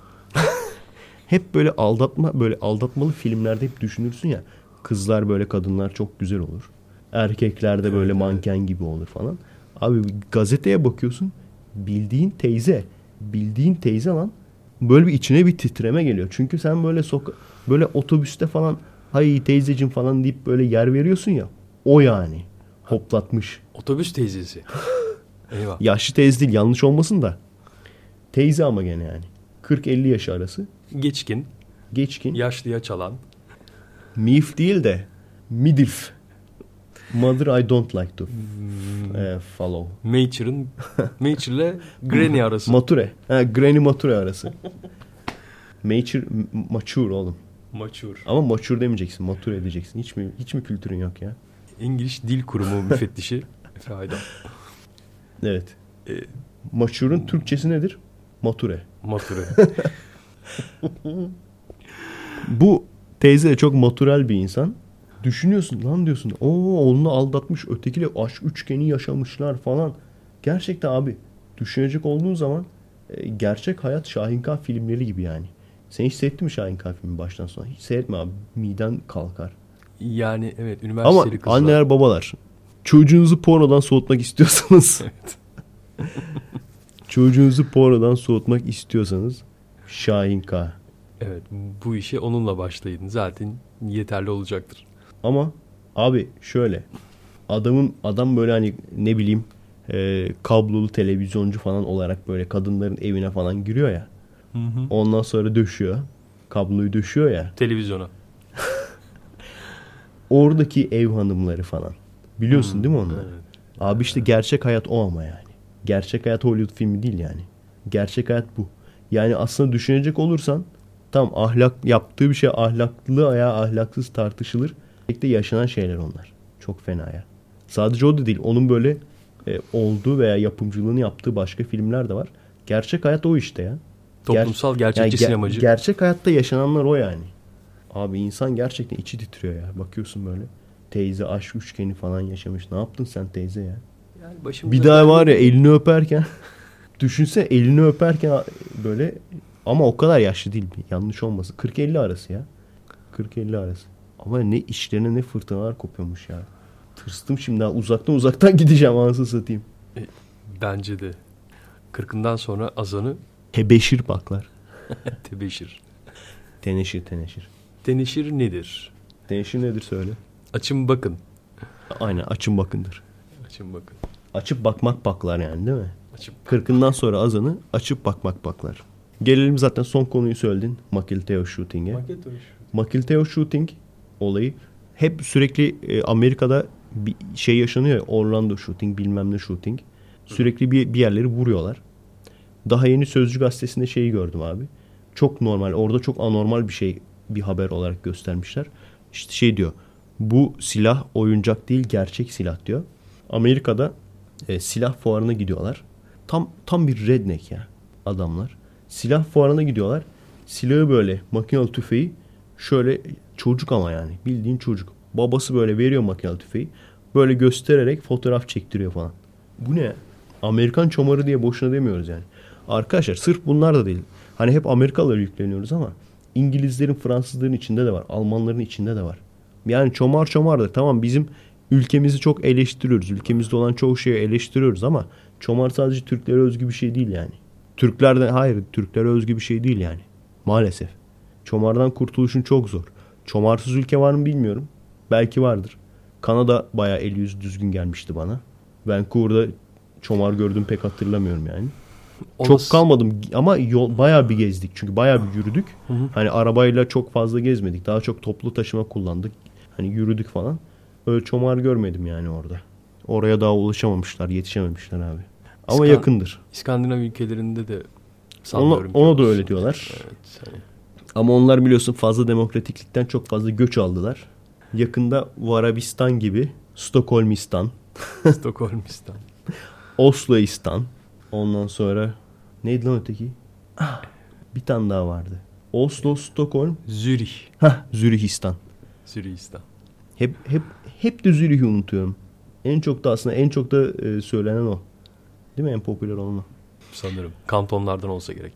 hep böyle aldatma böyle aldatmalı filmlerde hep düşünürsün ya. Kızlar böyle kadınlar çok güzel olur. Erkekler de böyle Evet, manken gibi olur falan. Abi gazeteye bakıyorsun bildiğin teyze. Bildiğin teyze lan. Böyle bir içine bir titreme geliyor. Çünkü sen böyle soka böyle otobüste falan hay teyzecim falan deyip böyle yer veriyorsun ya. O yani. Hoplatmış. Otobüs teyzesi. Eyvah. Yaşlı teyze değil yanlış olmasın da. Teyze ama gene yani. kırk elli yaş arası. Geçkin. Geçkin. Yaşlıya çalan. Milf değil de midilf. Mother I don't like to e, follow. Matur'ın Matur'le Granny arası. Mature. Ha, Granny Mature arası. Mature, mature oğlum. Mature. Ama mature demeyeceksin. Mature edeceksin. Hiç mi hiç mi kültürün yok ya? İngiliz Dil Kurumu müfettişi Efe Aydan. Evet. E, Mature'un Türkçesi nedir? Mature. Mature. Bu teyze de çok matural bir insan. Düşünüyorsun lan diyorsun. Oo onunla aldatmış. Ötekiyle aşk üçgeni yaşamışlar falan. Gerçekten abi düşünecek olduğun zaman e, gerçek hayat Şahinka filmleri gibi yani. Sen hiç seyrettin mi Şahinka filmi baştan sona? Hiç seyretme abi. Miden kalkar. Yani evet Ama üniversiteli kızlar. anneler babalar çocuğunuzu pornodan soğutmak istiyorsanız Evet. çocuğunuzu pornodan soğutmak istiyorsanız Şahinka. Evet bu işe onunla başlayın. Zaten yeterli olacaktır. Ama abi şöyle adamın adam böyle hani ne bileyim e, kablolu televizyoncu falan olarak böyle kadınların evine falan giriyor ya. Hı hı. Ondan sonra döşüyor. Kabloyu döşüyor ya. Televizyona. Oradaki ev hanımları falan. Biliyorsun Hmm, değil mi onları? evet. Abi işte gerçek hayat o ama yani. Gerçek hayat Hollywood filmi değil yani. Gerçek hayat bu. Yani aslında düşünecek olursan tam ahlak yaptığı bir şey ahlaklı veya ahlaksız tartışılır. Birlikte yaşanan şeyler onlar. Çok fena ya. Sadece o da değil. Onun böyle e, olduğu veya yapımcılığını yaptığı başka filmler de var. Gerçek hayat o işte ya. Toplumsal Ger- gerçekçi yani ger- sinemacı. Gerçek hayatta yaşananlar o yani. Abi insan gerçekten içi titriyor ya. Bakıyorsun böyle. Teyze aşk üçgeni falan yaşamış. Ne yaptın sen teyze ya? Yani başımıza Bir daha var ya geldi. elini öperken düşünse elini öperken böyle ama o kadar yaşlı değil. Yanlış olmasın. kırk elli arası ya. kırk elli arası. Ama ne işlerine ne fırtınalar kopuyormuş ya. Tırstım şimdi ha. Uzaktan uzaktan gideceğim anasını satayım. E, bence de. Kırkından sonra azanı Tebeşir baklar. tebeşir. Teneşir teneşir. Teneşir nedir? Teneşir nedir söyle. Açın bakın. Aynen açın bakındır. Açın bakın. Açıp bakmak baklar yani değil mi? Açıp Kırkından sonra azanı açıp bakmak baklar. Gelelim zaten son konuyu söyledin. Makilteo Shooting'e. Maket o iş. Makilteo Shooting olayı hep sürekli e, Amerika'da bir şey yaşanıyor ya, Orlando Shooting bilmem ne Shooting. Sürekli bir, bir yerleri vuruyorlar. Daha yeni Sözcü gazetesinde şeyi gördüm abi. Çok normal orada çok anormal bir şey bir haber olarak göstermişler. İşte şey diyor bu silah oyuncak değil gerçek silah diyor. Amerika'da e, silah fuarına gidiyorlar. Tam tam bir redneck ya adamlar. Silah fuarına gidiyorlar. Silahı böyle makinalı tüfeği şöyle çocuk ama yani bildiğin çocuk. Babası böyle veriyor makinalı tüfeği. Böyle göstererek fotoğraf çektiriyor falan. Bu ne? Amerikan çomarı diye boşuna demiyoruz yani. Arkadaşlar sırf bunlar da değil. Hani hep Amerikalılara yükleniyoruz ama İngilizlerin, Fransızların içinde de var. Almanların içinde de var. Yani çomar çomardır. Tamam, bizim ülkemizi çok eleştiriyoruz. Ülkemizde olan çoğu şeyi eleştiriyoruz ama çomar sadece Türklere özgü bir şey değil yani. Türklerden hayır, Türklere özgü bir şey değil yani. Maalesef. Çomardan kurtuluşun çok zor. Çomarsız ülke var mı bilmiyorum. Belki vardır. Kanada bayağı eli yüzü düzgün gelmişti bana. Vancouver'da çomar gördüm pek hatırlamıyorum yani. Olası. Çok kalmadım ama yol, bayağı bir gezdik. Çünkü bayağı bir yürüdük. Hı hı. Hani arabayla çok fazla gezmedik. Daha çok toplu taşıma kullandık. Hani yürüdük falan. Öyle çomar görmedim yani orada. Oraya daha ulaşamamışlar, yetişememişler abi. Ama İskan- yakındır. İskandinav ülkelerinde de sanmıyorum. Ona, ona da öyle diyorlar. Evet, hani. Ama onlar biliyorsun fazla demokratiklikten çok fazla göç aldılar. Yakında Varabistan gibi, Stockholmistan, Stockholmistan, Osloistan, ondan sonra neydi lan öteki? Ah, bir tane daha vardı. Oslo, Stockholm, Zürih. Hah, Zürihistan. Zürihistan. Hep hep hep de Zürih'i unutuyorum. En çok da aslında en çok da e, söylenen o. Değil mi? En popüler olan o. Sanırım. Kantonlardan olsa gerek.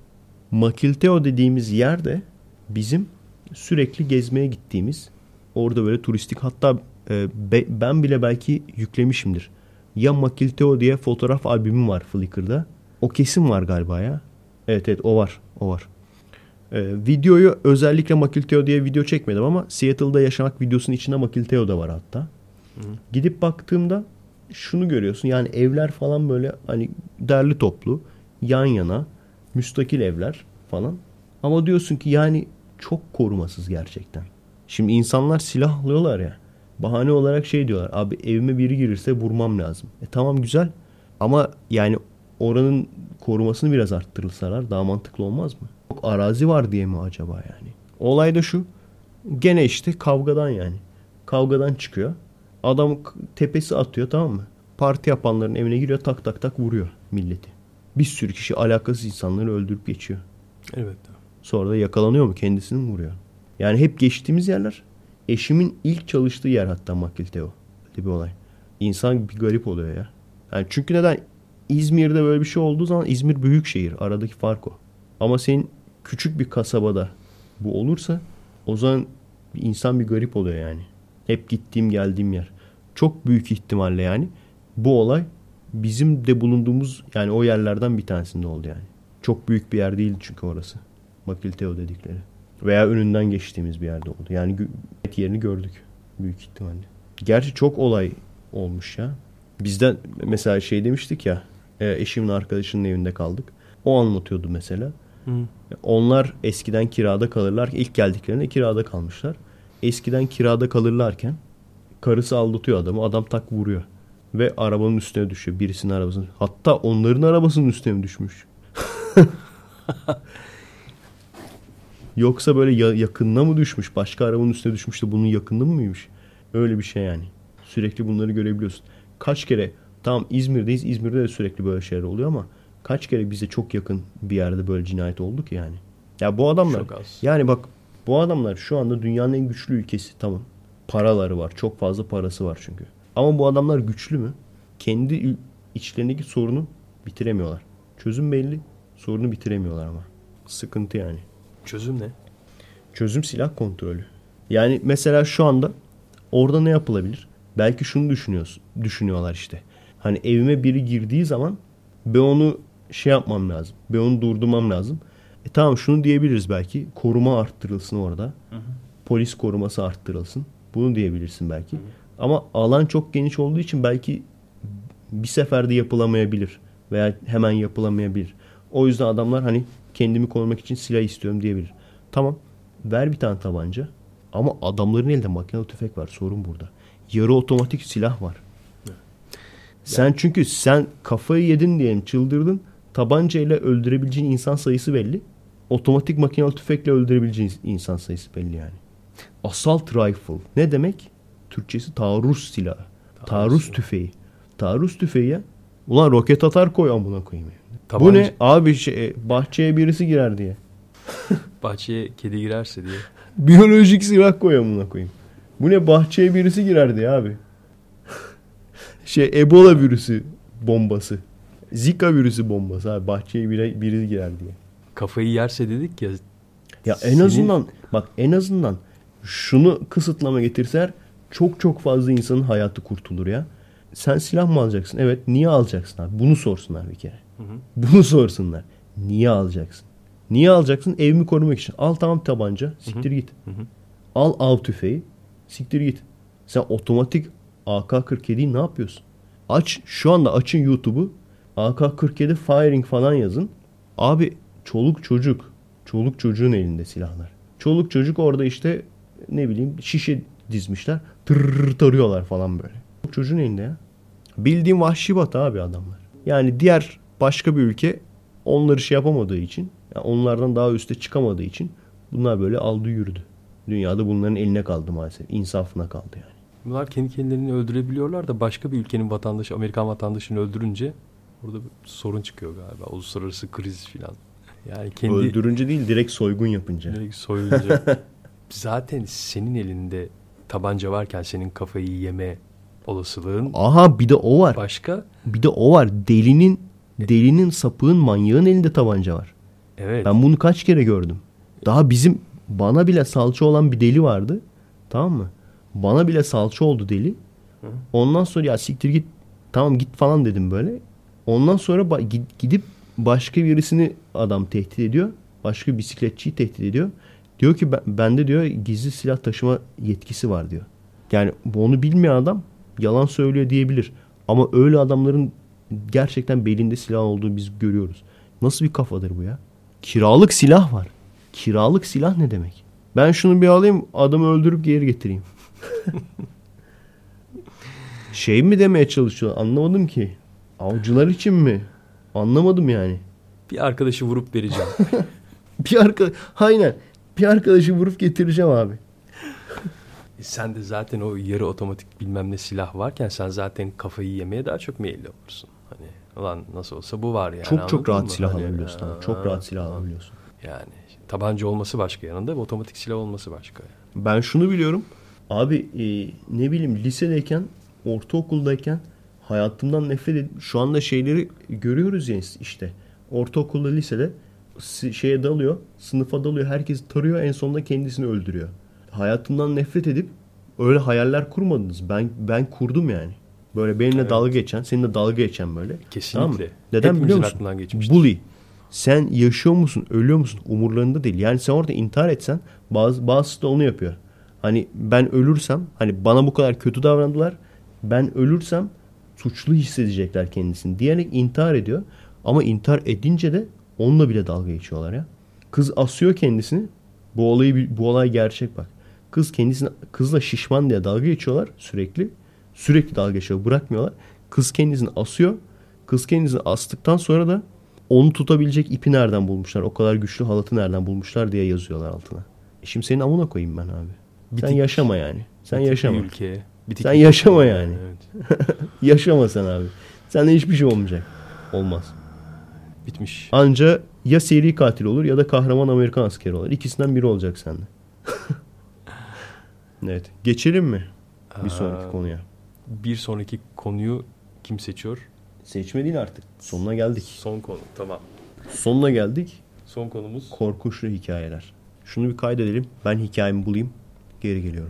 Makilteo dediğimiz yerde bizim sürekli gezmeye gittiğimiz, orada böyle turistik, hatta e, be, ben bile belki yüklemişimdir. Ya Makilteo diye fotoğraf albümüm var Flickr'da. O kesin var galiba ya. Evet evet o var. O var. Ee, videoyu özellikle Makilteo diye video çekmedim ama Seattle'da yaşamak videosunun içinde Makilteo da var hatta. Hı. Gidip baktığımda şunu görüyorsun. Yani evler falan böyle hani derli toplu, yan yana, müstakil evler falan. Ama diyorsun ki yani çok korumasız gerçekten. Şimdi insanlar silahlıyorlar ya. Bahane olarak şey diyorlar. Abi evime biri girirse vurmam lazım. E tamam güzel. Ama yani oranın korumasını biraz arttırılsalar daha mantıklı olmaz mı? Çok arazi var diye mi acaba yani? Olay da şu. Gene işte kavgadan yani. Kavgadan çıkıyor. Adam tepesi atıyor, tamam mı? Parti yapanların evine giriyor, tak tak tak vuruyor milleti. Bir sürü kişi alakasız insanları öldürüp geçiyor. Evet. Sonra da yakalanıyor mu? Kendisini mi vuruyor? Yani hep geçtiğimiz yerler. Eşimin ilk çalıştığı yer hatta Makilteo. Öyle bir olay. İnsan bir garip oluyor ya. Yani çünkü neden? İzmir'de böyle bir şey olduğu zaman İzmir büyük şehir. Aradaki fark o. Ama senin küçük bir kasabada bu olursa o zaman bir insan bir garip oluyor yani. Hep gittiğim geldiğim yer. Çok büyük ihtimalle yani bu olay bizim de bulunduğumuz yani o yerlerden bir tanesinde oldu yani. Çok büyük bir yer değildi çünkü orası. Makilteo dedikleri. Veya önünden geçtiğimiz bir yerde oldu. Yani yerini gördük büyük ihtimalle. Gerçi çok olay olmuş ya. Bizden mesela şey demiştik ya, eşimin arkadaşının evinde kaldık. O anlatıyordu mesela. Hı. Onlar eskiden kirada kalırlar. İlk geldiklerinde kirada kalmışlar. Eskiden kirada kalırlarken karısı aldatıyor adamı. Adam tak vuruyor. Ve arabanın üstüne düşüyor. Birisinin arabasının. Hatta onların arabasının üstüne mi düşmüş? Yoksa böyle yakınına mı düşmüş? Başka arabanın üstüne düşmüş de bunun yakınlığı mıymış? Öyle bir şey yani. Sürekli bunları görebiliyorsun. Kaç kere tamam İzmir'deyiz. İzmir'de de sürekli böyle şeyler oluyor ama kaç kere bize çok yakın bir yerde böyle cinayet oldu ki yani. Ya bu adamlar yani bak bu adamlar şu anda dünyanın en güçlü ülkesi, tamam. Paraları var. Çok fazla parası var çünkü. Ama bu adamlar güçlü mü? Kendi içlerindeki sorunu bitiremiyorlar. Çözüm belli. Sorunu bitiremiyorlar ama. Sıkıntı yani. Çözüm ne? Çözüm silah kontrolü. Yani mesela şu anda orada ne yapılabilir? Belki şunu düşünüyorsun, düşünüyorlar işte. Hani evime biri girdiği zaman ben onu şey yapmam lazım. Ben onu durdurmam lazım. E tamam şunu diyebiliriz belki. Koruma arttırılsın orada. Hı hı. Polis koruması arttırılsın. Bunu diyebilirsin belki. Hı hı. Ama alan çok geniş olduğu için belki bir seferde yapılamayabilir. Veya hemen yapılamayabilir. O yüzden adamlar hani kendimi korumak için silah istiyorum diyebilir. Tamam. Ver bir tane tabanca. Ama adamların elinde makinalı tüfek var. Sorun burada. Yarı otomatik silah var. Evet. Sen yani. Çünkü sen kafayı yedin diyelim, çıldırdın. Tabancayla öldürebileceğin insan sayısı belli. Otomatik makinalı tüfekle öldürebileceğin insan sayısı belli yani. Assault rifle. Ne demek? Türkçesi taarruz silahı. Taarruz, taarruz tüfeği. Taarruz tüfeği ya. Ulan roket atar koy amına koyayım. Tabanca. Bu ne? Abi şey, bahçeye birisi girer diye. Bahçeye kedi girerse diye. Biyolojik silah koy amına koyayım. Bu ne, bahçeye birisi girerdi ya abi. Şey, Ebola virüsü bombası. Zika virüsü bombası abi. Bahçeye biri, biri girer diye. Kafayı yerse dedik ya. Ya en senin... azından bak en azından şunu kısıtlama getirseler çok çok fazla insanın hayatı kurtulur ya. Sen silah mı alacaksın? Evet. Niye alacaksın abi? Bunu sorsunlar bir kere. Hı hı. Bunu sorsunlar. Niye alacaksın? Niye alacaksın? Evimi korumak için. Al tamam tabanca. Siktir hı hı. git. Hı hı. Al av tüfeği. Siktir git. Sen otomatik A K kırk yediyi ne yapıyorsun? Aç. Şu anda açın YouTube'u. A K kırk yedi firing falan yazın. Abi çoluk çocuk. Çoluk çocuğun elinde silahlar. Çoluk çocuk orada işte ne bileyim şişe dizmişler. Tırrrr tarıyorlar falan böyle. Çoluk çocuğun elinde ya. Bildiğin vahşi batı abi adamlar. Yani diğer başka bir ülke onları şey yapamadığı için, yani onlardan daha üste çıkamadığı için bunlar böyle aldı yürüdü. Dünyada bunların eline kaldı maalesef. İnsafına kaldı yani. Bunlar kendi kendilerini öldürebiliyorlar da başka bir ülkenin vatandaşı, Amerikan vatandaşını öldürünce orada bir sorun çıkıyor galiba. Uluslararası kriz filan. Yani kendi öldürünce değil, direkt soygun yapınca. Direkt soyunca. Zaten senin elinde tabanca varken senin kafayı yeme olasılığın. Aha bir de o var. Başka? Bir de o var. Delinin, delinin, sapığın, manyağın elinde tabanca var. Evet. Ben bunu kaç kere gördüm. Daha bizim bana bile salça olan bir deli vardı. Tamam mı? Bana bile salça oldu deli. Hı. Ondan sonra ya siktir git. Tamam git falan dedim böyle. Ondan sonra ba- gidip başka birisini adam tehdit ediyor. Başka bir bisikletçiyi tehdit ediyor. Diyor ki ben, bende diyor gizli silah taşıma yetkisi var diyor. Yani onu bilmeyen adam yalan söylüyor diyebilir. Ama öyle adamların gerçekten belinde silah olduğunu biz görüyoruz. Nasıl bir kafadır bu ya? Kiralık silah var. Kiralık silah ne demek? Ben şunu bir alayım, adamı öldürüp geri getireyim. Şey mi demeye çalışıyor? Anlamadım ki. Avcılar için mi? Anlamadım yani. Bir arkadaşı vurup vereceğim. bir arka, aynen. Bir arkadaşı vurup getireceğim abi. E sen de zaten o yarı otomatik bilmem ne silah varken sen zaten kafayı yemeye daha çok meyilli olursun. Hani ulan nasıl olsa bu var yani. Çok çok rahat mı? silah hani, alabiliyorsun. ha, Abi. Çok rahat silah alabiliyorsun. Yani tabanca olması başka yanında ve otomatik silah olması başka. Yani. Ben şunu biliyorum. Abi e, ne bileyim lisedeyken, ortaokuldayken hayatımdan nefret edip şu anda şeyleri görüyoruz ya işte. Ortaokulda, lisede şeye dalıyor, sınıfa dalıyor, herkesi tarıyor, en sonunda kendisini öldürüyor. Hayatımdan nefret edip öyle hayaller kurmadınız. Ben ben kurdum yani. Böyle benimle evet. dalga geçen, seninle dalga geçen böyle. Kesinlikle. Tamam mı? Neden biliyor musun? Bully. Sen yaşıyor musun, ölüyor musun? Umurlarında değil. Yani sen orada intihar etsen bazı bazısı da onu yapıyor. Hani ben ölürsem, hani bana bu kadar kötü davrandılar. Ben ölürsem suçlu hissedecekler kendisini diyerek intihar ediyor. Ama intihar edince de onunla bile dalga geçiyorlar ya. Kız asıyor kendisini. Bu olayı bu olay gerçek bak. Kız kendisini kızla şişman diye dalga geçiyorlar sürekli. Sürekli dalga geçiyor, bırakmıyorlar. Kız kendisini asıyor. Kız kendisini astıktan sonra da onu tutabilecek ipi nereden bulmuşlar? O kadar güçlü halatı nereden bulmuşlar diye yazıyorlar altına. E şimdi senin amına koyayım ben abi. Bitik, sen yaşama yani. Sen yaşama. Ülke, sen yaşama yani. Evet. Yaşama sen abi. Sende hiçbir şey olmayacak. Olmaz. Bitmiş. Anca ya seri katil olur ya da kahraman Amerikan askeri olur. İkisinden biri olacak sende. Evet. Geçelim mi bir sonraki Aa, konuya? Bir sonraki konuyu kim seçiyor? Seçme değil artık. Sonuna geldik. Son konu. Tamam. Sonuna geldik. Son konumuz korkunçlu hikayeler. Şunu bir kaydedelim. Ben hikayemi bulayım. Geri geliyorum.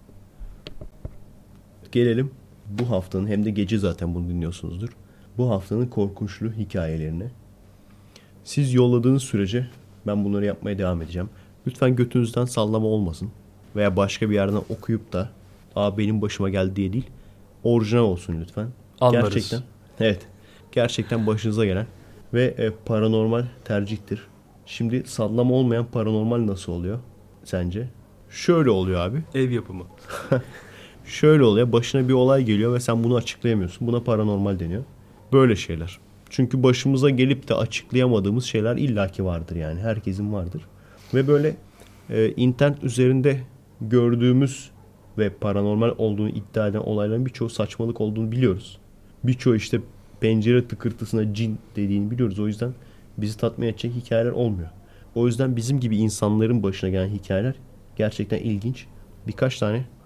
Gelelim bu haftanın, hem de gece zaten bunu dinliyorsunuzdur. Bu haftanın korkunçlu hikayelerine. Siz yolladığınız sürece ben bunları yapmaya devam edeceğim. Lütfen götünüzden sallama olmasın. Veya başka bir yerden okuyup da aa benim başıma geldi diye değil. Orijinal olsun lütfen. Anlarız. Gerçekten. Evet. Gerçekten başınıza gelen ve e, paranormal tercihtir. Şimdi sallama olmayan paranormal nasıl oluyor sence? Şöyle oluyor abi. Ev yapımı. Şöyle oluyor. Başına bir olay geliyor ve sen bunu açıklayamıyorsun. Buna paranormal deniyor. Böyle şeyler. Çünkü başımıza gelip de açıklayamadığımız şeyler illaki vardır yani. Herkesin vardır. Ve böyle e, internet üzerinde gördüğümüz ve paranormal olduğunu iddia eden olayların birçoğu saçmalık olduğunu biliyoruz. Birçoğu işte pencere tıkırtısına cin dediğini biliyoruz. O yüzden bizi tatmin edecek hikayeler olmuyor. O yüzden bizim gibi insanların başına gelen hikayeler gerçekten ilginç. Birkaç tane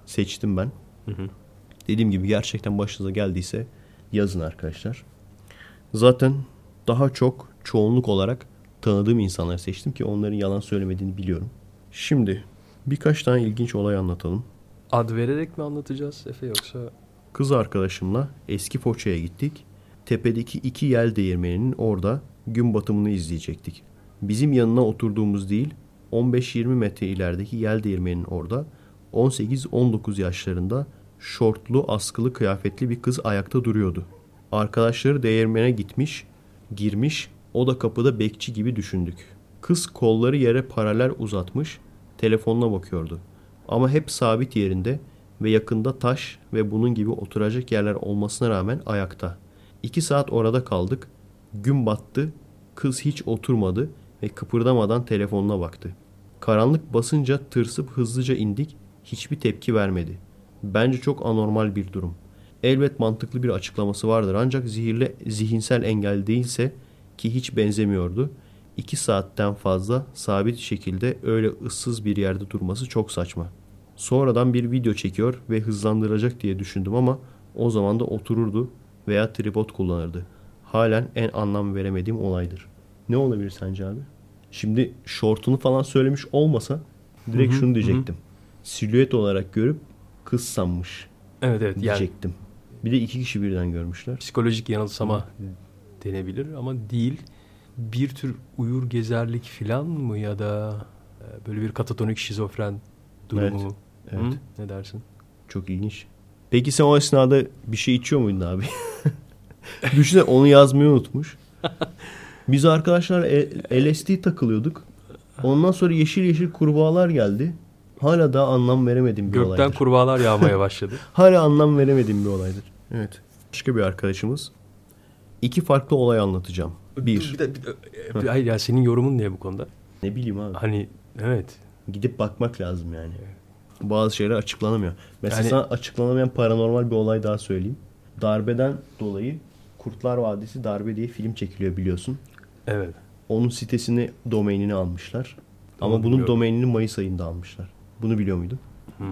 seçtim ben. Hı hı. Dediğim gibi gerçekten başınıza geldiyse yazın arkadaşlar. Zaten daha çok çoğunluk olarak tanıdığım insanları seçtim ki onların yalan söylemediğini biliyorum. Şimdi birkaç tane ilginç olay anlatalım. Ad vererek mi anlatacağız Efe yoksa? Kız arkadaşımla eski Foça'ya gittik. Tepedeki iki yel değirmeninin orada gün batımını izleyecektik. Bizim yanına oturduğumuz değil, on beş yirmi metre ilerideki yel değirmeninin orada on sekiz on dokuz yaşlarında şortlu, askılı kıyafetli bir kız ayakta duruyordu. Arkadaşları değirmene gitmiş, girmiş, o da kapıda bekçi gibi düşündük. Kız kolları yere paralel uzatmış, telefonuna bakıyordu. Ama hep sabit yerinde ve yakında taş ve bunun gibi oturacak yerler olmasına rağmen ayakta. İki saat orada kaldık. Gün battı. Kız hiç oturmadı ve kıpırdamadan telefonuna baktı. Karanlık basınca tırsıp hızlıca indik. Hiçbir tepki vermedi. Bence çok anormal bir durum. Elbet mantıklı bir açıklaması vardır ancak zihirli, zihinsel engel değilse ki hiç benzemiyordu. İki saatten fazla sabit şekilde öyle ıssız bir yerde durması çok saçma. Sonradan bir video çekiyor ve hızlandıracak diye düşündüm ama o zaman da otururdu veya tripod kullanırdı. Halen en anlam veremediğim olaydır. Ne olabilir sence abi? Şimdi şortunu falan söylemiş olmasa direkt Hı hı, şunu diyecektim. Hı. Silüet olarak görüp kız sanmış. Evet evet. Diyecektim. Yani, bir de iki kişi birden görmüşler. Psikolojik yanılsama Hı. denebilir ama değil. Bir tür uyur gezerlik falan mı ya da böyle bir katatonik şizofren durumu mu? Evet. Evet. Hı? Ne dersin? Çok ilginç. Peki sen o esnada bir şey içiyor muydun abi? Düşünsene onu yazmayı unutmuş. Biz arkadaşlar L S D takılıyorduk. Ondan sonra yeşil yeşil kurbağalar geldi. Hala daha anlam veremediğim bir Gökten olaydır. Gökten kurbağalar yağmaya başladı. Hala anlam veremediğim bir olaydır. Evet. Başka bir arkadaşımız. İki farklı olay anlatacağım. Bir. Bir de, bir de, hayır ya senin yorumun ne bu konuda? Ne bileyim abi. Hani evet. Gidip bakmak lazım yani. Bazı şeyler açıklanamıyor. Mesela yani, sana açıklanamayan paranormal bir olay daha söyleyeyim. Darbeden dolayı Kurtlar Vadisi Darbe diye film çekiliyor biliyorsun. Evet. Onun sitesini, domainini almışlar. Ama Onu bunun biliyorum. domainini Mayıs ayında almışlar. Bunu biliyor muydun? Hmm.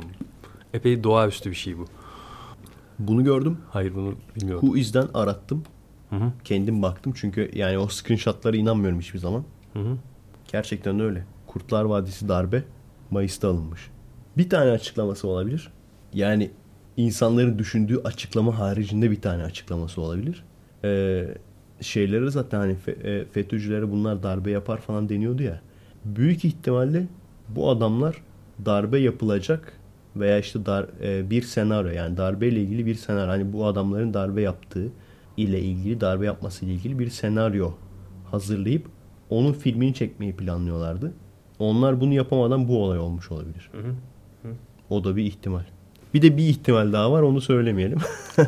Epey doğaüstü bir şey bu. Bunu gördüm. Hayır bunu bilmiyordum. Whois'den arattım. Hı hı. Kendim baktım çünkü yani o screenshotlara inanmıyorum hiçbir zaman. Hı hı. Gerçekten öyle. Kurtlar Vadisi Darbe Mayıs'ta alınmış. Bir tane açıklaması olabilir. Yani insanların düşündüğü açıklama haricinde bir tane açıklaması olabilir. Ee, şeyleri zaten hani fe, FETÖ'cülere bunlar darbe yapar falan deniyordu ya. Büyük ihtimalle bu adamlar darbe yapılacak veya işte dar, e, bir senaryo yani darbeyle ilgili bir senaryo. Hani bu adamların darbe yaptığı ile ilgili darbe yapması ile ilgili bir senaryo hazırlayıp onun filmini çekmeyi planlıyorlardı. Onlar bunu yapamadan bu olay olmuş olabilir. Hı hı. Hı. O da bir ihtimal. Bir de bir ihtimal daha var onu söylemeyelim.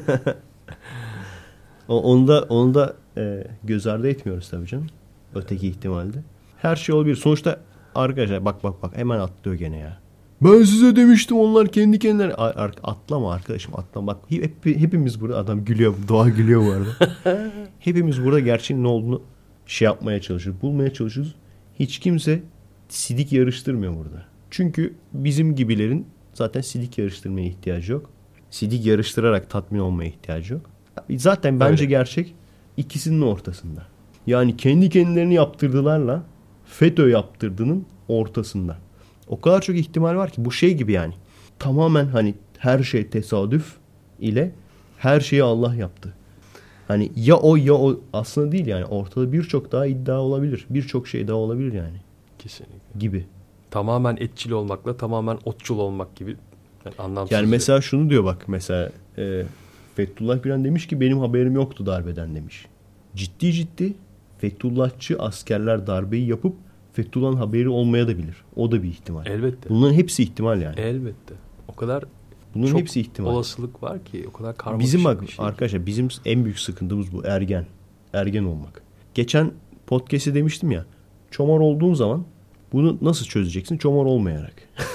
onu da, onu da e, göz ardı etmiyoruz tabii canım. Öteki ihtimalde. Her şey olabilir. Sonuçta arkadaşlar bak bak bak hemen atlıyor gene ya. Ben size demiştim onlar kendi kendilerine. Ar- atlama arkadaşım atlama. Bak hep, hepimiz burada adam gülüyor. Doğa gülüyor bu arada. Hepimiz burada gerçeğin ne olduğunu şey yapmaya çalışıyoruz. Bulmaya çalışıyoruz. Hiç kimse sidik yarıştırmıyor burada. Çünkü bizim gibilerin zaten sidik yarıştırmaya ihtiyacı yok. Sidik yarıştırarak tatmin olmaya ihtiyacı yok. Zaten bence öyle. Gerçek ikisinin ortasında. Yani kendi kendilerini yaptırdılarla FETÖ yaptırdığının ortasında. O kadar çok ihtimal var ki bu şey gibi yani. Tamamen hani her şey tesadüf ile her şeyi Allah yaptı. Hani ya o ya o aslında değil yani. Ortada birçok daha iddia olabilir. Birçok şey daha olabilir yani. Kesinlikle. Gibi. Tamamen etçil olmakla tamamen otçul olmak gibi yani anlamsız. Yani mesela şunu diyor bak mesela e, Fethullah Gülen demiş ki benim haberim yoktu darbeden demiş. Ciddi ciddi Fethullahçı askerler darbeyi yapıp Fethullah'ın haberi olmaya da bilir. O da bir ihtimal. Elbette. Bunların hepsi ihtimal yani. Elbette. O kadar bunların çok hepsi ihtimal. Olasılık var ki o kadar karmaşık bizim bak, bir şey. Arkadaşlar bizim en büyük sıkıntımız bu ergen. Ergen olmak. Geçen podcast'te demiştim ya. Çomar olduğun zaman bunu nasıl çözeceksin? Çomar olmayarak.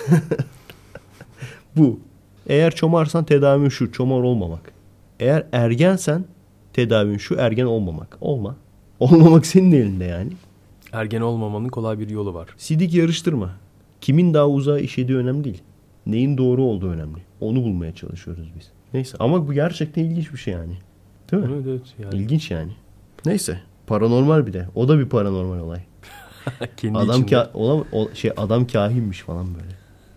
Bu. Eğer çomarsan tedavin şu. Çomar olmamak. Eğer ergensen tedavin şu. Ergen olmamak. Olma. Olmamak senin elinde yani. Ergen olmamanın kolay bir yolu var. Sidik yarıştırma. Kimin daha uzağa işediği önemli değil. Neyin doğru olduğu önemli. Onu bulmaya çalışıyoruz biz. Neyse ama bu gerçekten ilginç bir şey yani. Değil mi? Evet, evet, yani. İlginç yani. Neyse. Paranormal bir de. O da bir paranormal olay. Kendi adam içinde. ka- olam o, şey adam kahinmiş falan böyle.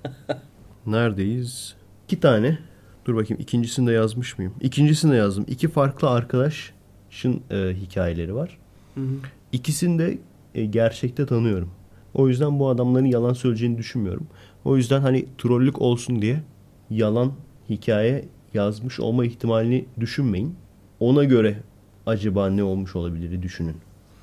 Neredeyiz? İki tane. Dur bakayım ikincisini de yazmış mıyım? İkincisini de yazdım. İki farklı arkadaşın e, hikayeleri var. Hı hı. İkisini de e, gerçekte tanıyorum. O yüzden bu adamların yalan söyleyeceğini düşünmüyorum. O yüzden hani trollük olsun diye yalan hikaye yazmış olma ihtimalini düşünmeyin. Ona göre acaba ne olmuş olabilir düşünün.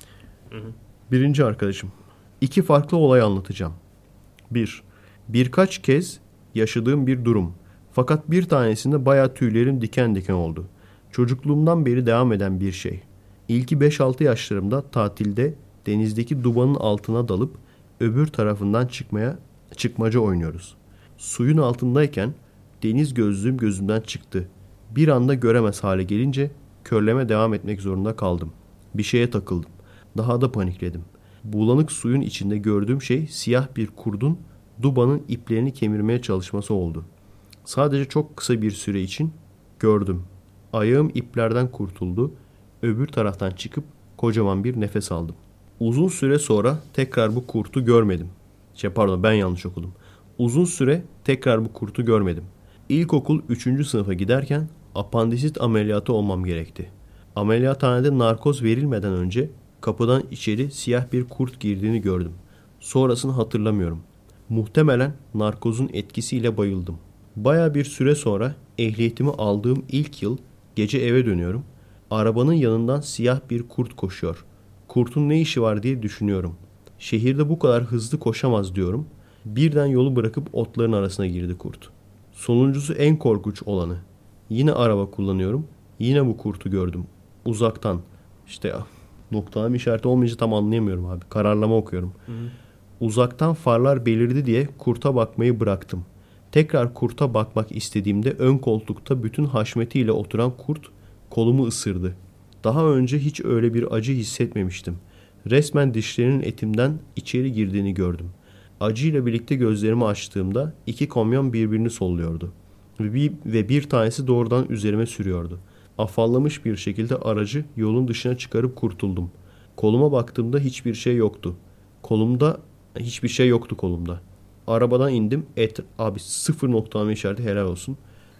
Hı hı. Birinci arkadaşım. İki farklı olay anlatacağım. Bir, birkaç kez yaşadığım bir durum. Fakat bir tanesinde bayağı tüylerim diken diken oldu. Çocukluğumdan beri devam eden bir şey. İlki beş altı yaşlarımda tatilde denizdeki dubanın altına dalıp öbür tarafından çıkmaya çıkmaca oynuyoruz. Suyun altındayken deniz gözlüğüm gözümden çıktı. Bir anda göremez hale gelince körleme devam etmek zorunda kaldım. Bir şeye takıldım. Daha da panikledim. Bulanık suyun içinde gördüğüm şey siyah bir kurdun dubanın iplerini kemirmeye çalışması oldu. Sadece çok kısa bir süre için gördüm. Ayağım iplerden kurtuldu. Öbür taraftan çıkıp kocaman bir nefes aldım. Uzun süre sonra tekrar bu kurtu görmedim. Şey pardon ben yanlış okudum. Uzun süre tekrar bu kurtu görmedim. İlkokul üçüncü sınıfa giderken apandisit ameliyatı olmam gerekti. Ameliyathanede narkoz verilmeden önce kapıdan içeri siyah bir kurt girdiğini gördüm. Sonrasını hatırlamıyorum. Muhtemelen narkozun etkisiyle bayıldım. Baya bir süre sonra ehliyetimi aldığım ilk yıl gece eve dönüyorum. Arabanın yanından siyah bir kurt koşuyor. Kurtun ne işi var diye düşünüyorum. Şehirde bu kadar hızlı koşamaz diyorum. Birden yolu bırakıp otların arasına girdi kurt. Sonuncusu en korkunç olanı. Yine araba kullanıyorum. Yine bu kurtu gördüm. Uzaktan. İşte noktalama işareti olmayınca tam anlayamıyorum abi. Kararlama okuyorum. Hı hı. Uzaktan farlar belirdi diye kurta bakmayı bıraktım. Tekrar kurta bakmak istediğimde ön koltukta bütün haşmetiyle oturan kurt kolumu ısırdı. Daha önce hiç öyle bir acı hissetmemiştim. Resmen dişlerinin etimden içeri girdiğini gördüm. Acıyla birlikte gözlerimi açtığımda iki kamyon birbirini solluyordu. Ve bir, ve bir tanesi doğrudan üzerime sürüyordu. Afallamış bir şekilde aracı yolun dışına çıkarıp kurtuldum. Koluma baktığımda hiçbir şey yoktu. Kolumda hiçbir şey yoktu kolumda. Arabadan indim. Et, abi sıfır noktalama işareti helal olsun.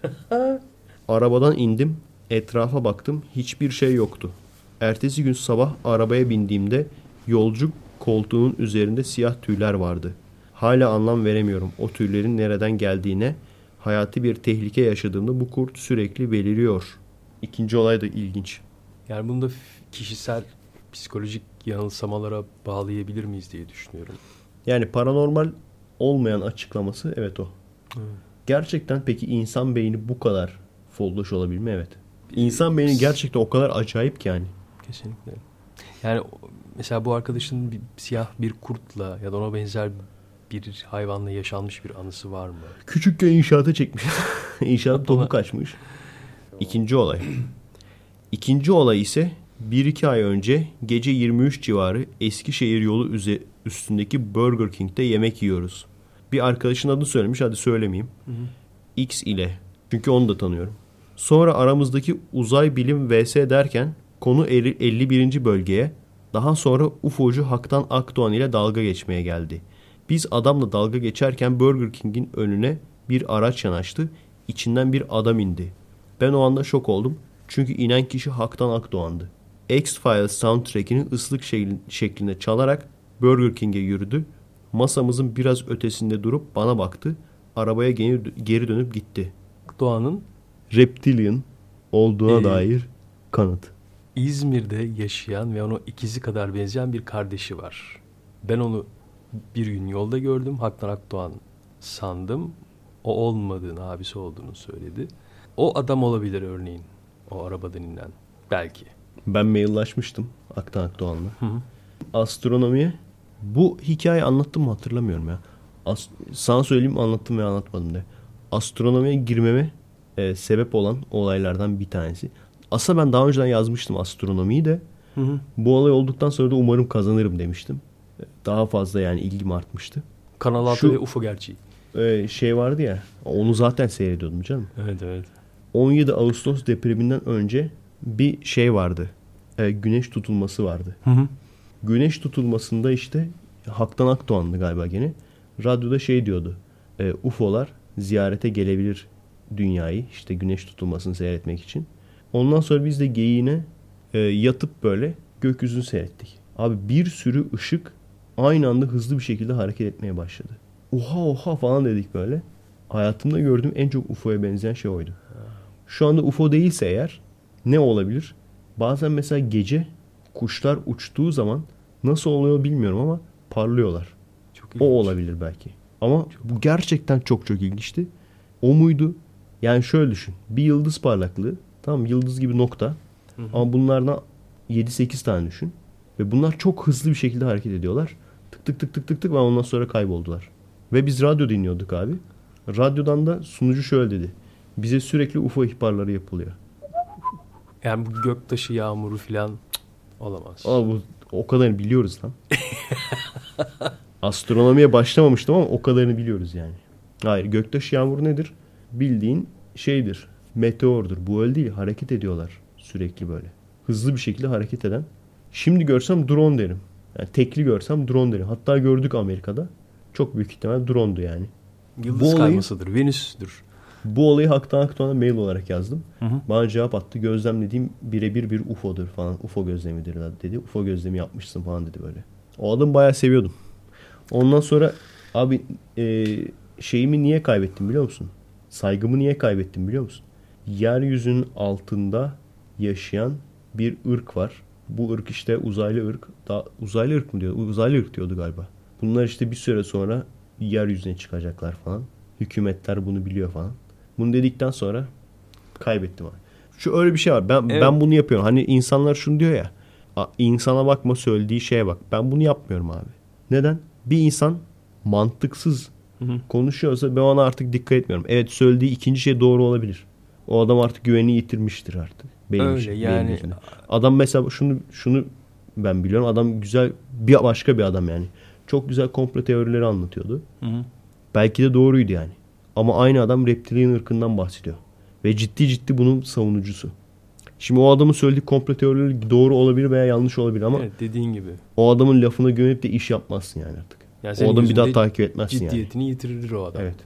Arabadan indim. Etrafa baktım. Hiçbir şey yoktu. Ertesi gün sabah arabaya bindiğimde yolcu koltuğunun üzerinde siyah tüyler vardı. Hala anlam veremiyorum o tüylerin nereden geldiğine. Hayati bir tehlike yaşadığımda bu kurt sürekli beliriyor. İkinci olay da ilginç. Yani bunu da kişisel psikolojik yanılsamalara bağlayabilir miyiz diye düşünüyorum. Yani paranormal olmayan açıklaması evet o. Hmm. Gerçekten peki insan beyni bu kadar folloş olabilir mi? Evet. İnsan beyni gerçekten o kadar acayip ki yani. Kesinlikle. Yani mesela bu arkadaşın bir, siyah bir kurtla ya da ona benzer bir hayvanla yaşanmış bir anısı var mı? Küçükken inşaata çekmiş. İnşaat topu kaçmış. İkinci olay. İkinci olay ise bir iki ay önce gece yirmi üç civarı Eskişehir yolu üze, üstündeki Burger King'de yemek yiyoruz. Bir arkadaşın adını söylemiş, hadi söylemeyeyim. Hı hı. X ile. Çünkü onu da tanıyorum. Sonra aramızdaki uzay bilim vs derken konu elli birinci bölgeye, daha sonra U F O'cu Haktan Akdoğan ile dalga geçmeye geldi. Biz adamla dalga geçerken Burger King'in önüne bir araç yanaştı. İçinden bir adam indi. Ben o anda şok oldum. Çünkü inen kişi Haktan Akdoğan'dı. X-Files soundtrack'ini ıslık şeklinde çalarak Burger King'e yürüdü. Masamızın biraz ötesinde durup bana baktı. Arabaya geri dönüp gitti. Doğan'ın reptilian olduğuna ee, dair kanıt. İzmir'de yaşayan ve ona ikizi kadar benzeyen bir kardeşi var. Ben onu bir gün yolda gördüm. Haktan Akdoğan sandım. O olmadığını, abisi olduğunu söyledi. O adam olabilir örneğin. O arabadan inen. Belki. Ben maillaşmıştım Haktan Akdoğan'la. Hı hı. Astronomiye bu hikayeyi anlattım mı hatırlamıyorum ya. As- sana söyleyeyim anlattım veya anlatmadım de. Astronomiye girmeme e, sebep olan olaylardan bir tanesi. Aslında ben daha önceden yazmıştım astronomiyi de. Hı hı. Bu olay olduktan sonra da umarım kazanırım demiştim. Daha fazla yani ilgim artmıştı. Kanal altı ve U F O gerçeği. e, şey vardı ya. Onu zaten seyrediyordum canım. Evet evet. on yedi Ağustos depreminden önce bir şey vardı. E, güneş tutulması vardı. Hı hı. Güneş tutulmasında işte Haktan Akdoğan'dı galiba gene. Radyoda şey diyordu. E, U F O'lar ziyarete gelebilir dünyayı. İşte güneş tutulmasını seyretmek için. Ondan sonra biz de geyiğine e, yatıp böyle gökyüzünü seyrettik. Abi bir sürü ışık aynı anda hızlı bir şekilde hareket etmeye başladı. Oha oha falan dedik böyle. Hayatımda gördüğüm en çok U F O'ya benzeyen şey oydu. Şu anda U F O değilse eğer ne olabilir? Bazen mesela gece kuşlar uçtuğu zaman nasıl oluyor bilmiyorum ama parlıyorlar. Çok O ilginç. olabilir belki. Ama bu gerçekten çok çok ilginçti. O muydu? Yani şöyle düşün. Bir yıldız parlaklığı. Tamam, yıldız gibi nokta. Hı hı. Ama bunlardan yedi sekiz tane düşün. Ve bunlar çok hızlı bir şekilde hareket ediyorlar. Tık tık tık tık tık tık ve ondan sonra kayboldular. Ve biz radyo dinliyorduk abi. Radyodan da sunucu şöyle dedi. Bize sürekli U F O ihbarları yapılıyor. Yani bu göktaşı yağmuru falan olamaz. Aa, bu, o kadarını biliyoruz lan. Astronomiye başlamamıştım ama o kadarını biliyoruz yani. Hayır, göktaşı yağmuru nedir? Bildiğin şeydir. Meteordur. Bu öyle değil. Hareket ediyorlar sürekli böyle. Hızlı bir şekilde hareket eden. Şimdi görsem drone derim. Yani tekli görsem drone derim. Hatta gördük Amerika'da. Çok büyük ihtimal drone'du yani. Yıldız bu olayı, kaymasıdır. Venüs'dür. Bu olayı Haktan Akdoğan'a mail olarak yazdım. Hı hı. Bana cevap attı. Gözlemlediğim birebir bir U F O'dur falan. U F O gözlemidir dedi. U F O gözlemi yapmışsın falan dedi böyle. O adamı bayağı seviyordum. Ondan sonra abi e, şeyimi niye kaybettim biliyor musun? Saygımı niye kaybettim biliyor musun? Yeryüzünün altında yaşayan bir ırk var. Bu ırk işte uzaylı ırk. Daha, uzaylı ırk mı diyor? Uzaylı ırk diyordu galiba. Bunlar işte bir süre sonra yeryüzüne çıkacaklar falan. Hükümetler bunu biliyor falan. Bunu dedikten sonra kaybettim abi. Şu öyle bir şey var. Ben evet. ben bunu yapıyorum. Hani insanlar şunu diyor ya. İnsana bakma, söylediği şeye bak. Ben bunu yapmıyorum abi. Neden? Bir insan mantıksız hı hı. konuşuyorsa ben ona artık dikkat etmiyorum. Evet, söylediği ikinci şey doğru olabilir. O adam artık güvenini yitirmiştir artık. Benim öyle için, yani. benim adam mesela şunu şunu ben biliyorum. Adam güzel bir başka bir adam yani. Çok güzel komplo teorileri anlatıyordu. Hı hı. Belki de doğruydu yani. Ama aynı adam reptilian ırkından bahsediyor. Ve ciddi ciddi bunun savunucusu. Şimdi o adamın söylediği komplo teorileri doğru olabilir veya yanlış olabilir ama evet, dediğin gibi. O adamın lafına güvenip de iş yapmazsın yani artık. Yani o adamı bir daha takip etmezsin ciddiyetini yani. Ciddiyetini yitirir o adam. Evet.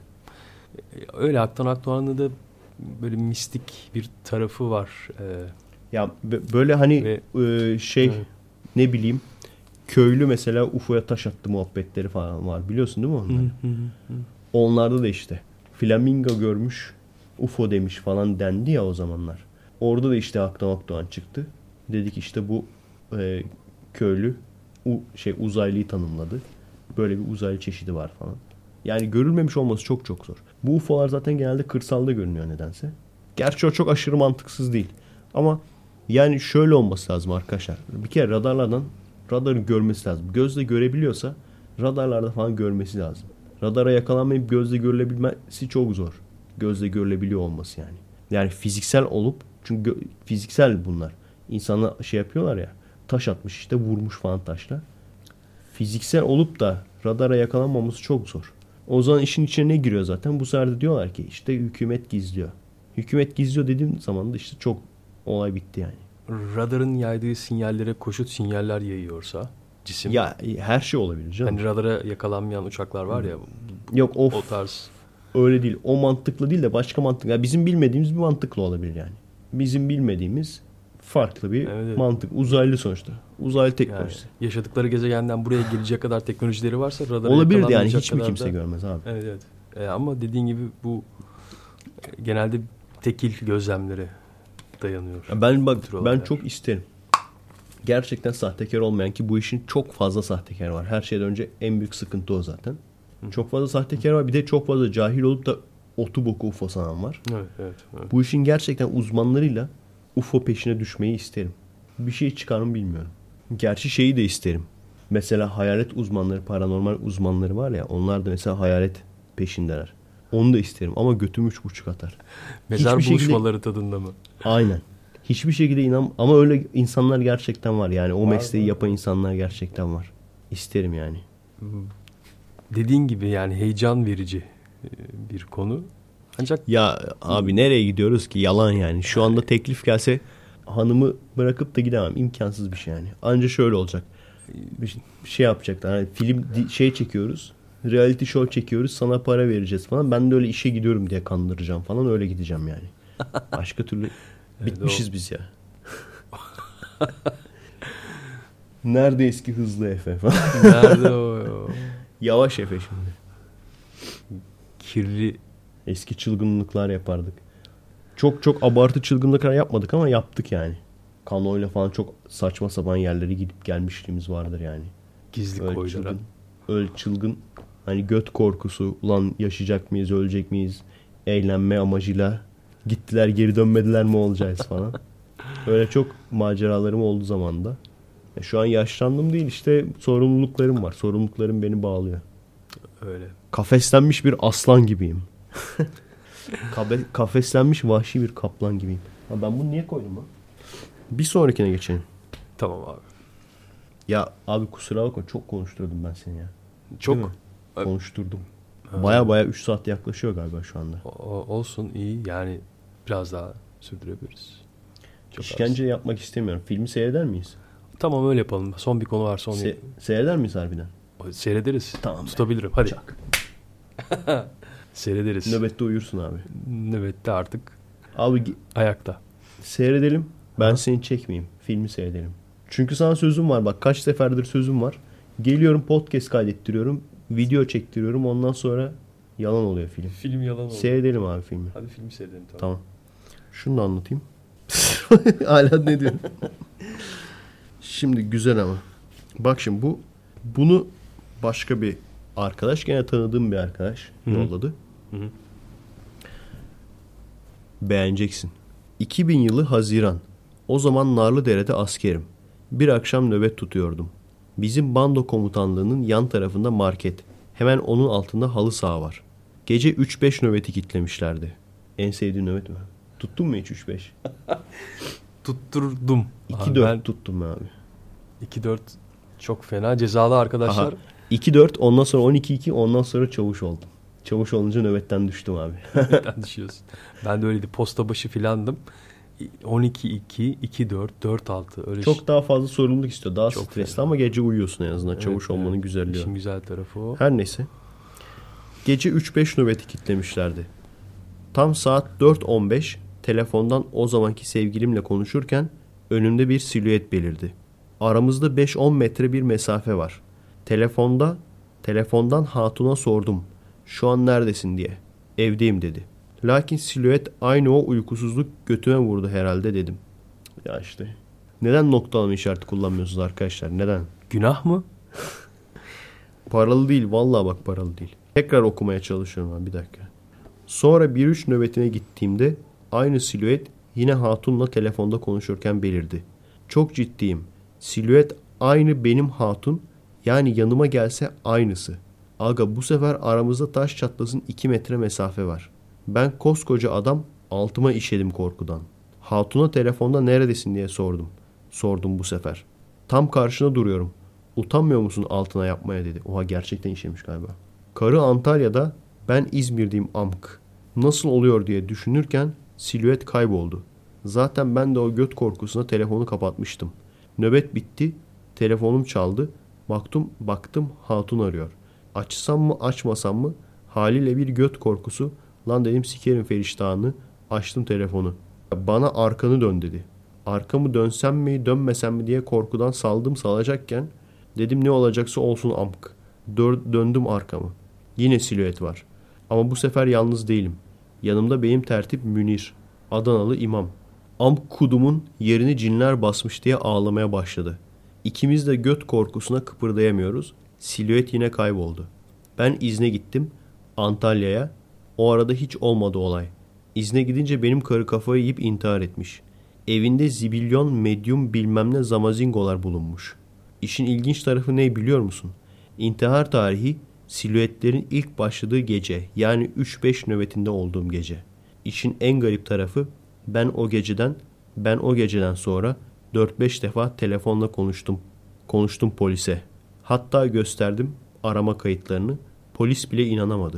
Öyle Haktan Akdoğan'da da böyle mistik bir tarafı var. Ee, ya böyle hani ve, e, şey evet. ne bileyim köylü mesela U F O'ya taş attı muhabbetleri falan var. Biliyorsun değil mi onları? Hı hı hı. Onlarda da işte flamingo görmüş U F O demiş falan dendi ya o zamanlar. Orada da işte Haktan Akdoğan çıktı. Dedik işte bu e, köylü u, şey uzaylıyı tanımladı. Böyle bir uzaylı çeşidi var falan. Yani görülmemiş olması çok çok zor. Bu U F O'lar zaten genelde kırsalda görünüyor nedense. Gerçi o çok aşırı mantıksız değil. Ama yani şöyle olması lazım arkadaşlar. Bir kere radarlardan radarın görmesi lazım. Gözle görebiliyorsa radarlarda falan görmesi lazım. Radara yakalanmayıp gözle görülebilmesi çok zor. Gözle görülebiliyor olması yani. Yani fiziksel olup çünkü gö- fiziksel bunlar. İnsanlar şey yapıyorlar ya. Taş atmış işte vurmuş falan taşla. Fiziksel olup da radara yakalanmaması çok zor. O zaman işin içine ne giriyor zaten? Bu sefer de diyorlar ki işte hükümet gizliyor. Hükümet gizliyor dediğim zaman da işte çok olay bitti yani. Radarın yaydığı sinyallere koşut sinyaller yayıyorsa cisim. Ya her şey olabilir canım. Hani radara yakalanmayan uçaklar var ya. Yok of, o tarz. Öyle değil. O mantıklı değil de başka mantık. Yani bizim bilmediğimiz bir mantıklı olabilir yani. Bizim bilmediğimiz farklı bir evet, evet. mantık. Uzaylı sonuçta. Uzaylı teknolojisi. Yani yaşadıkları gezegenden buraya gelecek kadar teknolojileri varsa radara olabilir yani hiç mi kimse da... görmez abi. Evet evet. E, ama dediğin gibi bu genelde tekil gözlemlere dayanıyor. Ben bak ben çok isterim. Gerçekten sahtekar olmayan ki bu işin çok fazla sahtekar var. Her şeyden önce en büyük sıkıntı o zaten. Hı. Çok fazla sahtekar var. Bir de çok fazla cahil olup da otu boku U F O sanan var. Evet, evet, evet. Bu işin gerçekten uzmanlarıyla U F O peşine düşmeyi isterim. Bir şey çıkar mı bilmiyorum. Gerçi şeyi de isterim. Mesela hayalet uzmanları, paranormal uzmanları var ya, onlar da mesela hayalet peşindeler. Onu da isterim ama götüm üç buçuk atar. Mezar Hiçbir buluşmaları şekilde... tadında mı? Aynen. Hiçbir şekilde inan ama öyle insanlar gerçekten var yani. O var, mesleği var. Yapan insanlar gerçekten var. İsterim yani. Dediğin gibi yani heyecan verici bir konu. Ancak Ya abi nereye gidiyoruz ki? Yalan yani. Şu anda teklif gelse hanımı bırakıp da gidemem. İmkansız bir şey yani. Anca şöyle olacak. Bir şey yapacaklar. Hani film şey çekiyoruz. Reality show çekiyoruz. Sana para vereceğiz falan. Ben de öyle işe gidiyorum diye kandıracağım falan. Öyle gideceğim yani. Başka türlü bitmişiz evet, biz ya. Nerede eski hızlı Efe falan. Nerede o? Yavaş Efe şimdi. Kirli. Eski çılgınlıklar yapardık. Çok çok abartı çılgınlıklar yapmadık ama yaptık yani. Kanoyla falan çok saçma sapan yerlere gidip gelmişliğimiz vardır yani. Gizli Öyle koyduran. çılgın, öyle çılgın. Hani göt korkusu. Ulan yaşayacak mıyız, ölecek miyiz? Eğlenme amacıyla gittiler geri dönmediler mi olacağız falan. Öyle çok maceralarım oldu zamanda. Ya şu an yaşlandım değil işte sorumluluklarım var. Sorumluluklarım beni bağlıyor. Öyle. Kafeslenmiş bir aslan gibiyim. Kabe, kafeslenmiş vahşi bir kaplan gibiyim. Ha ben bunu niye koydum lan? Bir sonrakine geçelim. Tamam abi. Ya abi kusura bakma çok konuşturdum ben seni ya. Çok konuşturdum. Baya baya üç saat yaklaşıyor galiba şu anda. O, olsun iyi yani biraz daha sürdürebiliriz. Çok İşkence az. yapmak istemiyorum. Filmi seyreder miyiz? Tamam öyle yapalım. Son bir konu var. Son Se- seyreder miyiz harbiden? Seyrederiz. Tamam. Tutabilirim. Hadi. Çak. Seyrederiz. Nöbette uyursun abi. Nöbette artık. Abi gi- Ayakta. seyredelim. Ben Aha. seni çekmeyeyim. Filmi seyredelim. Çünkü sana sözüm var. Bak kaç seferdir sözüm var. Geliyorum podcast kaydettiriyorum. Video çektiriyorum. Ondan sonra yalan oluyor film. Film yalan oldu. Seyredelim abi filmi. Hadi filmi seyredelim. Tamam. Tamam. Şunu da anlatayım. Hala ne diyorum? Şimdi güzel ama. Bak şimdi bu bunu başka bir arkadaş, gene tanıdığım bir arkadaş Hı-hı. yolladı. Hı-hı. Beğeneceksin. iki bin yılı Haziran. O zaman Narlıdere'de askerim. Bir akşam nöbet tutuyordum. Bizim bando komutanlığının yan tarafında market. Hemen onun altında halı saha var. Gece üç beş nöbeti kitlemişlerdi. En sevdiğin nöbet mi? Tuttun mu hiç üç beş? Tutturdum. iki dört ben... tuttum abi. iki dört çok fena. Cezalı arkadaşlar. Aha. iki dört ondan sonra on iki iki ondan sonra çavuş oldum. Çavuş olunca nöbetten düştüm abi. Nöbetten düşüyorsun. Ben de öyleydi. Posta başı filandım. on iki iki, iki dört, dört altı öyle. Çok şey. daha fazla sorumluluk istiyor. Daha Çok stresli fena. ama gece uyuyorsun en azından. Çavuş evet, olmanın evet. güzelliği. İşin güzel tarafı o. Her neyse. Gece üç beş nöbeti kitlemişlerdi. Tam saat dört on beş telefondan o zamanki sevgilimle konuşurken önümde bir silüet belirdi. Aramızda beş on metre bir mesafe var. Telefonda, telefondan hatuna sordum. Şu an neredesin diye. Evdeyim dedi. Lakin silüet aynı o uykusuzluk götüme vurdu herhalde dedim. Ya işte. Neden noktalama işareti kullanmıyorsunuz arkadaşlar? Neden? Günah mı? Paralı değil. Vallahi bak paralı değil. Tekrar okumaya çalışıyorum ben bir dakika. Sonra bir üç nöbetine gittiğimde aynı silüet yine hatunla telefonda konuşurken belirdi. Çok ciddiyim. Silüet aynı benim hatun, yani yanıma gelse aynısı. Aga bu sefer aramızda taş çatlasın iki metre mesafe var. Ben koskoca adam altıma işedim korkudan. Hatuna telefonda neredesin diye sordum. Sordum bu sefer. Tam karşına duruyorum. Utanmıyor musun altına yapmaya dedi. Oha gerçekten işemiş galiba. Karı Antalya'da, ben İzmir'deyim amk. Nasıl oluyor diye düşünürken silüet kayboldu. Zaten ben de o göt korkusuna telefonu kapatmıştım. Nöbet bitti. Telefonum çaldı. Baktım, baktım hatun arıyor. Açsam mı açmasam mı? Haliyle bir göt korkusu. Lan dedim sikerim feriştahını. Açtım telefonu. Bana arkanı dön dedi. Arkamı dönsem mi dönmesem mi diye korkudan saldım salacakken dedim ne olacaksa olsun amk. Dör, döndüm arkamı. Yine silüet var. Ama bu sefer yalnız değilim. Yanımda benim tertip Münir. Adanalı imam. Amk kudumun yerini cinler basmış diye ağlamaya başladı. İkimiz de göt korkusuna kıpırdayamıyoruz. Silüet yine kayboldu. Ben izne gittim. Antalya'ya. O arada hiç olmadı olay. İzne gidince benim karı kafayı yiyip intihar etmiş. Evinde zibilyon medyum bilmem ne zamazingolar bulunmuş. İşin ilginç tarafı ne biliyor musun? İntihar tarihi silüetlerin ilk başladığı gece, yani üç beş nöbetinde olduğum gece. İşin en garip tarafı ben o geceden ben o geceden sonra dört beş defa telefonla konuştum. Konuştum polise. Hatta gösterdim arama kayıtlarını. Polis bile inanamadı.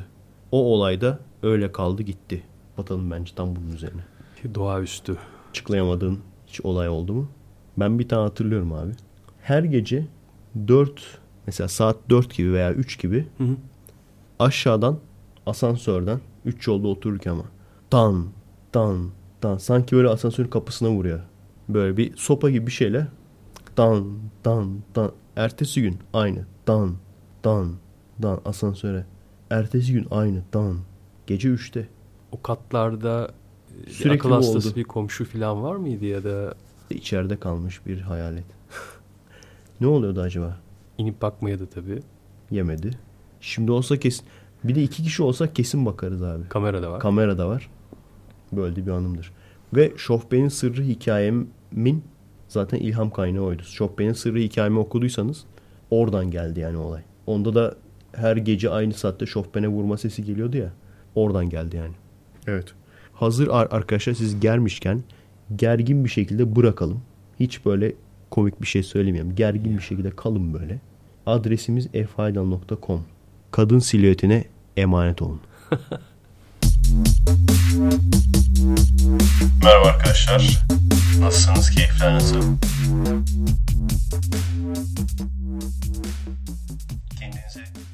O olay da öyle kaldı gitti. Batalım bence tam bunun üzerine. Doğaüstü. Açıklayamadığın hiç olay oldu mu? Ben bir tane hatırlıyorum abi. Her gece dört mesela saat dört gibi veya üç gibi Hı hı. aşağıdan asansörden üç yolda otururken ama dan dan dan sanki böyle asansörün kapısına vuruyor. Böyle bir sopa gibi bir şeyle dan dan dan. Ertesi gün aynı dan dan dan asansöre. Ertesi gün aynı dan. Gece üçte. O katlarda Sürekli akıl bu hastası oldu. bir komşu falan var mıydı ya da İçeride kalmış bir hayalet. Ne oluyordu acaba? inip bakmaya da tabii. Yemedi. Şimdi olsa kesin. Bir de iki kişi olsak kesin bakarız abi. Kamera da var. Kamera da var. Böyle bir anımdır. Ve Şofben'in Sırrı hikayemin zaten ilham kaynağı oydu. Şofben'in Sırrı hikayemi okuduysanız oradan geldi yani olay. Onda da her gece aynı saatte Şofben'e vurma sesi geliyordu ya. Oradan geldi yani. Evet. Hazır arkadaşlar siz germişken gergin bir şekilde bırakalım. Hiç böyle komik bir şey söylemeyeyim. Gergin bir şekilde kalın böyle. Adresimiz efaydan nokta com. Kadın silüetine emanet olun. Merhaba arkadaşlar. Nasılsınız? Keyifler nasıl? Kendinize